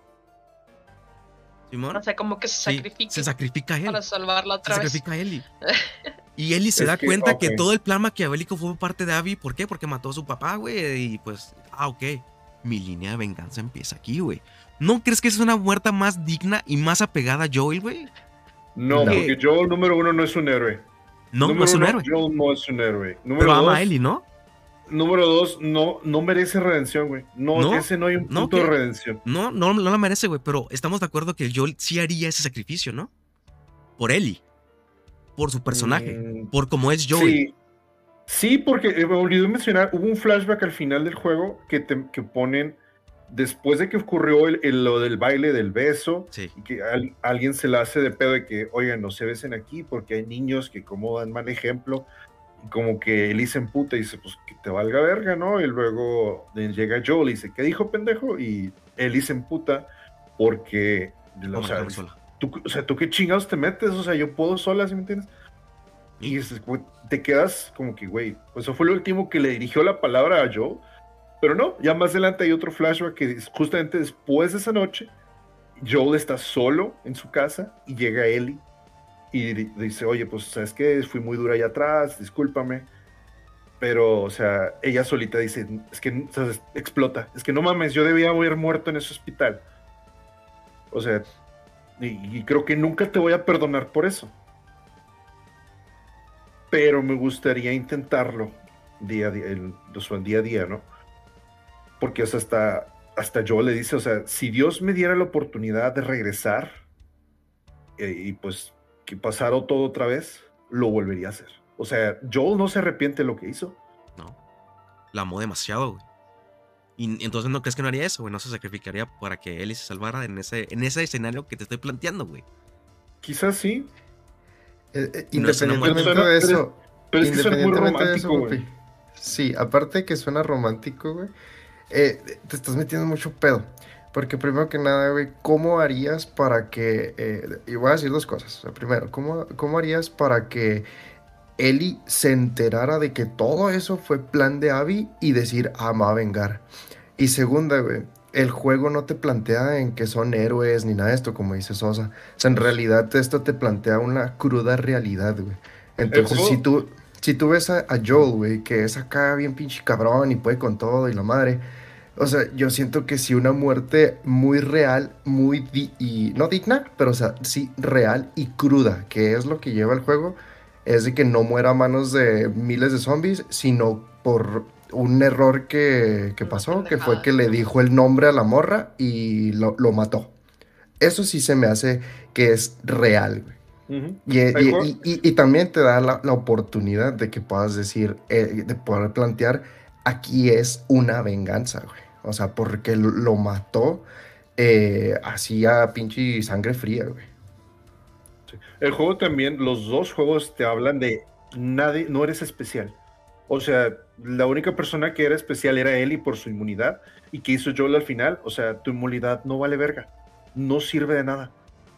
¿Simón? O sea, como que se sacrifica. Se sacrifica a él. Para salvarla otra vez. Se sacrifica a Ellie. Y Ellie se da cuenta que todo el plan maquiavélico fue parte de Abby. ¿Por qué? Porque mató a su papá, güey. Y pues, ok. Mi línea de venganza empieza aquí, güey. ¿No crees que es una muerte más digna y más apegada a Joel, güey? No, porque Joel, número uno, no es un héroe. No es un héroe. Joel no es un héroe. Pero ama a Ellie, ¿no? Número dos, no merece redención, güey. No, ese no hay un punto de redención. No la merece, güey. Pero estamos de acuerdo que Joel sí haría ese sacrificio, ¿no? Por Ellie. Por su personaje. Por cómo es Joel. Sí, porque me olvidé mencionar, hubo un flashback al final del juego que ponen después de que ocurrió lo del baile del beso, y que alguien se la hace de pedo de que, oigan, no se besen aquí porque hay niños que como dan mal ejemplo, y como que Ellie se emputa y dice, pues que te valga verga, ¿no? Y luego llega Joel y dice, ¿qué dijo, pendejo? Y Ellie se emputa porque, tú qué chingados te metes, o sea, yo puedo sola, ¿sí me entiendes? Y te quedas como que, güey, pues eso fue lo último que le dirigió la palabra a Joel. Pero no, ya más adelante hay otro flashback que justamente después de esa noche, Joel está solo en su casa y llega Ellie y dice, oye, pues, ¿sabes qué? Fui muy dura allá atrás, discúlpame. Pero, o sea, ella solita dice, es que, o sea, explota. Es que no mames, yo debía haber muerto en ese hospital. O sea, y creo que nunca te voy a perdonar por eso. Pero me gustaría intentarlo día a día, ¿no? Porque, o sea, hasta Joel le dice, o sea, si Dios me diera la oportunidad de regresar y pues que pasara todo otra vez, lo volvería a hacer. O sea, Joel no se arrepiente de lo que hizo. No, la amó demasiado, güey. Y entonces no crees que no haría eso, güey, no se sacrificaría para que Ellie se salvara en ese escenario que te estoy planteando, güey. Quizás sí. Independientemente de eso. Pero es que suena muy romántico, güey. Sí, aparte de que suena romántico, güey. Te estás metiendo mucho pedo. Porque primero que nada, güey, ¿cómo harías para que... y voy a decir dos cosas. O sea, primero, ¿cómo harías para que Ellie se enterara de que todo eso fue plan de Abby y decir, me va a vengar? Y segunda, güey, el juego no te plantea en que son héroes ni nada de esto, como dice Sosa. O sea, en realidad esto te plantea una cruda realidad, güey. Entonces, si tú ves a Joel, güey, que es acá bien pinche cabrón y puede con todo y la madre... O sea, yo siento que si una muerte muy real, y no digna, pero o sea, sí real y cruda, que es lo que lleva el juego, es de que no muera a manos de miles de zombies, sino por un error que pasó, que fue que le dijo el nombre a la morra y lo mató. Eso sí se me hace que es real, güey. Y también te da la oportunidad de que puedas decir, de poder plantear, aquí es una venganza, güey. O sea, porque lo mató así a pinche sangre fría, güey. Sí. El juego también, los dos juegos te hablan de no eres especial. O sea, la única persona que era especial era Ellie por su inmunidad. ¿Y que hizo Joel al final? O sea, tu inmunidad no vale verga. No sirve de nada.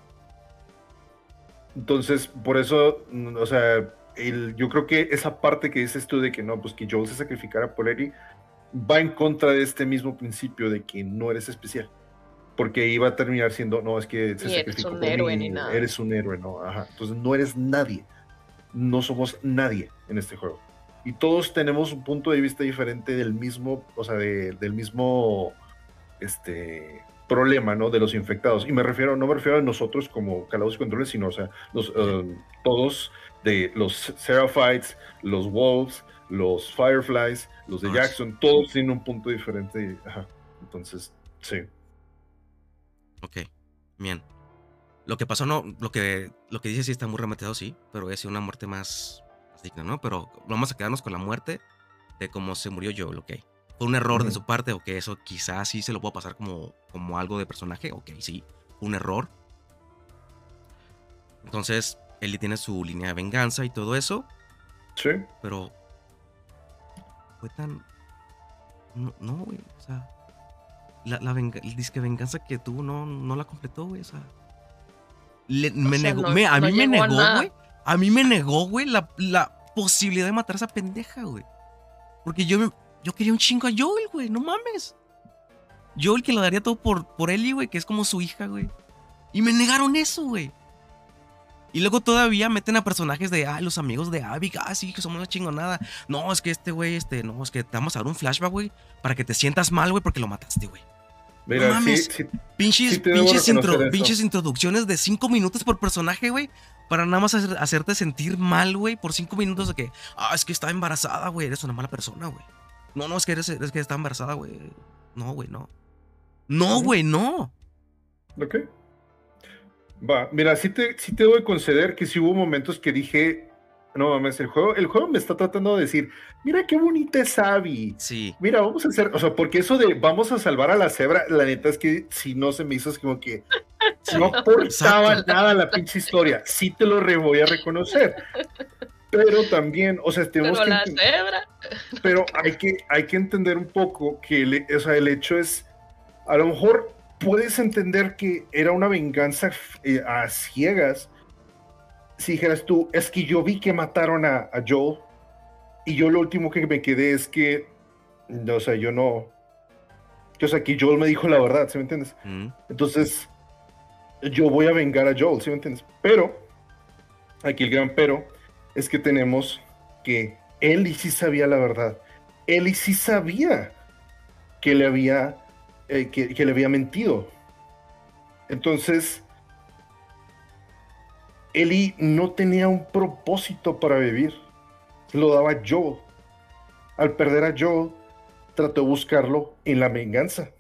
Entonces, por eso, o sea, yo creo que esa parte que dices tú de que no, pues que Joel se sacrificara por Ellie, va en contra de este mismo principio de que no eres especial. porque iba a terminar siendo, no, es que se sacrificó por mí, eres un héroe, no, ajá. Entonces no eres nadie, no somos nadie en este juego. Y todos tenemos un punto de vista diferente del mismo, o sea, del mismo, problema, ¿no? De los infectados. Y no me refiero a nosotros como Calabozos y Controles, sino, o sea, todos de los Seraphites, los Wolves, los Fireflies, los de Jackson, todos tienen un punto diferente. Ajá. Entonces, sí. Ok, bien. Lo que pasó, no, lo que dice sí está muy remateado, sí, pero es una muerte más digna, ¿no? Pero vamos a quedarnos con la muerte de cómo se murió Joel, ok. Fue un error de su parte, ok, eso quizás sí se lo puedo pasar como algo de personaje, ok, sí, un error. Entonces, Ellie tiene su línea de venganza y todo eso. Sí. Pero fue tan... No, güey, o sea... el disque venganza que tuvo no la completó, güey, o sea... A mí me negó, güey, la posibilidad de matar a esa pendeja, güey. Porque yo quería un chingo a Joel, güey, no mames. Joel que lo daría todo por Ellie, güey, que es como su hija, güey. Y me negaron eso, güey. Y luego todavía meten a personajes de, los amigos de Abby, sí, que somos una chingonada. No, es que güey, no, es que te vamos a dar un flashback, güey, para que te sientas mal, güey, porque lo mataste, güey. Mira, no mames, pinches introducciones de 5 minutos por personaje, güey, para nada más hacerte sentir mal, güey, por 5 minutos de que, es que estaba embarazada, güey, eres una mala persona, güey. No, es que está embarazada, güey. No, güey, no. No, güey, no. Ok. Va, mira, sí te debo de conceder que sí hubo momentos que dije, no mames, el juego me está tratando de decir, mira qué bonita es Abby. Sí. Mira, vamos a hacer, o sea, porque eso de vamos a salvar a la cebra, la neta es que si no se me hizo, es como que no aportaba nada a la pinche historia. Sí te lo voy a reconocer. Pero también, o sea, tenemos pero la cebra. Pero hay que entender un poco que el hecho es, a lo mejor puedes entender que era una venganza a ciegas. Si dijeras tú, es que yo vi que mataron a Joel y yo lo último que me quedé es que, o sea, que Joel me dijo la verdad, ¿sí me entiendes? Entonces, yo voy a vengar a Joel, ¿sí me entiendes? Pero, aquí el gran pero, es que tenemos que Ellie sí sabía la verdad. Ellie sí sabía que le había que le había mentido. Entonces, Ellie no tenía un propósito para vivir. Se lo daba a Joel. Al perder a Joel, trató de buscarlo en la venganza.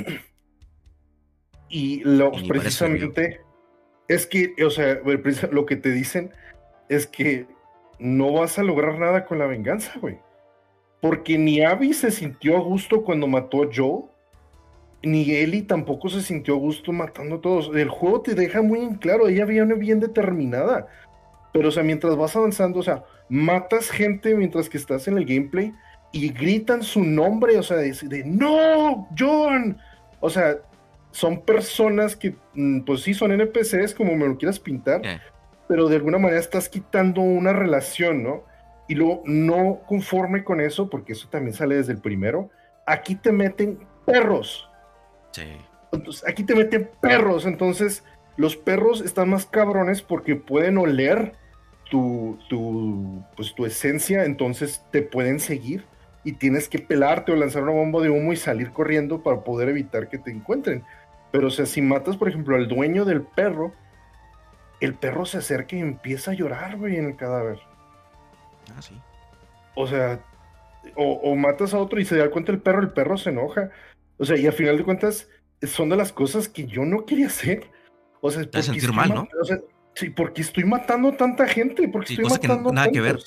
Y precisamente es que, o sea, lo que te dicen es que no vas a lograr nada con la venganza, güey. Porque ni Abby se sintió a gusto cuando mató a Joel, ni Ellie tampoco se sintió a gusto matando a todos. El juego te deja muy en claro, ella viene bien determinada. Pero, o sea, mientras vas avanzando, o sea, matas gente mientras que estás en el gameplay y gritan su nombre, o sea, de ¡no, John! O sea, son personas que, pues sí, son NPCs, como me lo quieras pintar, pero de alguna manera estás quitando una relación, ¿no? Y luego, no conforme con eso, porque eso también sale desde el primero, aquí te meten perros. Sí. Entonces, aquí te meten perros, entonces los perros están más cabrones porque pueden oler tu esencia, entonces te pueden seguir y tienes que pelarte o lanzar una bomba de humo y salir corriendo para poder evitar que te encuentren. Pero, o sea, si matas, por ejemplo, al dueño del perro, el perro se acerca y empieza a llorar, güey, en el cadáver. Sí. O sea, o matas a otro y se da cuenta el perro se enoja. O sea, y al final de cuentas, son de las cosas que yo no quería hacer. O sea, te sentir mal, ¿no? O sea, sí, porque estoy matando a tanta gente, porque sí, estoy matando que nada que ver.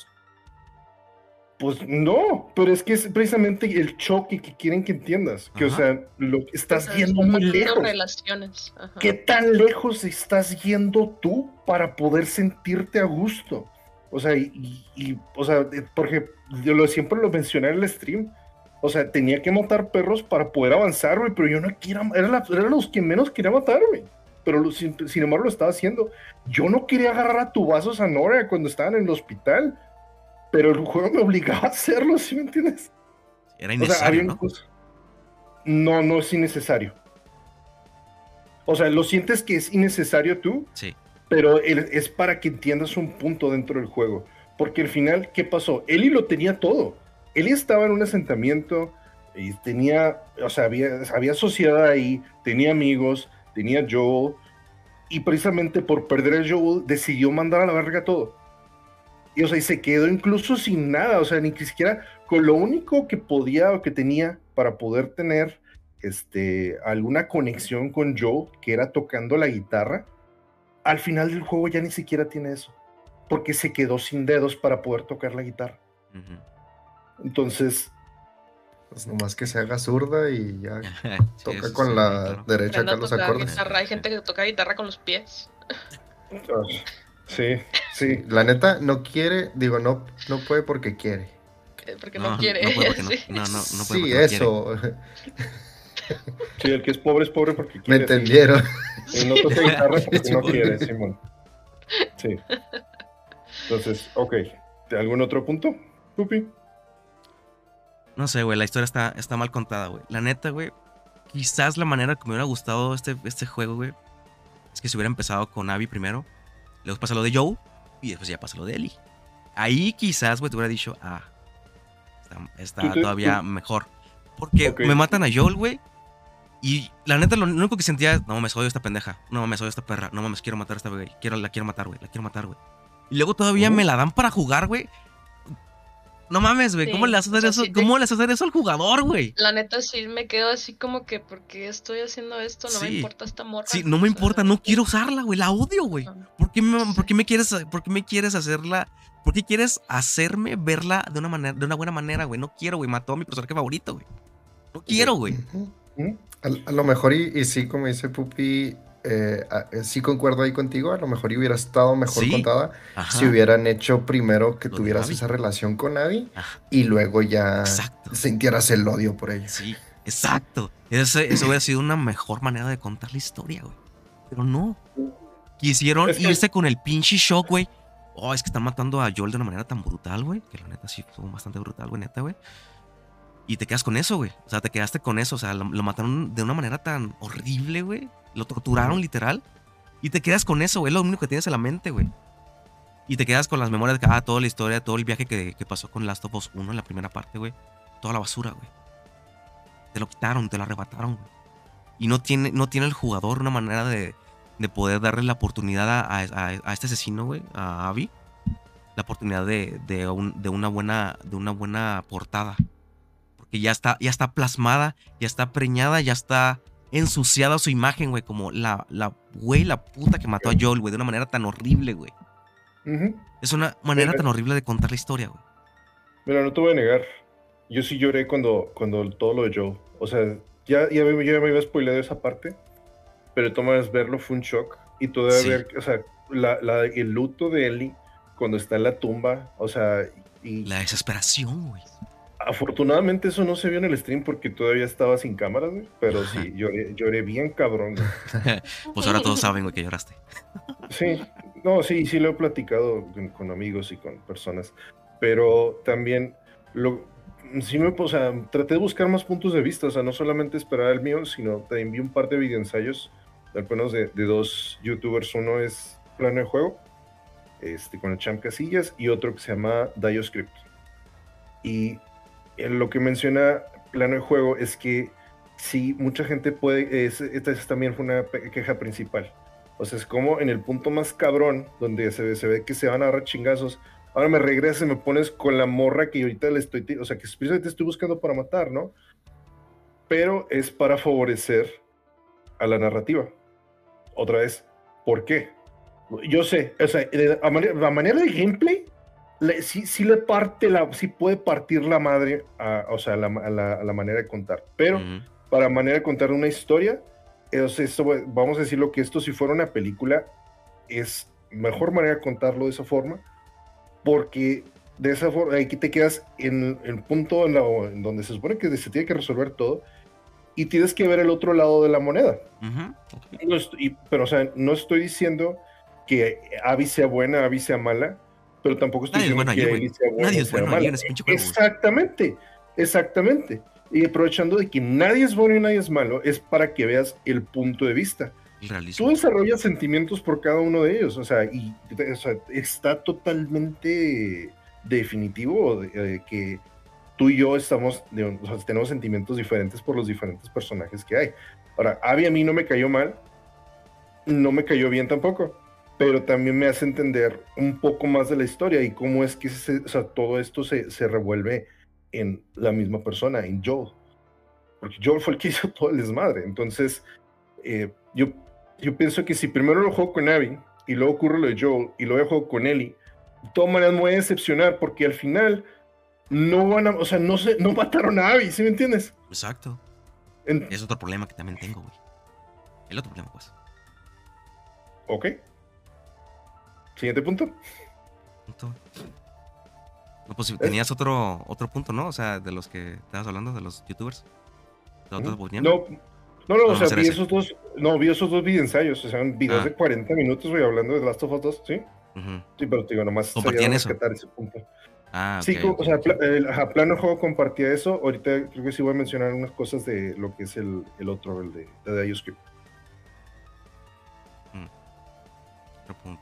Pues no, pero es que es precisamente el choque que quieren que entiendas. Que, o sea, lo que estás yendo muy lejos. Relaciones. Ajá. ¿Qué tan lejos estás yendo tú para poder sentirte a gusto? O sea, o sea, porque yo siempre lo mencioné en el stream. O sea, tenía que matar perros para poder avanzar, güey, pero yo no quiero... Eran los que menos quería matar, güey. Pero sin embargo lo estaba haciendo. Yo no quería agarrar a tubazos a Nora cuando estaban en el hospital, pero el juego me obligaba a hacerlo, ¿sí me entiendes? Era innecesario, o sea, ¿no? No es innecesario. O sea, lo sientes que es innecesario tú, sí, pero es para que entiendas un punto dentro del juego. Porque al final, ¿qué pasó? Ellie lo tenía todo. Ellie estaba en un asentamiento y tenía, o sea, había sociedad ahí, tenía amigos, tenía Joel, y precisamente por perder a Joel decidió mandar a la verga todo. Y, o sea, y se quedó incluso sin nada, o sea, ni siquiera con lo único que podía o que tenía para poder tener alguna conexión con Joel, que era tocando la guitarra. Al final del juego ya ni siquiera tiene eso, porque se quedó sin dedos para poder tocar la guitarra. Entonces, pues nomás que se haga zurda y ya sí, toca con la derecha acá los acordes. Guitarra. Hay gente que toca guitarra con los pies. Sí. La neta no quiere, digo, no puede porque quiere. Porque no quiere. No puede porque no puede porque eso. No quiere. Sí, el que es pobre porque quiere. Me entendieron. Sí. Y no toca guitarra porque no quiere, Simón. Sí. Entonces, ok. ¿Algún otro punto, Pupi? No sé, güey, la historia está mal contada, güey. La neta, güey, quizás la manera que me hubiera gustado este juego, güey, es que se hubiera empezado con Abby primero, luego pasa lo de Joe, y después ya pasa lo de Ellie. Ahí quizás, güey, te hubiera dicho, está todavía mejor. Porque me matan a Joel, güey, y la neta lo único que sentía es, no mames, odio a esta pendeja, no mames, odio a esta perra, no mames, quiero matar a esta güey, la quiero matar, güey. Y luego todavía me la dan para jugar, güey. No mames, güey, sí, ¿cómo le vas a hacer eso? Sí, ¿cómo le vas a hacer eso al jugador, güey? La neta sí me quedo así como que, ¿por qué estoy haciendo esto? No me importa esta morra. Sí, no me importa, no quiero usarla, güey, la odio, güey. ¿Por qué me quieres hacerla? ¿Por qué quieres hacerme verla de una buena manera, güey? No quiero, güey, mató a mi personaje favorito, güey. No quiero, güey. A lo mejor, y sí, como dice Pupi, sí concuerdo ahí contigo, a lo mejor hubiera estado mejor contada si hubieran hecho primero que tuvieras esa relación con Abby y luego ya sintieras el odio por ella. Sí, exacto. Eso hubiera sido una mejor manera de contar la historia, güey. Pero no. Quisieron irse con el pinche shock, güey. Oh, es que están matando a Joel de una manera tan brutal, güey. Que la neta sí fue bastante brutal, güey, neta, güey. Y te quedas con eso, güey. O sea, te quedaste con eso. O sea, lo mataron de una manera tan horrible, güey. Lo torturaron, literal. Y te quedas con eso, güey. Es lo único que tienes en la mente, güey. Y te quedas con las memorias de toda la historia, todo el viaje que pasó con Last of Us 1 en la primera parte, güey. Toda la basura, güey. Te lo quitaron, te lo arrebataron, güey. Y no tiene el jugador una manera de poder darle la oportunidad a este asesino, güey. A Abby. La oportunidad de una buena portada. Porque ya está plasmada, ya está preñada, ya está ensuciada su imagen, güey, como la puta que mató a Joel, güey, de una manera tan horrible, güey. Es una manera tan horrible de contar la historia, güey. Mira, no te voy a negar, yo sí lloré cuando todo lo de Joel. O sea, ya me había spoileado esa parte, pero tomas verlo fue un shock. Y todavía ver, o sea, el luto de Ellie cuando está en la tumba, o sea... y la desesperación, güey. Afortunadamente eso no se vio en el stream porque todavía estaba sin cámaras, güey. Pero sí, lloré bien cabrón, güey. Pues ahora todos saben, güey, que lloraste. Sí, no, sí lo he platicado con amigos y con personas. Pero también, o sea, traté de buscar más puntos de vista. O sea, no solamente esperar el mío, sino también vi un par de videoensayos, al menos de dos youtubers. Uno es Plano de Juego, con el Champ Casillas, y otro que se llama DioScript. Y lo que menciona Plano de Juego es que sí, mucha gente puede... Esta también fue una queja principal. O sea, es como en el punto más cabrón, donde se ve que se van a agarrar chingazos. Ahora me regresas y me pones con la morra que ahorita le estoy... O sea, que precisamente estoy buscando para matar, ¿no? Pero es para favorecer a la narrativa. Otra vez, ¿por qué? Yo sé, o sea, a manera de gameplay... sí puede partir la madre a la manera de contar, pero para manera de contar una historia, vamos a decirlo que esto si fuera una película es mejor manera de contarlo de esa forma, porque de esa forma aquí te quedas en el punto en donde se supone que se tiene que resolver todo y tienes que ver el otro lado de la moneda. Pero o sea, no estoy diciendo que Abby sea buena, Abby sea mala, pero tampoco estoy diciendo que Ellie sea buena. Nadie es bueno en ese pinche juego. Exactamente. Y aprovechando de que nadie es bueno y nadie es malo, es para que veas el punto de vista. tú desarrollas sentimientos por cada uno de ellos, o sea, está totalmente definitivo que tú y yo tenemos sentimientos diferentes por los diferentes personajes que hay. Ahora, Abby a mí no me cayó mal, no me cayó bien tampoco, pero también me hace entender un poco más de la historia y cómo es que todo esto se revuelve en la misma persona, en Joel. Porque Joel fue el que hizo todo el desmadre. Entonces, yo pienso que si primero lo juego con Abby y luego ocurre lo de Joel y luego juego con Ellie, de todas maneras me voy a decepcionar porque al final no van a, o sea, no mataron a Abby, ¿sí me entiendes? Exacto. Es otro problema que también tengo, güey. El otro problema, pues. Ok. Siguiente punto. No, pues tenías otro punto, ¿no? O sea, de los que estabas hablando, de los youtubers. ¿De otros No, o sea, vi esos dos videoensayos, o sea, videos de 40 minutos, güey, hablando de The Last of Us 2, ¿sí? Sí, pero te digo, nomás ¿compartían eso? Ese punto. Sí, o sea, plano juego compartía eso. Ahorita creo que sí voy a mencionar unas cosas de lo que es el otro, el de IOScript. Otro punto.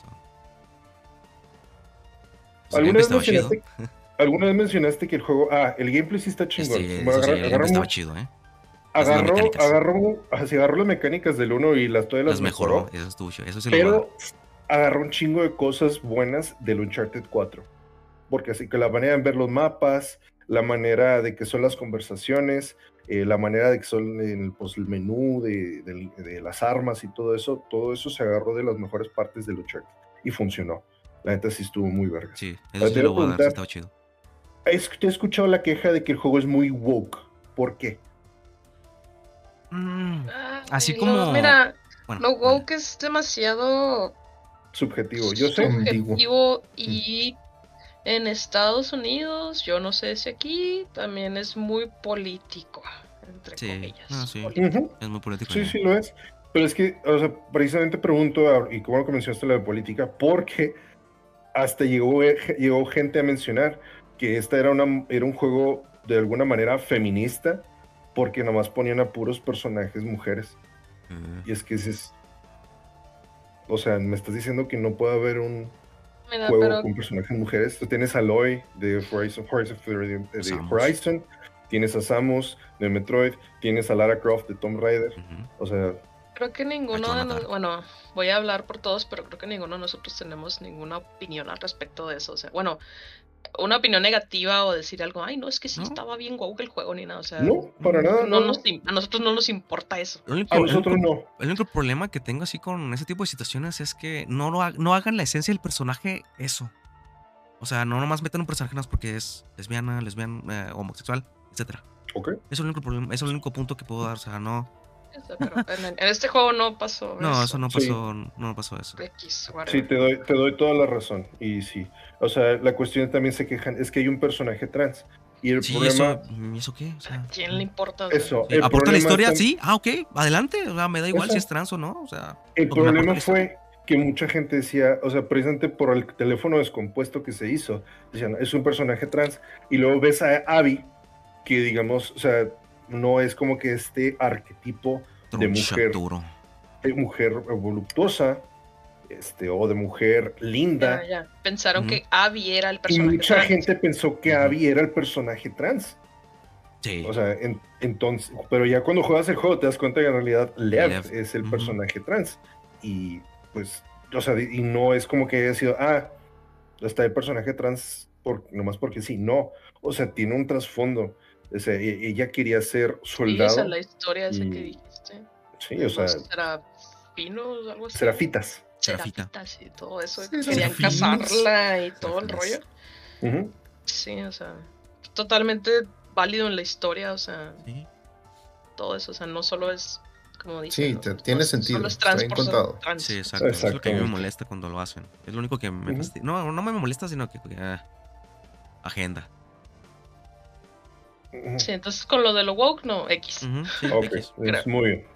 ¿Alguna vez mencionaste que el juego... el gameplay sí está chingón. Sí, el gameplay estaba chido, ¿eh? Agarró las mecánicas del 1 y todas las mejoró. Eso estuvo chido. Eso sí, pero agarró un chingo de cosas buenas del Uncharted 4. Porque así que la manera de ver los mapas, la manera de que son las conversaciones, la manera de que son el menú de las armas y todo eso se agarró de las mejores partes del Uncharted y funcionó. La neta sí estuvo muy verga. Sí, eso sí lo voy a dar, sí estaba chido. He escuchado la queja de que el juego es muy woke. ¿Por qué? Así como... Mira, lo woke es demasiado... subjetivo, yo sé. Subjetivo y... En Estados Unidos, yo no sé si aquí, también es muy político, entre comillas. Sí. Es muy político. Sí, lo es. Pero es que, o sea, precisamente pregunto, y como mencionaste la de política, porque hasta llegó gente a mencionar que era un juego de alguna manera feminista, porque nomás ponían a puros personajes mujeres. Y es que o sea, me estás diciendo que no puede haber un juego con personajes mujeres. Tú tienes a Aloy de Horizon, tienes a Samus de Metroid, tienes a Lara Croft de Tomb Raider. O sea, creo que ninguno de nosotros, bueno, voy a hablar por todos, pero creo que ninguno de nosotros tenemos ninguna opinión al respecto de eso. O sea, bueno, una opinión negativa o decir algo, ay, no, es que sí estaba bien woke el juego ni nada. O sea, no, para nada. A nosotros no nos importa eso. A nosotros no. El único problema que tengo así con ese tipo de situaciones es que no hagan la esencia del personaje eso. O sea, no nomás metan un personaje más porque es lesbiana, homosexual, etcétera. Ok. Eso es el único problema, eso es el único punto que puedo dar. O sea, no. Pero en este juego no pasó no, eso no pasó, no pasó eso. Sí, te doy toda la razón. Y sí, o sea, la cuestión también se quejan, es que hay un personaje trans. Y el problema... ¿Eso qué? O sea, ¿a quién le importa? Eso. Sí, ¿aporta la historia? Sí, ok, adelante. O sea, me da igual si es trans o no. O sea, el problema fue que mucha gente decía, o sea, precisamente por el teléfono descompuesto que se hizo, decían, es un personaje trans. Y luego ves a Abby, que digamos, o sea, no es como que este arquetipo de mujer voluptuosa, o de mujer linda. Ya. Pensaron que Abby era el personaje y mucha gente pensó que Abby era el personaje trans. Sí. O sea, entonces, pero ya cuando juegas el juego te das cuenta que en realidad Lev es el personaje trans. Y pues, o sea, y no es como que haya sido, está el personaje trans nomás porque sí, no. O sea, tiene un trasfondo. O sea, ella quería ser soldado. Sí, esa es la historia esa que dijiste. Sí, o sea. Serafinos, algo así. Serafitas. Serafitas y todo eso. Sí, querían casarla y todo el rollo. Sí, o sea, totalmente válido en la historia, o sea. Sí. Todo eso, o sea, no solo es como dicen. Sí, tiene sentido. Solo es trans por ser trans. Sí, exacto. Es lo que a mí me molesta cuando lo hacen. Es lo único que me fastidia. No me molesta, sino que agenda. Sí, entonces con lo de lo woke, no, X. Sí, ok, X. Es muy bien.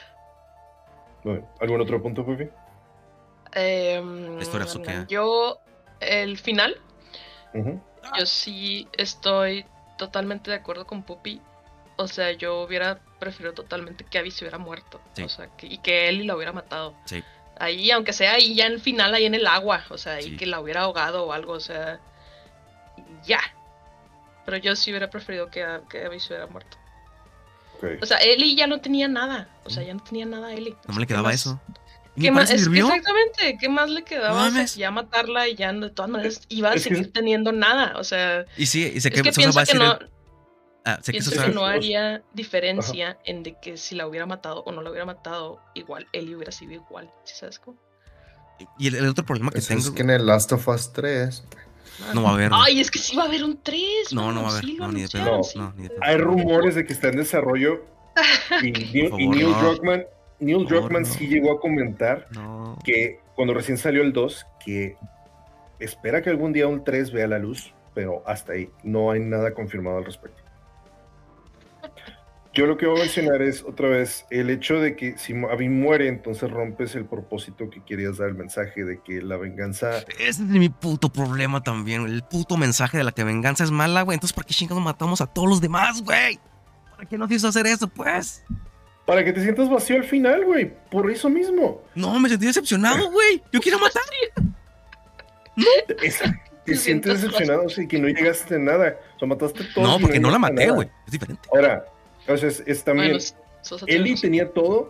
¿Algún otro punto, Pupi? Yo, el final, yo sí estoy totalmente de acuerdo con Pupi. O sea, yo hubiera prefiero totalmente que Abby se hubiera muerto. Sí. O sea, y que Ellie la hubiera matado. Sí. Ahí, aunque sea ahí ya en el final, ahí en el agua. O sea, ahí Sí. que la hubiera ahogado o algo, o sea... Ya. Pero yo sí hubiera preferido que Abby se hubiera muerto. Okay. O sea, Ellie ya no tenía nada. O sea, ya no tenía nada Ellie. No me le quedaba eso. ¿Qué más? Exactamente, ¿qué más le quedaba? O sea, ya matarla y ya de todas maneras iba a seguir teniendo nada. O sea, y sí, y sé que pienso que no... sé pienso que no haría diferencia en de que si la hubiera matado o no la hubiera matado, igual Ellie hubiera sido igual. ¿Sí sabes cómo? Y el otro problema que tengo es que en el Last of Us 3 no va a haber. Ay, es que sí va a haber un 3. No va a haber. Sí, no, ni de pedo. Hay rumores de que está en desarrollo. Y Neil Druckmann sí llegó a comentar que cuando recién salió el 2, que espera que algún día un 3 vea la luz, pero hasta ahí no hay nada confirmado al respecto. Yo lo que voy a mencionar es, otra vez, el hecho de que si Abby muere, entonces rompes el propósito que querías dar, el mensaje de que la venganza... Ese es mi puto problema también, el puto mensaje de la que venganza es mala, güey. Entonces, ¿por qué chingados matamos a todos los demás, güey? ¿Para qué nos hizo hacer eso, pues? Para que te sientas vacío al final, güey. Por eso mismo. No, me sentí decepcionado, güey. Yo quiero matar. No. Te sientes decepcionado, o sea, que no llegaste a nada. O sea, mataste todo. No, porque no la maté, güey. Es diferente. Ahora, entonces, es también... Ellie tenía todo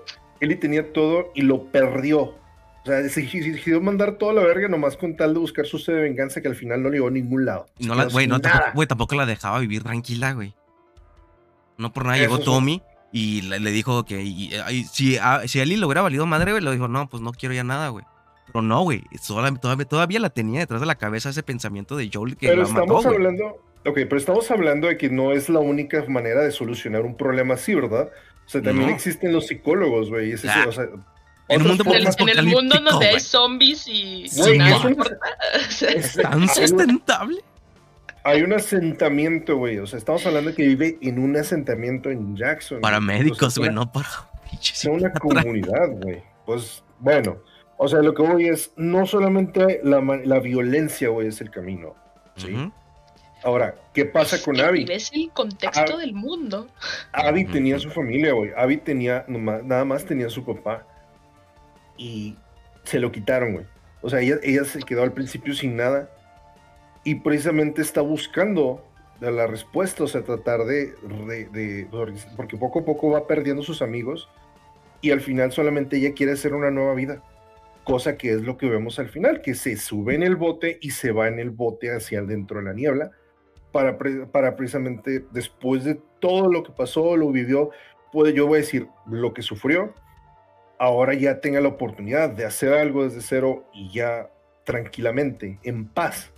y lo perdió. O sea, decidió mandar toda la verga nomás con tal de buscar su sed de venganza que al final no le llegó a ningún lado. Y tampoco la dejaba vivir tranquila, güey. No por nada llegó Tommy y le dijo que si a Ellie le hubiera valido madre, güey, le dijo, no, pues no quiero ya nada, güey. Pero no, güey, todavía la tenía detrás de la cabeza ese pensamiento de Joel que pero la mató, pero estamos hablando de que no es la única manera de solucionar un problema así, ¿verdad? O sea, también existen los psicólogos, güey. O sea, en el mundo donde hay zombies y nada importa. ¿Es tan sustentable? Hay un asentamiento, güey. O sea, estamos hablando de que vive en un asentamiento en Jackson. Para médicos, güey, no para... Es una comunidad, güey. Pues, bueno. O sea, lo que voy es, no solamente la violencia, güey, es el camino. ¿Sí? Ahora, ¿qué pasa con Abby? ¿Ves el contexto del mundo? Abby tenía su familia, güey. Abby nada más tenía su papá. Y se lo quitaron, güey. O sea, ella se quedó al principio sin nada. Y precisamente está buscando la respuesta, o sea, tratar porque poco a poco va perdiendo sus amigos. Y al final solamente ella quiere hacer una nueva vida. Cosa que es lo que vemos al final, que se sube en el bote y se va en el bote hacia adentro de la niebla. Para precisamente, después de todo lo que pasó, lo vivió, yo voy a decir, lo que sufrió, ahora ya tenga la oportunidad de hacer algo desde cero y ya tranquilamente, en paz.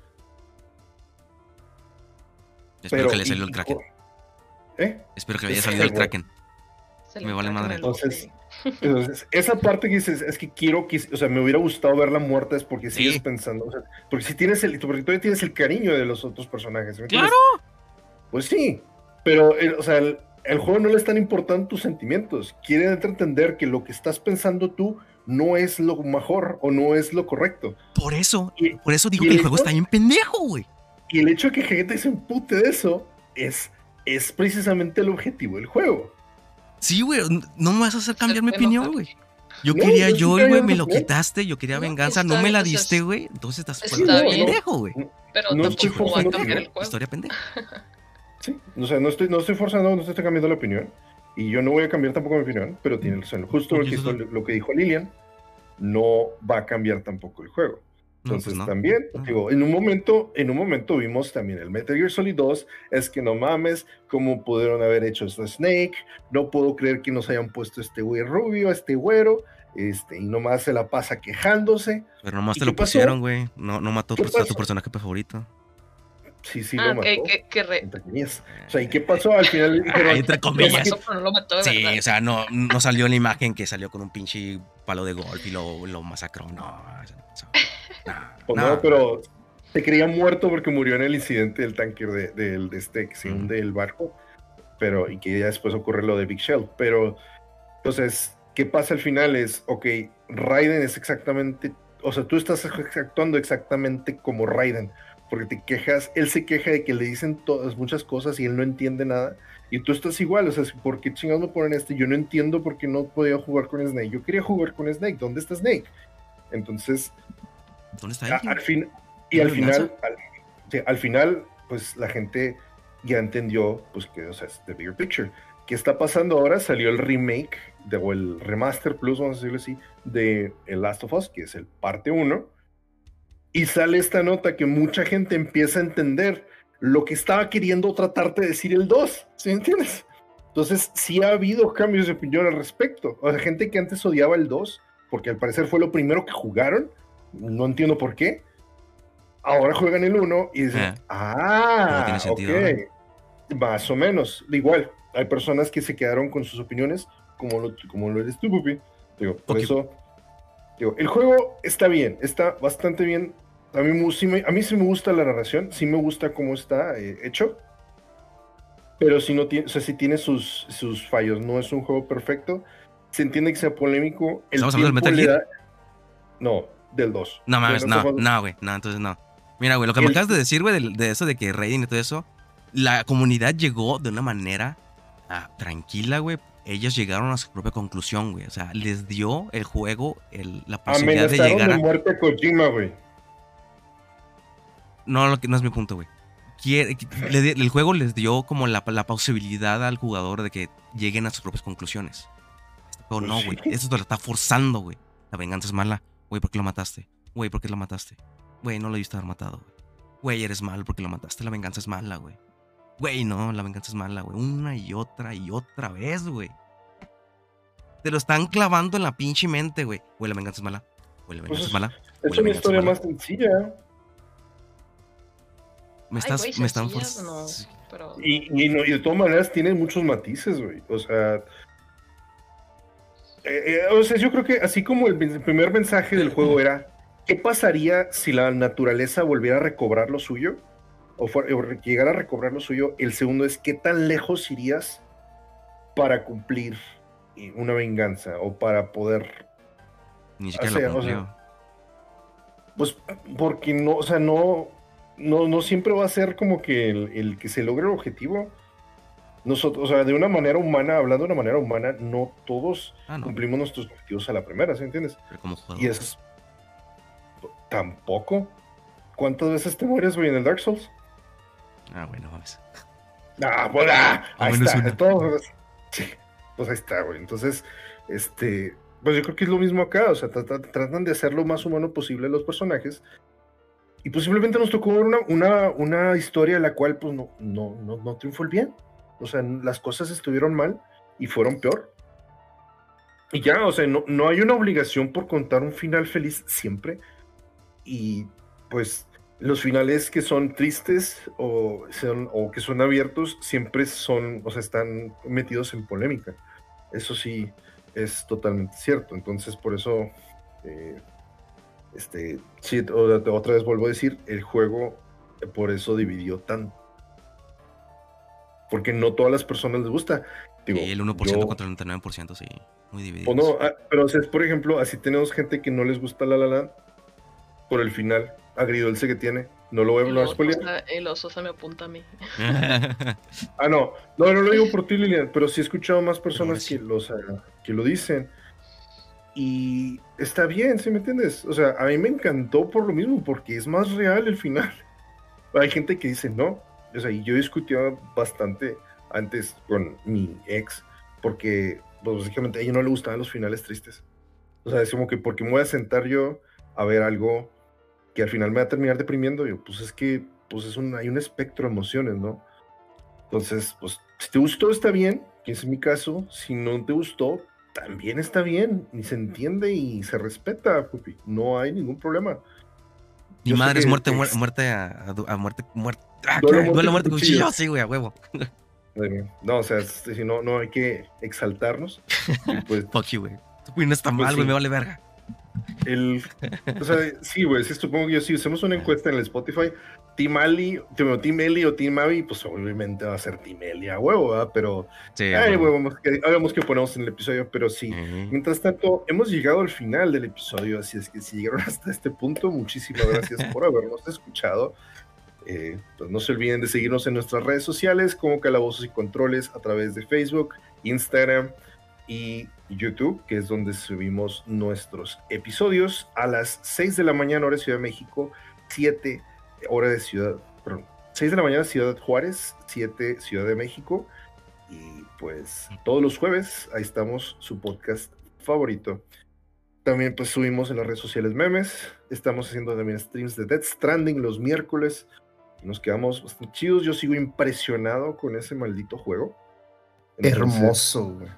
Espero que le salió el Kraken. Espero que le haya salido el Kraken. Me vale madre. Entonces, esa parte que dices, es que quiero que, o sea, me hubiera gustado verla muerta, es porque sigues pensando, o sea, porque si tienes porque todavía tienes el cariño de los otros personajes. ¡Claro! Pues sí, pero, o sea, el juego no le están importando tus sentimientos. Quiere entender que lo que estás pensando tú no es lo mejor o no es lo correcto. Por eso digo que el juego está bien pendejo, güey. Y el hecho de que gente se empute de eso es precisamente el objetivo del juego. Sí, güey, no me vas a hacer cambiar mi opinión, güey. Yo quería Joel, güey, me lo quitaste, yo quería venganza, no me la diste, güey. Entonces estás pendejo, güey. Pero no estoy forzando el juego. Historia pendeja. Sí, o sea, no estoy forzando, no estoy cambiando la opinión. Y yo no voy a cambiar tampoco mi opinión, pero tiene razón. Justo lo que dijo Lilian, no va a cambiar tampoco el juego. Entonces también, digo, en un momento vimos también el Metal Gear Solid 2, es que no mames, cómo pudieron haber hecho esto a Snake, no puedo creer que nos hayan puesto este güey rubio, este güero, y nomás se la pasa quejándose. Pero nomás te lo pusieron, güey, no mató a tu personaje favorito. Sí, lo mató. Entre comillas. O sea, ¿y qué pasó? Al final entre comillas. No lo mató, sí, ¿verdad? O sea, no salió en la imagen que salió con un pinche palo de golf y lo masacró. No, pero se creía muerto porque murió en el incidente del tanker que se hunde el barco. Pero, y que ya después ocurre lo de Big Shell. Pero, entonces, ¿qué pasa al final? Es, ok, Raiden es exactamente, o sea, tú estás actuando exactamente como Raiden. Porque él se queja de que le dicen muchas cosas y él no entiende nada. Y tú estás igual, o sea, ¿por qué chingados me ponen este? Yo no entiendo por qué no podía jugar con Snake. Yo quería jugar con Snake. ¿Dónde está Snake? Entonces, ¿dónde está él? Al final, pues la gente ya entendió, pues que, o sea, es the bigger picture. ¿Qué está pasando ahora? Salió el remake, o el remaster plus, vamos a decirlo así, de El Last of Us, que es el parte 1. Y sale esta nota que mucha gente empieza a entender lo que estaba queriendo tratarte de decir el 2, ¿sí entiendes? Entonces, sí ha habido cambios de opinión al respecto. O sea, gente que antes odiaba el 2, porque al parecer fue lo primero que jugaron, no entiendo por qué, ahora juegan el 1 y dicen, tiene sentido, ok, más o menos. Igual, hay personas que se quedaron con sus opiniones, como lo eres tú, Pupi. Digo, por eso, digo, el juego está bien, está bastante bien. A mí sí me gusta la narración, sí me gusta cómo está hecho, pero si no tiene, o sea, si tiene sus fallos, no es un juego perfecto. Se entiende que sea polémico. ¿Estamos hablando del Metal Gear? No, del 2. No mames, no, güey, no, entonces no. Mira, güey, lo que me acabas de decir, güey, de eso de que Raiden y todo eso, la comunidad llegó de una manera tranquila, güey. Ellos llegaron a su propia conclusión, güey. O sea, les dio el juego la posibilidad de llegar a... muerte a Kojima, güey. No es mi punto, güey. El juego les dio como la posibilidad al jugador de que lleguen a sus propias conclusiones. Pero no, güey. Eso te lo está forzando, güey. La venganza es mala. Güey, ¿por qué lo mataste? Güey, ¿por qué lo mataste? Güey, no lo debiste haber matado, güey. Güey, eres malo porque lo mataste. La venganza es mala, güey. Güey, no, la venganza es mala, güey. Una y otra vez, güey. Te lo están clavando en la pinche mente, güey. Güey, la venganza es mala. Güey, la venganza es mala. Es una historia más sencilla. Me están forzando. No, pero... y de todas maneras tiene muchos matices, güey. O sea, yo creo que así como el primer mensaje del juego era ¿qué pasaría si la naturaleza volviera a recobrar lo suyo? O llegara a recobrar lo suyo. El segundo es ¿qué tan lejos irías para cumplir una venganza? O para poder... Ni siquiera lo cumplió. O sea, pues porque no, o sea, no siempre va a ser como que el que se logre el objetivo. Nosotros, o sea, de una manera humana, hablando de una manera humana, no todos cumplimos nuestros objetivos a la primera, ¿sí entiendes? Pero como jugador. Y es tampoco. ¿Cuántas veces te mueres, güey, en el Dark Souls? Bueno, mames. Pues ahí está. Pues ahí está, güey. Entonces, pues yo creo que es lo mismo acá. O sea, tratan de hacer lo más humano posible los personajes. Y posiblemente nos tocó una historia en la cual pues no triunfó el bien. O sea, las cosas estuvieron mal y fueron peor. Y ya, o sea, no hay una obligación por contar un final feliz siempre. Y pues los finales que son tristes o que son abiertos siempre son, o sea, están metidos en polémica. Eso sí es totalmente cierto. Entonces, por eso... sí, otra vez vuelvo a decir, el juego por eso dividió tanto. Porque no todas las personas les gusta. Digo, el 1% contra el 99%, sí. Muy dividido. O no, pero o sea, por ejemplo, así tenemos gente que no les gusta La La Land por el final agridulce que tiene. No lo voy a spoilear. El oso se me apunta a mí. No lo digo por ti, Lilian, pero sí he escuchado más personas que lo dicen. Y está bien, ¿sí me entiendes? O sea, a mí me encantó por lo mismo, porque es más real el final. Hay gente que dice no. O sea, y yo discutía bastante antes con mi ex, porque pues, básicamente a ella no le gustaban los finales tristes. O sea, es como que porque me voy a sentar yo a ver algo que al final me va a terminar deprimiendo. Yo, pues es que pues hay un espectro de emociones, ¿no? Entonces, pues, si te gustó está bien, que es mi caso. Si no te gustó, también está bien, y se entiende y se respeta, Pupi. No hay ningún problema. Mi madre es muerte a muerte. Duelo muerte cuchillo, sí, güey, a huevo. No, o sea, si no hay que exaltarnos. Pues, fuck you, güey. Tu opinión está mal, güey, me vale verga. O sea, sí, güey, sí, supongo que si hacemos una encuesta en el Spotify, Team Eli o Team Abby, pues obviamente va a ser Team Eli a huevo, ¿verdad? Pero sí, hagamos que ponemos en el episodio, pero sí. Mientras tanto, hemos llegado al final del episodio, así es que si llegaron hasta este punto, muchísimas gracias por habernos escuchado. Pues no se olviden de seguirnos en nuestras redes sociales como Calabozos y Controles a través de Facebook, Instagram y YouTube, que es donde subimos nuestros episodios a las 6 de la mañana hora de Ciudad de México, 7 hora de perdón, 6 de la mañana Ciudad Juárez, 7 Ciudad de México. Y pues todos los jueves ahí estamos, su podcast favorito. También pues subimos en las redes sociales memes. Estamos haciendo también streams de Death Stranding los miércoles. Nos quedamos bastante chidos. Yo sigo impresionado con ese maldito juego. Entonces, hermoso, güey.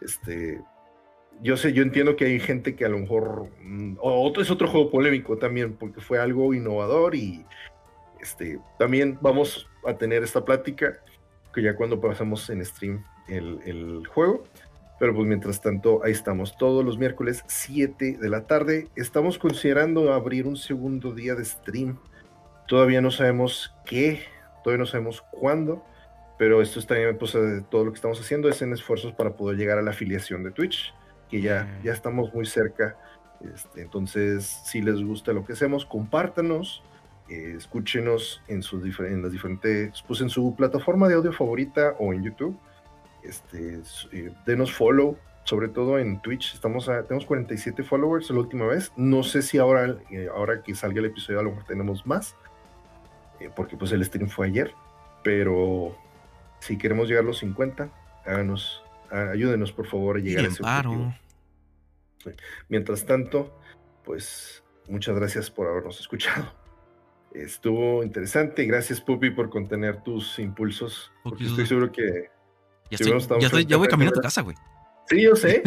Yo entiendo que hay gente que a lo mejor es otro juego polémico también, porque fue algo innovador y también vamos a tener esta plática que ya cuando pasamos en stream el juego. Pero pues mientras tanto, ahí estamos todos los miércoles 7 de la tarde. Estamos considerando abrir un segundo día de stream. Todavía no sabemos qué, todavía no sabemos cuándo, pero esto está también, pues, todo lo que estamos haciendo es en esfuerzos para poder llegar a la afiliación de Twitch, que ya estamos muy cerca. Entonces, si les gusta lo que hacemos, compártanos, escúchenos en las diferentes, pues en su plataforma de audio favorita o en YouTube. Denos follow, sobre todo en Twitch. Tenemos 47 followers la última vez. No sé si ahora que salga el episodio a lo mejor tenemos más, porque pues el stream fue ayer, pero si queremos llegar a los 50, ayúdenos por favor a llegar a ese objetivo. Sí. Mientras tanto, pues muchas gracias por habernos escuchado. Estuvo interesante. Gracias, Pupi, por contener tus impulsos, porque estoy seguro que ya voy camino a tu casa, güey. Sí, yo sé,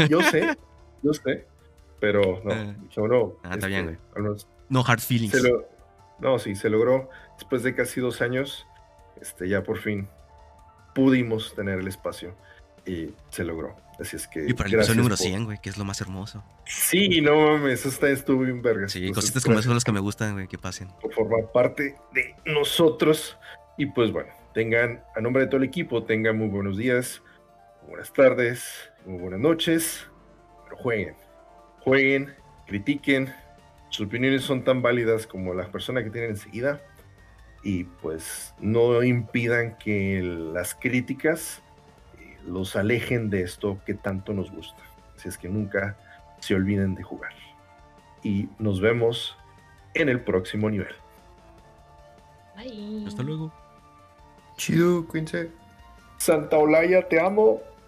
pero no, está bien, güey. No hard feelings. Se logró después de casi 2 años. Ya por fin pudimos tener el espacio y se logró. Así es que. Y para el episodio número 100, güey, que es lo más hermoso. Sí, no mames, eso estuvo bien vergas. Sí, cositas como esas son las que me gustan, güey, que pasen. Por formar parte de nosotros. Y pues bueno, a nombre de todo el equipo, tengan muy buenos días, buenas tardes, muy buenas noches. Pero jueguen, critiquen. Sus opiniones son tan válidas como las personas que tienen enseguida. Y pues no impidan que las críticas los alejen de esto que tanto nos gusta. Así es que nunca se olviden de jugar. Y nos vemos en el próximo nivel. Bye. Hasta luego. Chido, cuídense. Santa Olaya, te amo.